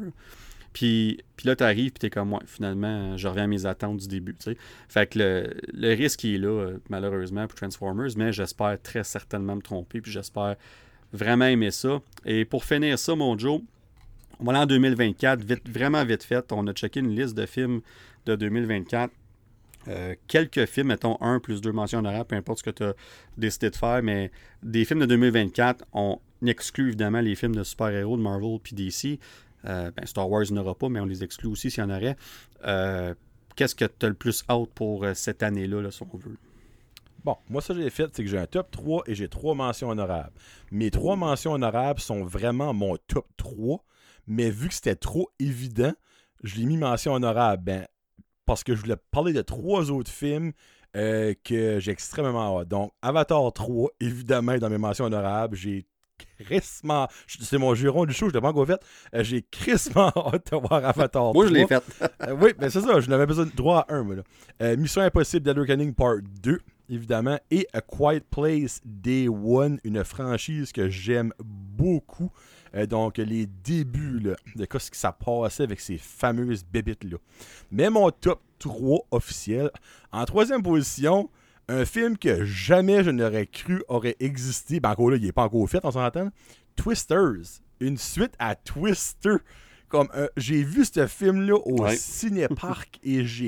Puis, puis là, t'arrives, puis t'es comme, ouais, finalement, je reviens à mes attentes du début, tu sais. Fait que le, le risque, il est là, malheureusement, pour Transformers, mais j'espère très certainement me tromper, puis j'espère vraiment aimer ça. Et pour finir ça, mon Joe, on va aller en deux mille vingt-quatre, vite, vraiment vite fait. On a checké une liste de films de deux mille vingt-quatre. Euh, quelques films, mettons un plus deux mentions honorables, peu importe ce que tu as décidé de faire, mais des films de deux mille vingt-quatre, on exclut évidemment les films de super-héros de Marvel puis D C. Euh, ben Star Wars n'aura pas, mais on les exclut aussi s'il y en aurait. Euh, qu'est-ce que tu as le plus hâte pour euh, cette année-là, là, si on veut? Bon, moi, ça, j'ai fait, c'est que j'ai un top trois et j'ai trois mentions honorables. Mes trois mentions honorables sont vraiment mon top trois, mais vu que c'était trop évident, je l'ai mis mention honorable. Ben, parce que je voulais parler de trois autres films euh, que j'ai extrêmement hâte. Donc, Avatar trois, évidemment, dans mes mentions honorables. J'ai crissement... C'est mon juron du show, je l'ai pas encore fait. Euh, j'ai crissement hâte de voir Avatar trois. Moi, je l'ai fait. euh, oui, mais c'est ça, je n'avais besoin de droit à un. Moi, là. Euh, Mission Impossible Dead Reckoning Part deux, évidemment. Et A Quiet Place Day One, une franchise que j'aime beaucoup. Euh, donc, les débuts là, de ce qui s'est passé avec ces fameuses bébites-là. Mais mon top trois officiel, en troisième position, un film que jamais je n'aurais cru aurait existé. Ben encore là, il n'est pas encore fait, on s'entend. Twisters. Une suite à Twister. Comme euh, j'ai vu ce film-là au ouais. Cinéparc et j'ai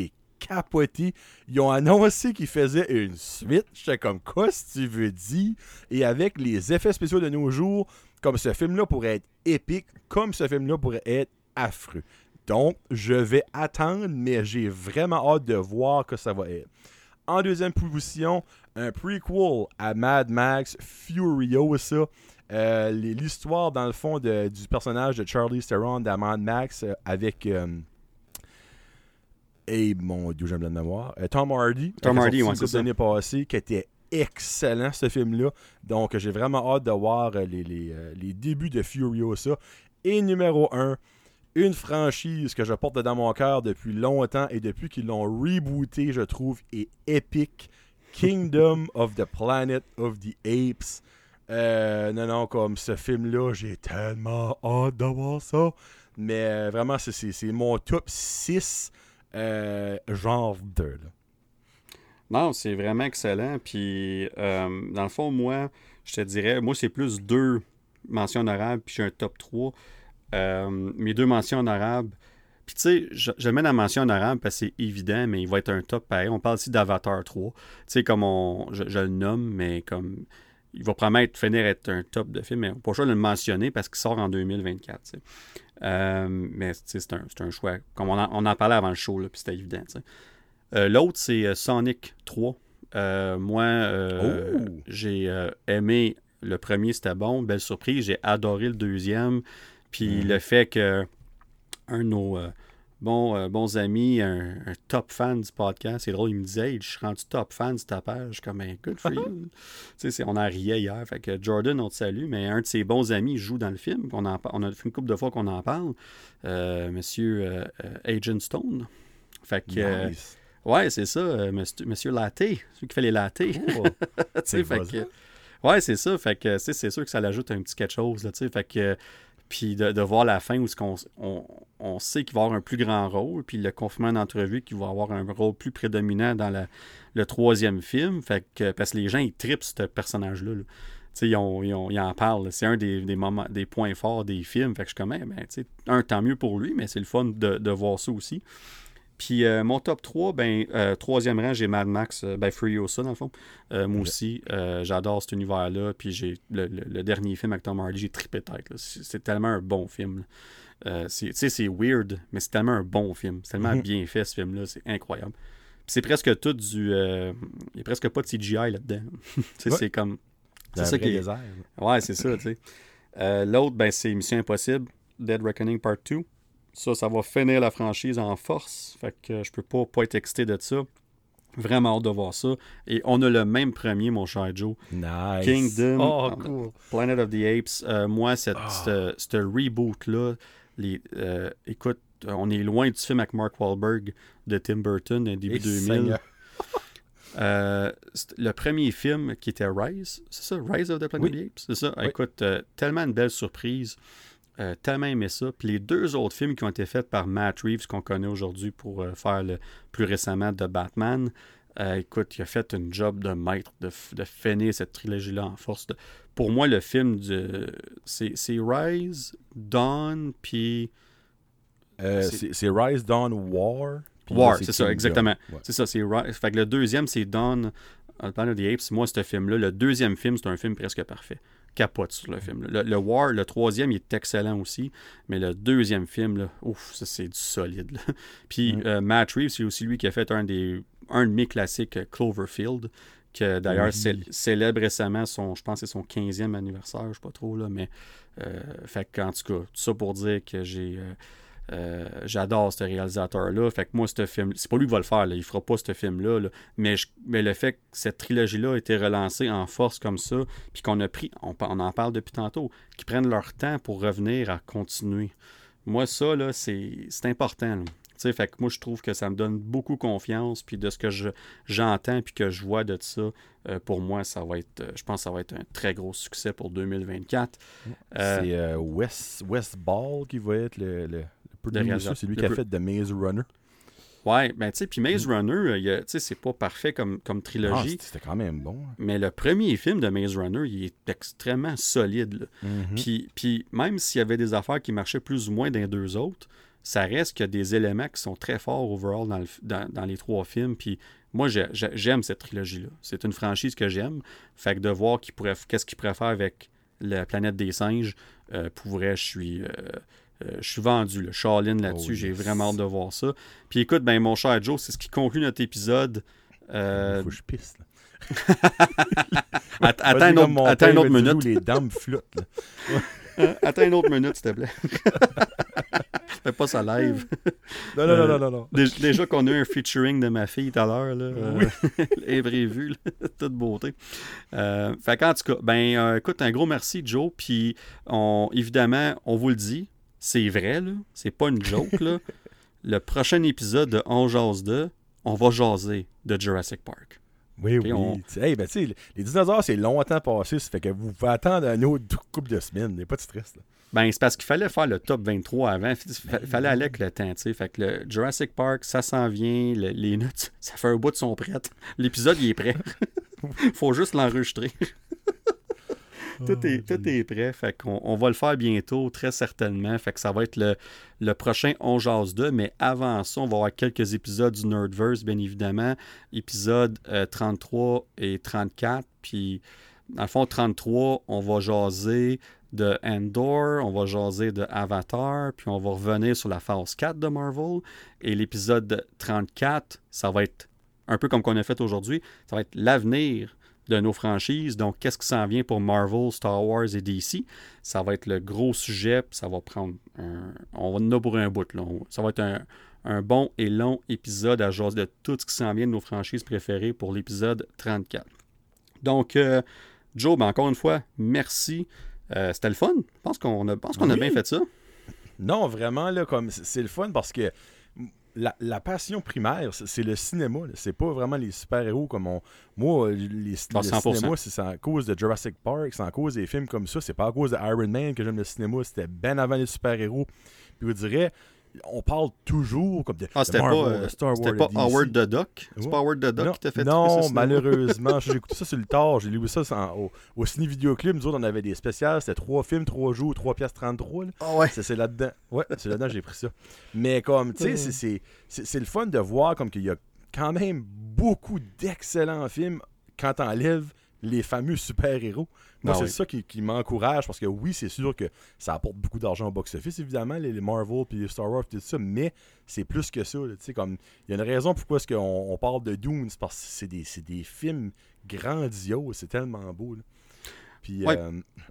capoté. Ils ont annoncé qu'ils faisaient une suite. J'étais comme, quoi si tu veux dire? Et avec les effets spéciaux de nos jours, comme ce film-là pourrait être épique, comme ce film-là pourrait être affreux. Donc, je vais attendre, mais j'ai vraiment hâte de voir que ça va être. En deuxième position, un prequel à Mad Max Furiosa. Euh, l'histoire, dans le fond, de, du personnage de Charlize Theron dans Mad Max euh, avec... Euh, et mon Dieu, j'ai un blanc de mémoire. Euh, Tom Hardy. Tom Hardy, ouais, c'est ça. L'année passée, qui était excellent, ce film-là. Donc, j'ai vraiment hâte de voir euh, les, les, euh, les débuts de Furiosa. Et numéro un, une franchise que je porte dans mon cœur depuis longtemps et depuis qu'ils l'ont rebooté, je trouve, est épique. Kingdom of the Planet of the Apes. Euh, non, non, comme ce film-là, j'ai tellement hâte de voir ça. Mais euh, vraiment, c'est, c'est, c'est mon top six euh, genre deux. Là. Non, c'est vraiment excellent. Puis, euh, dans le fond, moi, je te dirais, moi, c'est plus deux mentions honorables, puis j'ai un top trois. Euh, mes deux mentions honorables, puis tu sais, je, je le mets dans la mention honorable parce que c'est évident, mais il va être un top pareil. On parle ici d'Avatar trois. Tu sais, comme on, je, je le nomme, mais comme il va promettre finir être un top de film, mais on peut pas le mentionner parce qu'il sort en deux mille vingt-quatre. Euh, mais c'est un, c'est un choix. Comme on en, on en parlait avant le show, là, puis c'était évident. Euh, l'autre, c'est Sonic trois. Euh, moi, euh, oh. j'ai euh, aimé le premier, c'était bon, belle surprise. J'ai adoré le deuxième. Puis mm. le fait que un de nos euh, bons, euh, bons amis, un, un top fan du podcast, c'est drôle, il me disait hey, je suis rendu top fan de ta page. Je suis comme hey, good for you. Tu sais, on en riait hier. Fait que Jordan, on te salue, mais un de ses bons amis joue dans le film. On, en, on a fait une couple de fois qu'on en parle. Euh, monsieur euh, euh, Agent Stone. Fait que. Nice. Euh, ouais, c'est ça, euh, monsieur, monsieur Latte, celui qui fait les lattés. Oh, c'est fait que, ouais, c'est ça. Fait que c'est sûr que ça l'ajoute un petit quelque chose. Là, fait que. Puis de, de voir la fin où on, on, on sait qu'il va avoir un plus grand rôle, puis le confirmé en entrevue qu'il va avoir un rôle plus prédominant dans la, le troisième film. Fait que, parce que les gens, ils trippent ce personnage-là. Là. Ils, ont, ils, ont, ils en parlent. C'est un des, des, moments, des points forts des films. Fait que je suis comme, ben, un, tant mieux pour lui, mais c'est le fun de, de voir ça aussi. Puis euh, mon top trois, ben, euh, troisième rang, j'ai Mad Max, euh, ben, Furiosa dans le fond. Euh, moi okay. aussi, euh, j'adore cet univers-là. Puis j'ai le, le, le dernier film avec Tom Hardy, j'ai trippé tête. Là. C'est, c'est tellement un bon film. Euh, tu sais, c'est weird, mais c'est tellement un bon film. C'est tellement mm-hmm. bien fait ce film-là, c'est incroyable. Puis c'est presque tout du... Euh, il n'y a presque pas de C G I là-dedans. Ouais. C'est comme... C'est ça qui est... Ouais, c'est ça, tu sais. Euh, l'autre, ben, c'est Mission Impossible, Dead Reckoning Part deux. Ça, ça va finir la franchise en force. Fait que je peux pas, pas être excité de ça. Vraiment hâte de voir ça. Et on a le même premier, mon cher Joe. Nice. Kingdom, oh, cool. Planet of the Apes. Euh, moi, cette, oh. cette, cette reboot-là, les, euh, écoute, on est loin du film avec Mark Wahlberg de Tim Burton, début Et deux mille. euh, le premier film qui était Rise, c'est ça? Rise of the Planet oui. of the Apes? C'est ça? Oui. Écoute, euh, tellement une belle surprise. Euh, tellement aimé ça. Puis les deux autres films qui ont été faits par Matt Reeves, qu'on connaît aujourd'hui pour euh, faire le plus récemment de Batman, euh, écoute, il a fait un job de maître de, de finir cette trilogie-là en force. De... Pour moi, le film, de... c'est, c'est Rise, Dawn, puis... Euh, c'est... c'est Rise, Dawn, War. War, c'est, c'est ça, exactement. Ouais. C'est ça, c'est Rise. Fait que le deuxième, c'est Dawn, Planet of the Apes. Moi, ce film-là, le deuxième film, c'est un film presque parfait. Capote sur le film. Le, le War, le troisième, il est excellent aussi, mais le deuxième film, là, ouf, ça c'est du solide. Là. Puis mm. euh, Matt Reeves, c'est aussi lui qui a fait un, des, un de mes classiques, Cloverfield, que d'ailleurs mm. célèbre récemment son, je pense que c'est son quinzième anniversaire, je sais pas trop, là, mais euh, fait qu'en tout cas, tout ça pour dire que j'ai... Euh, Euh, j'adore ce réalisateur-là. Fait que moi, ce film, c'est pas lui qui va le faire, là. Il fera pas ce film-là. Là. Mais, je, mais le fait que cette trilogie-là a été relancée en force comme ça, puis qu'on a pris, on, on en parle depuis tantôt, qu'ils prennent leur temps pour revenir à continuer. Moi, ça, là, c'est, c'est important. Là. Fait que moi, je trouve que ça me donne beaucoup confiance, puis de ce que je, j'entends puis que je vois de ça, euh, pour moi, ça va être, euh, je pense que ça va être un très gros succès pour deux mille vingt-quatre. Euh, c'est euh, Wes, Wes Ball qui va être le... le... Réalisation, c'est lui qui a fait The Maze Runner. Ouais, ben tu sais, puis Maze mm. Runner, tu sais, c'est pas parfait comme, comme trilogie. Ah, c'était quand même bon. Hein. Mais le premier film de Maze Runner, il est extrêmement solide. Mm-hmm. Puis, puis même s'il y avait des affaires qui marchaient plus ou moins dans les deux autres, ça reste qu'il y a des éléments qui sont très forts overall dans, le, dans, dans les trois films. Puis moi, j'ai, j'aime cette trilogie-là. C'est une franchise que j'aime. Fait que de voir qu'il pourrait, qu'est-ce qu'il pourrait faire avec la planète des singes, euh, pour vrai, je suis... Euh, Euh, je suis vendu, le Shaolin là-dessus, oh, yes. J'ai vraiment hâte de voir ça. Puis écoute, ben mon cher Joe, c'est ce qui conclut notre épisode. Euh... Faut que je pisse, là. Att- attends une autre, attends une autre minute. Les dents flottent, là. Attends une autre minute, s'il te plaît. Fais pas ça live. Non, non, euh, non, non, non. Déjà, déjà qu'on a eu un featuring de ma fille tout à l'heure, là. Oui. Euh, imprévu, là. Toute beauté. Euh, fait qu'en tout cas, ben euh, écoute, un gros merci, Joe. Puis on, évidemment, on vous le dit. C'est vrai, là. C'est pas une joke, là. Le prochain épisode de On jase de, on va jaser de Jurassic Park. Oui, okay, oui. On... Hey, ben, tu sais, les dinosaures, c'est longtemps passé. Ça fait que vous pouvez attendre un autre couple de semaines. Il n'y a pas de stress, là. Ben, c'est parce qu'il fallait faire le top vingt-trois avant. Il fallait aller avec le temps, tu sais. Fait que le Jurassic Park, ça s'en vient. Le, les notes, ça fait un bout de son prêt. L'épisode, il est prêt. Faut juste l'enregistrer. Tout est, tout est prêt, fait qu'on on va le faire bientôt, très certainement. Fait que ça va être le, le prochain On jase deux, mais avant ça, on va avoir quelques épisodes du Nerdverse, bien évidemment. Épisodes euh, trente-trois et trente-quatre. Puis, dans le fond, trente-trois, on va jaser de Andor, on va jaser de Avatar, puis on va revenir sur la phase quatre de Marvel. Et l'épisode trente-quatre, ça va être un peu comme qu'on a fait aujourd'hui, ça va être l'avenir de nos franchises. Donc, qu'est-ce qui s'en vient pour Marvel, Star Wars et D C? Ça va être le gros sujet, puis ça va prendre un... On va en avoir pour un bout, là. Ça va être un, un bon et long épisode à jaser de tout ce qui s'en vient de nos franchises préférées pour l'épisode trente-quatre. Donc, euh, Joe, ben encore une fois, merci. Euh, c'était le fun. Je pense qu'on a, pense qu'on a oui. bien fait ça. Non, vraiment, là, comme c'est le fun parce que La, la passion primaire, c'est, c'est le cinéma. Là. C'est pas vraiment les super-héros comme on... Moi, les, les, le cinéma, c'est, c'est à cause de Jurassic Park, c'est à cause des films comme ça. C'est pas à cause de Iron Man que j'aime le cinéma. C'était bien avant les super-héros. Puis je dirais, on parle toujours comme de, ah, c'était de Marvel, pas, euh, de Star Wars, c'était pas Howard the Duck? C'est ouais. pas Howard the Duck non, qui t'a fait non, ça? Non, malheureusement. J'ai écouté ça sur le tard. J'ai lu ça en, au, au Ciné Vidéoclub. Nous autres, on avait des spéciales. C'était trois films, trois jours, trois piastres trente-trois. Là. Oh ouais. C'est, c'est là-dedans. Ouais, c'est là-dedans que j'ai pris ça. Mais comme, tu sais, c'est, c'est, c'est, c'est le fun de voir comme qu'il y a quand même beaucoup d'excellents films quand t'enlèves les fameux super-héros. Moi, ah c'est oui. ça qui, qui m'encourage parce que oui, c'est sûr que ça apporte beaucoup d'argent au box-office, évidemment, les, les Marvel puis les Star Wars et tout ça, mais c'est plus que ça. Tu sais, comme il y a une raison pourquoi est-ce qu'on on parle de Dune, c'est parce que c'est des, c'est des films grandioses, c'est tellement beau. Là. Puis, ouais. euh...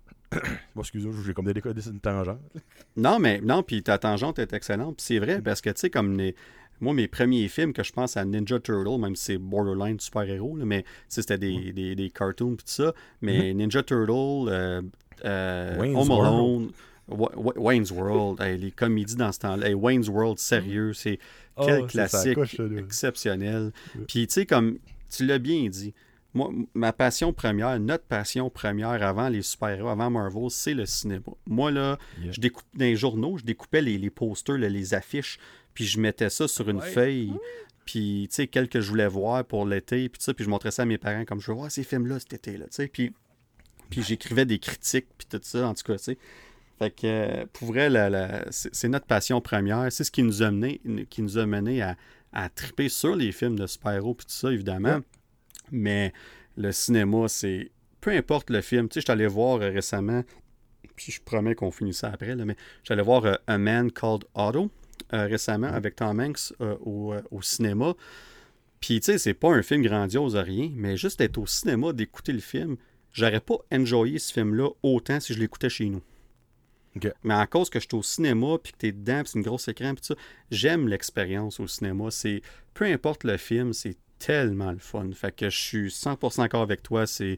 bon, excusez-moi, j'ai comme décodé une tangente. Non, mais non, puis ta tangente est excellente. Puis c'est vrai, parce que tu sais, comme les. Moi, mes premiers films que je pense à Ninja Turtle, même si c'est borderline super-héros, là, mais c'était des, mm. des, des cartoons et tout ça. Mais mm-hmm. Ninja Turtle, euh, euh, Home Alone, World. Wayne's World, hey, les comédies dans ce temps-là. Hey, Wayne's World, sérieux, c'est oh, quel classique coche, exceptionnel. Mm. Puis tu sais, comme tu l'as bien dit, moi, ma passion première, notre passion première avant les super-héros, avant Marvel, c'est le cinéma. Moi, là, yeah. je découpe dans les journaux, je découpais les, les posters, là, les affiches, puis je mettais ça sur une ouais. feuille, puis, tu sais, quel que je voulais voir pour l'été, puis ça, puis je montrais ça à mes parents, comme je veux voir ces films-là cet été, là, tu sais, puis, puis j'écrivais des critiques, puis tout ça, en tout cas, tu sais. Fait que, euh, pour vrai, la, la, c'est, c'est notre passion première, c'est ce qui nous a mené, qui nous a mené à, à triper sur les films de super-héros, puis tout ça, évidemment. Ouais. Mais le cinéma, c'est... Peu importe le film. Tu sais, je suis allé voir euh, récemment, puis je promets qu'on finit ça après, là, mais je suis allé voir euh, A Man Called Otto euh, récemment mm-hmm. avec Tom Hanks euh, au, euh, au cinéma. Puis, tu sais, c'est pas un film grandiose à rien, mais juste être au cinéma, d'écouter le film, j'aurais pas enjoyé ce film-là autant si je l'écoutais chez nous. Okay. Mais à cause que je suis au cinéma, puis que t'es dedans, puis c'est une grosse écran, puis ça, j'aime l'expérience au cinéma. C'est... Peu importe le film, c'est tellement le fun. Fait que je suis cent pour cent d'accord avec toi. C'est,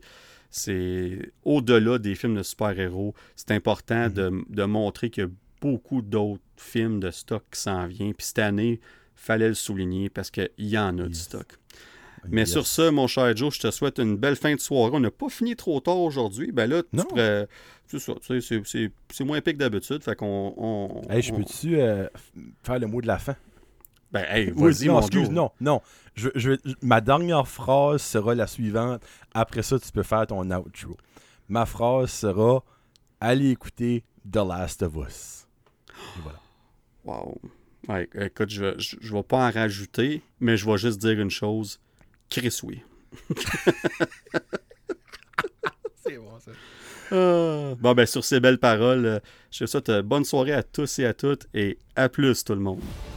c'est au-delà des films de super-héros. C'est important mm-hmm. de, de montrer qu'il y a beaucoup d'autres films de stock qui s'en viennent. Puis cette année, il fallait le souligner parce qu'il y en a yes. du stock. Mais yes. sur ce, mon cher Joe, je te souhaite une belle fin de soirée. On n'a pas fini trop tard aujourd'hui. Ben là, tu pourrais... C'est ça. Tu sais, c'est, c'est, c'est moins épais que d'habitude. Fait qu'on... On, hey, je on... peux-tu euh, faire le mot de la fin? Ben, hey, oui, vas-y, non, mon excuse, Joe. non, non. Je, je, je, ma dernière phrase sera la suivante. Après ça, tu peux faire ton outro. Ma phrase sera « Allez écouter The Last of Us ». Et voilà. Wow. Ouais, écoute, je, je, je vais pas en rajouter, mais je vais juste dire une chose. Chris, oui. C'est bon, ça. Ah. Bon, ben, sur ces belles paroles, euh, je te souhaite euh, bonne soirée à tous et à toutes et à plus, tout le monde.